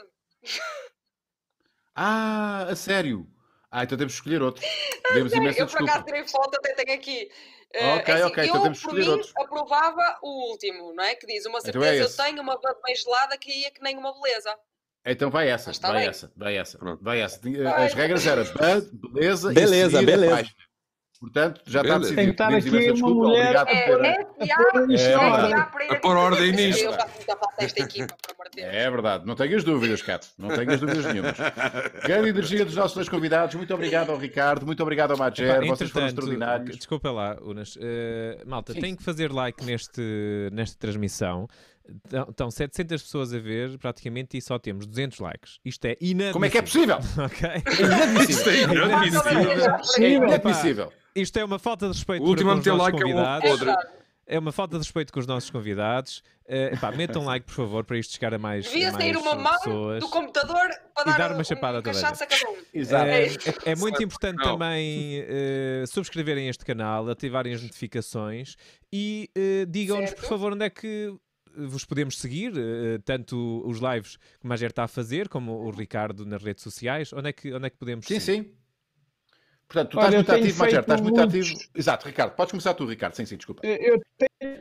[SPEAKER 1] Ah, a sério? Ah, então temos que escolher outro. Pedimos imensa
[SPEAKER 2] Eu por acaso
[SPEAKER 1] desculpa.
[SPEAKER 2] tirei foto, até tenho aqui. Eh,
[SPEAKER 1] Ok,
[SPEAKER 2] é assim,
[SPEAKER 1] ok,
[SPEAKER 2] eu,
[SPEAKER 1] então temos que
[SPEAKER 2] por
[SPEAKER 1] escolher
[SPEAKER 2] mim,
[SPEAKER 1] outro.
[SPEAKER 2] aprovava o último, não é? Que diz, uma
[SPEAKER 1] Então
[SPEAKER 2] certeza
[SPEAKER 1] é
[SPEAKER 2] eu
[SPEAKER 1] esse.
[SPEAKER 2] tenho, uma Bud bem gelada que ia que nem uma beleza.
[SPEAKER 1] Então vai essa,
[SPEAKER 2] Mas está
[SPEAKER 1] vai
[SPEAKER 2] bem.
[SPEAKER 1] essa, vai essa,
[SPEAKER 6] Pronto.
[SPEAKER 1] vai essa.
[SPEAKER 2] Vai.
[SPEAKER 1] As regras eram Bud, beleza,
[SPEAKER 5] Beleza,
[SPEAKER 1] e seguir
[SPEAKER 5] beleza.
[SPEAKER 1] a página. Portanto, já está
[SPEAKER 6] Beleza.
[SPEAKER 4] Tem
[SPEAKER 1] decidido.
[SPEAKER 4] que estar
[SPEAKER 1] Pedimos
[SPEAKER 4] aqui
[SPEAKER 1] imensa
[SPEAKER 4] uma
[SPEAKER 1] desculpa.
[SPEAKER 4] mulher
[SPEAKER 1] Obrigado
[SPEAKER 2] É,
[SPEAKER 1] por ter...
[SPEAKER 2] é,
[SPEAKER 4] pôr isto
[SPEAKER 1] É
[SPEAKER 4] na
[SPEAKER 1] verdade.
[SPEAKER 4] ordem.
[SPEAKER 2] F A Pereira
[SPEAKER 6] A pôr ordem
[SPEAKER 2] Dias.
[SPEAKER 6] nisto.
[SPEAKER 2] Eu faço muita falta a esta equipa, por amor de Deus.
[SPEAKER 1] É verdade, não tenhas dúvidas, Cato, não tenhas dúvidas nenhumas. Grande energia dos nossos dois convidados, muito obrigado ao Ricardo, muito obrigado ao Madger,
[SPEAKER 3] Epá,
[SPEAKER 1] vocês foram
[SPEAKER 3] entretanto,
[SPEAKER 1] extraordinários.
[SPEAKER 3] desculpa lá, Unas. Eh, malta,
[SPEAKER 1] Sim.
[SPEAKER 3] tem que fazer like neste, nesta transmissão. Estão- Estão setecentas pessoas a ver, praticamente, e só temos duzentos likes. Isto é inadmissível.
[SPEAKER 1] Como é que é possível?
[SPEAKER 3] Ok?
[SPEAKER 6] Isto é inadmissível.
[SPEAKER 1] É inadmissível.
[SPEAKER 3] Isto é uma falta de respeito
[SPEAKER 6] O último
[SPEAKER 3] para
[SPEAKER 6] a
[SPEAKER 3] com os
[SPEAKER 6] meter
[SPEAKER 3] nossos
[SPEAKER 6] like é um
[SPEAKER 3] convidados.
[SPEAKER 6] ovo podre.
[SPEAKER 3] É uma falta de respeito com os nossos convidados. Eh, epá, metam like, por favor, para isto chegar a mais,
[SPEAKER 2] Devia
[SPEAKER 3] a mais
[SPEAKER 2] sair uma mão
[SPEAKER 3] pessoas.
[SPEAKER 2] do computador para
[SPEAKER 3] E
[SPEAKER 2] dar,
[SPEAKER 3] dar uma
[SPEAKER 2] um,
[SPEAKER 3] chapada a
[SPEAKER 2] um
[SPEAKER 3] toda a
[SPEAKER 2] cachaço a cada um.
[SPEAKER 1] Exato.
[SPEAKER 3] É,
[SPEAKER 2] É
[SPEAKER 3] é- é muito importante
[SPEAKER 6] Não.
[SPEAKER 3] também eh, subscreverem este canal, ativarem as notificações e eh, digam-nos, por
[SPEAKER 2] Certo.
[SPEAKER 3] favor, onde é que vos podemos seguir, eh, tanto os lives que o Magér está a fazer, como o Ricardo nas redes sociais. Onde é que, onde é que podemos
[SPEAKER 1] Sim,
[SPEAKER 3] seguir?
[SPEAKER 1] sim. Portanto, tu
[SPEAKER 4] Olha,
[SPEAKER 1] estás
[SPEAKER 4] eu
[SPEAKER 1] muito
[SPEAKER 4] tenho
[SPEAKER 1] ativo, Madger,
[SPEAKER 4] feito
[SPEAKER 1] estás muito
[SPEAKER 4] muitos-
[SPEAKER 1] ativo. Exato, Ricardo, podes começar tu, Ricardo. Sim, sim, desculpa.
[SPEAKER 4] Eu tenho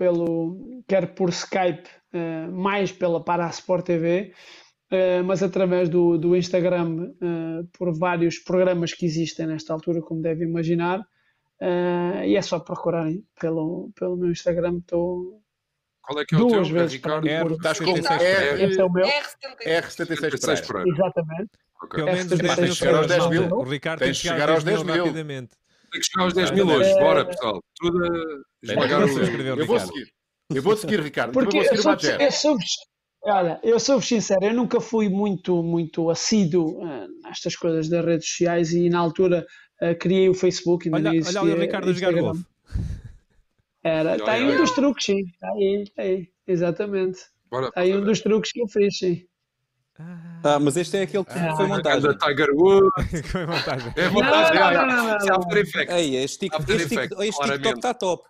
[SPEAKER 4] pelo, quer por Skype, eh, mais pela Parasport T V, eh, mas através do, do Instagram, eh, por vários programas que existem nesta altura, como devem imaginar. Eh, e é só procurarem pelo, pelo meu Instagram. Estou
[SPEAKER 6] Qual é que é o
[SPEAKER 4] duas
[SPEAKER 6] teu,
[SPEAKER 4] vezes
[SPEAKER 6] Ricardo?
[SPEAKER 4] para
[SPEAKER 3] R
[SPEAKER 4] por-
[SPEAKER 1] Estás com
[SPEAKER 3] setenta e seis Pereira.
[SPEAKER 4] Esse é o meu.
[SPEAKER 2] R setenta e seis.
[SPEAKER 1] R setenta e seis
[SPEAKER 6] setenta e seis
[SPEAKER 1] Pereira.
[SPEAKER 6] Pereira.
[SPEAKER 4] Exatamente.
[SPEAKER 6] Ok.
[SPEAKER 3] Pelo menos
[SPEAKER 4] É,
[SPEAKER 3] dez
[SPEAKER 4] tens
[SPEAKER 3] mil
[SPEAKER 4] de chegar aos
[SPEAKER 3] seguidores,
[SPEAKER 1] dez mil.
[SPEAKER 3] malta. O Ricardo
[SPEAKER 1] Tens
[SPEAKER 3] tem
[SPEAKER 1] de
[SPEAKER 3] que
[SPEAKER 1] chegar aos dez mil.
[SPEAKER 3] rapidamente.
[SPEAKER 6] Tem que chegar aos dez mil
[SPEAKER 3] É.
[SPEAKER 6] hoje. Bora, pessoal. Tudo a esmagar
[SPEAKER 3] Tem
[SPEAKER 6] o...
[SPEAKER 3] que subscrever o
[SPEAKER 1] Eu vou
[SPEAKER 3] Ricardo.
[SPEAKER 1] seguir. Eu vou seguir, Ricardo. Também
[SPEAKER 4] Porque
[SPEAKER 1] vou
[SPEAKER 4] eu
[SPEAKER 1] seguir o
[SPEAKER 4] sou,
[SPEAKER 1] Madger.
[SPEAKER 4] eu sou, olha, eu sou sincero, eu nunca fui muito, muito assíduo eh, nestas coisas das redes sociais e na altura eh, criei o Facebook, ainda
[SPEAKER 3] Olha,
[SPEAKER 4] nem
[SPEAKER 3] olha ali o
[SPEAKER 4] existia
[SPEAKER 3] Ricardo a jogar
[SPEAKER 4] Instagram.
[SPEAKER 3] golfe.
[SPEAKER 4] Era, está aí
[SPEAKER 6] Olha,
[SPEAKER 4] um
[SPEAKER 6] olha.
[SPEAKER 4] dos truques, sim. Está aí, está aí, exatamente.
[SPEAKER 6] Bora.
[SPEAKER 4] Está aí um dos truques que eu fiz, sim.
[SPEAKER 5] Ah, mas este é aquele que
[SPEAKER 4] Ah,
[SPEAKER 5] foi montagem.
[SPEAKER 6] Anda Tiger Woods.
[SPEAKER 3] Foi montagem.
[SPEAKER 6] É montagem.
[SPEAKER 4] Não,
[SPEAKER 6] ah,
[SPEAKER 4] não,
[SPEAKER 6] ah,
[SPEAKER 4] não, não,
[SPEAKER 6] isso é After Effects.
[SPEAKER 5] Ei, este, tic-
[SPEAKER 6] After
[SPEAKER 5] este, tic-
[SPEAKER 6] Effects,
[SPEAKER 5] este
[SPEAKER 6] claramente.
[SPEAKER 5] TikTok está top.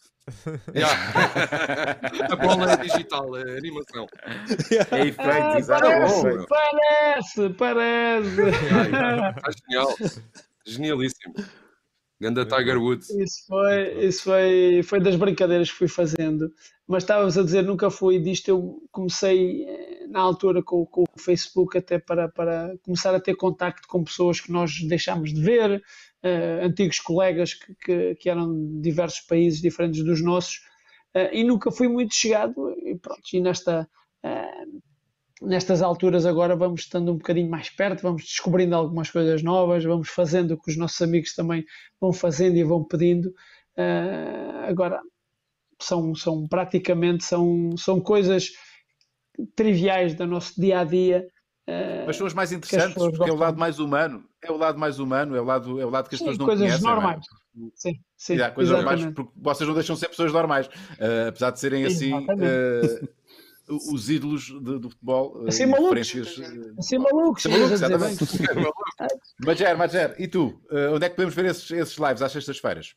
[SPEAKER 6] Yeah. A bola é digital, é animação.
[SPEAKER 1] É efeito,
[SPEAKER 4] Ah,
[SPEAKER 1] exato.
[SPEAKER 4] parece,
[SPEAKER 1] Oh,
[SPEAKER 4] parece, parece.
[SPEAKER 6] Está genial. Genialíssimo. Ganda Tiger Woods.
[SPEAKER 4] Isso foi, isso foi, foi das brincadeiras que fui fazendo. Mas estavas a dizer, nunca fui disto. Eu comecei eh, na altura com, com o Facebook até para, para começar a ter contacto com pessoas que nós deixámos de ver, eh, antigos colegas que, que, que eram de diversos países diferentes dos nossos, eh, e nunca fui muito chegado. E pronto, e nesta, eh, nestas alturas agora vamos estando um bocadinho mais perto, vamos descobrindo algumas coisas novas, vamos fazendo o que os nossos amigos também vão fazendo e vão pedindo. Uh, agora, são, são praticamente são, são coisas triviais do nosso dia-a-dia. Uh,
[SPEAKER 1] Mas são as mais interessantes,
[SPEAKER 4] pessoas
[SPEAKER 1] porque é o
[SPEAKER 4] gostam.
[SPEAKER 1] lado mais humano. É o lado mais humano, é o lado, é o lado que as
[SPEAKER 4] sim,
[SPEAKER 1] pessoas não
[SPEAKER 4] coisas
[SPEAKER 1] conhecem. não é?
[SPEAKER 4] normais. Sim, sim,
[SPEAKER 1] E há coisas normais,
[SPEAKER 4] exatamente.
[SPEAKER 1] porque vocês não deixam de ser pessoas normais, uh, apesar de serem assim.
[SPEAKER 4] Exatamente.
[SPEAKER 1] uh, os ídolos de- do futebol.
[SPEAKER 4] Assim
[SPEAKER 1] eh,
[SPEAKER 4] malucos.
[SPEAKER 1] referências, eh,
[SPEAKER 4] Assim malucos,
[SPEAKER 1] Assim malucos,
[SPEAKER 4] estás a dizer bem.
[SPEAKER 1] exatamente. Majer, Majer, e tu? Eh, onde é que podemos ver esses, esses lives às sextas-feiras?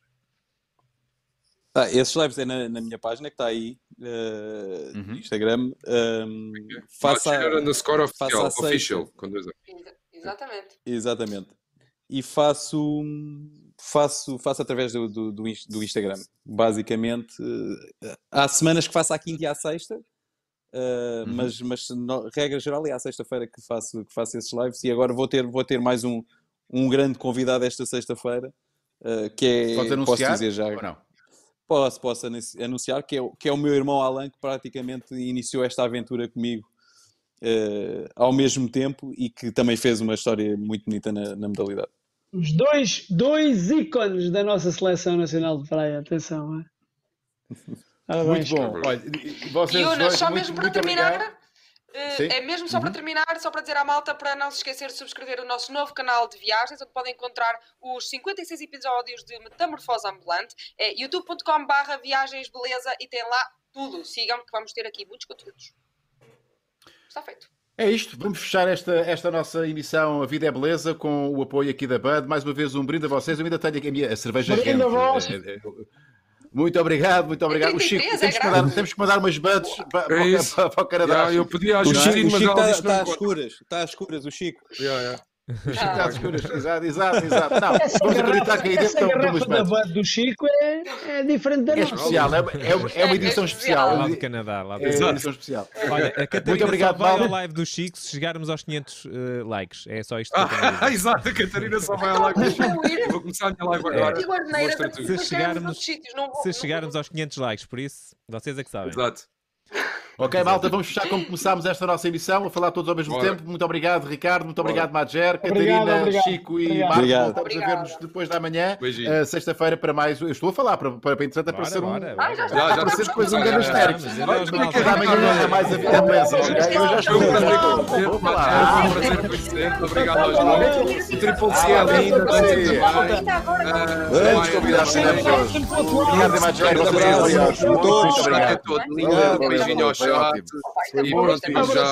[SPEAKER 5] Ah, esses lives é na, na minha página que está aí uh,
[SPEAKER 1] Uhum.
[SPEAKER 5] no Instagram. Um, faça,
[SPEAKER 6] Majer underscore
[SPEAKER 5] faça
[SPEAKER 6] oficial,
[SPEAKER 5] a sexta.
[SPEAKER 6] official, com dois A's.
[SPEAKER 2] Exa- Exatamente.
[SPEAKER 5] Exatamente. E faço, faço, faço através do, do, do ins- do Instagram. Basicamente, eh, há semanas que faço à quinta e à sexta, eh,
[SPEAKER 1] Uhum.
[SPEAKER 5] mas, mas no- regra geral é à sexta-feira que faço, que faço esses lives. E agora vou ter, vou ter mais um, um grande convidado esta sexta-feira, eh, que é,
[SPEAKER 1] Podes
[SPEAKER 5] posso
[SPEAKER 1] anunciar
[SPEAKER 5] dizer já,
[SPEAKER 1] ou não?
[SPEAKER 5] posso, posso anunci- anunciar, que é, o- que é o meu irmão Alan, que praticamente iniciou esta aventura comigo eh, ao mesmo tempo e que também fez uma história muito bonita na, na modalidade.
[SPEAKER 4] Os dois, dois ícones da nossa seleção nacional de praia, atenção. É? Parabéns.
[SPEAKER 1] Muito bom. Olha, e- e vocês
[SPEAKER 2] E Unas,
[SPEAKER 1] dois,
[SPEAKER 2] só
[SPEAKER 1] muito,
[SPEAKER 2] mesmo para
[SPEAKER 1] muito
[SPEAKER 2] terminar,
[SPEAKER 1] obrigado.
[SPEAKER 2] eh,
[SPEAKER 1] Sim.
[SPEAKER 2] é mesmo só para
[SPEAKER 1] Uhum.
[SPEAKER 2] terminar, só para dizer à malta para não se esquecer de subscrever o nosso novo canal de viagens, onde podem encontrar os cinquenta e seis episódios de Metamorfose Ambulante. É youtube ponto com barra viagens beleza e tem lá tudo. Sigam que vamos ter aqui muitos conteúdos. Está feito.
[SPEAKER 1] É isto, vamos fechar esta, esta nossa emissão A Vida é Beleza com o apoio aqui da Bud. Mais uma vez um brinde a vocês. Eu ainda tenho aqui a minha a cerveja
[SPEAKER 4] Brinde a
[SPEAKER 1] Renfe.
[SPEAKER 4] vós.
[SPEAKER 1] É, é, é, Muito obrigado, muito obrigado. O Chico,
[SPEAKER 2] trinta e três,
[SPEAKER 1] temos
[SPEAKER 2] é
[SPEAKER 1] que, mandar, temos que mandar umas buds para, para,
[SPEAKER 6] É isso.
[SPEAKER 1] para, para o Canadá.
[SPEAKER 6] Yeah, eu pedi à
[SPEAKER 5] O
[SPEAKER 6] Justine,
[SPEAKER 5] Chico, o
[SPEAKER 6] mas
[SPEAKER 5] Chico
[SPEAKER 6] ela
[SPEAKER 5] está
[SPEAKER 6] disse que não
[SPEAKER 5] às
[SPEAKER 6] encontra.
[SPEAKER 5] escuras, está às escuras, o Chico.
[SPEAKER 6] Yeah, yeah.
[SPEAKER 1] O Chico está às escuras. Exato, exato, exato. Não,
[SPEAKER 4] Essa
[SPEAKER 1] vamos acreditar
[SPEAKER 4] garrafa,
[SPEAKER 1] que aí dentro
[SPEAKER 4] essa
[SPEAKER 1] estão estão umas
[SPEAKER 4] garrafa da
[SPEAKER 1] buds.
[SPEAKER 4] Bud do Chico é, é diferente da
[SPEAKER 1] É
[SPEAKER 4] nossa.
[SPEAKER 1] especial, é, é, uma- é uma edição
[SPEAKER 2] É
[SPEAKER 1] especial.
[SPEAKER 3] Lá do Canadá. Lá do
[SPEAKER 1] É uma
[SPEAKER 3] Canadá.
[SPEAKER 1] edição especial.
[SPEAKER 3] Olha, a Catarina
[SPEAKER 1] Muito obrigado,
[SPEAKER 3] só vai
[SPEAKER 1] Paulo.
[SPEAKER 3] ao live do Chico se chegarmos aos quinhentos eh, likes. É só isto que eu tenho a
[SPEAKER 6] Ah,
[SPEAKER 3] dizer.
[SPEAKER 6] exato, a Catarina só vai lá. Vou começar a minha live agora.
[SPEAKER 2] Aqui guarneira,
[SPEAKER 6] Mostra
[SPEAKER 2] estamos
[SPEAKER 6] tudo.
[SPEAKER 3] Se
[SPEAKER 2] a chegarmos
[SPEAKER 3] chegarmos-
[SPEAKER 2] noutros sítios. Não vou-
[SPEAKER 3] Se
[SPEAKER 2] não
[SPEAKER 3] chegarmos
[SPEAKER 2] vou-
[SPEAKER 3] aos quinhentos likes, por isso, vocês é que sabem.
[SPEAKER 6] Exato.
[SPEAKER 1] Ok, malta, vamos fechar como começámos esta nossa emissão, a falar todos ao mesmo
[SPEAKER 6] Bora.
[SPEAKER 1] tempo. Muito obrigado, Ricardo. Muito obrigado, Majer,
[SPEAKER 4] Obrigado,
[SPEAKER 1] Catarina,
[SPEAKER 4] obrigado.
[SPEAKER 1] Chico e
[SPEAKER 4] Obrigado.
[SPEAKER 1] Marco.
[SPEAKER 5] Obrigado.
[SPEAKER 1] Voltamos a
[SPEAKER 2] Obrigada.
[SPEAKER 1] ver-nos depois da manhã,
[SPEAKER 6] Beijinho.
[SPEAKER 1] uh, sexta-feira, para mais. Eu estou a falar, para, para, para entretanto
[SPEAKER 3] Bora,
[SPEAKER 1] aparecer um.
[SPEAKER 3] bora,
[SPEAKER 2] Ah,
[SPEAKER 3] bora.
[SPEAKER 2] já, já,
[SPEAKER 6] Já, já.
[SPEAKER 1] Aparecer depois um
[SPEAKER 6] Já,
[SPEAKER 1] grande
[SPEAKER 6] já,
[SPEAKER 1] estéreo.
[SPEAKER 3] já, mas eu não- não-
[SPEAKER 1] Depois da manhã é mais a vida beleza, ok? Eu já estou.
[SPEAKER 6] Foi um prazer
[SPEAKER 1] já
[SPEAKER 6] conhecer-te,
[SPEAKER 1] estou. Vou
[SPEAKER 6] Matheus.
[SPEAKER 1] falar.
[SPEAKER 6] Foi um prazer conhecer-te. Obrigado aos dois. O Triple C é lindo,
[SPEAKER 1] Ah,
[SPEAKER 6] também.
[SPEAKER 2] Ainda agora.
[SPEAKER 6] Ah,
[SPEAKER 1] Grandes
[SPEAKER 6] vai,
[SPEAKER 1] convidados
[SPEAKER 6] vai,
[SPEAKER 1] maravilhosos. Obrigado, Majer.
[SPEAKER 5] Grande
[SPEAKER 1] Vocês
[SPEAKER 5] abraço.
[SPEAKER 1] valiosos. Muito
[SPEAKER 5] Todos.
[SPEAKER 1] obrigado.
[SPEAKER 6] Todo lindo.
[SPEAKER 1] Valeu,
[SPEAKER 6] Beijinho ao
[SPEAKER 1] foi
[SPEAKER 6] chat.
[SPEAKER 1] ótimo.
[SPEAKER 6] E pronto, e já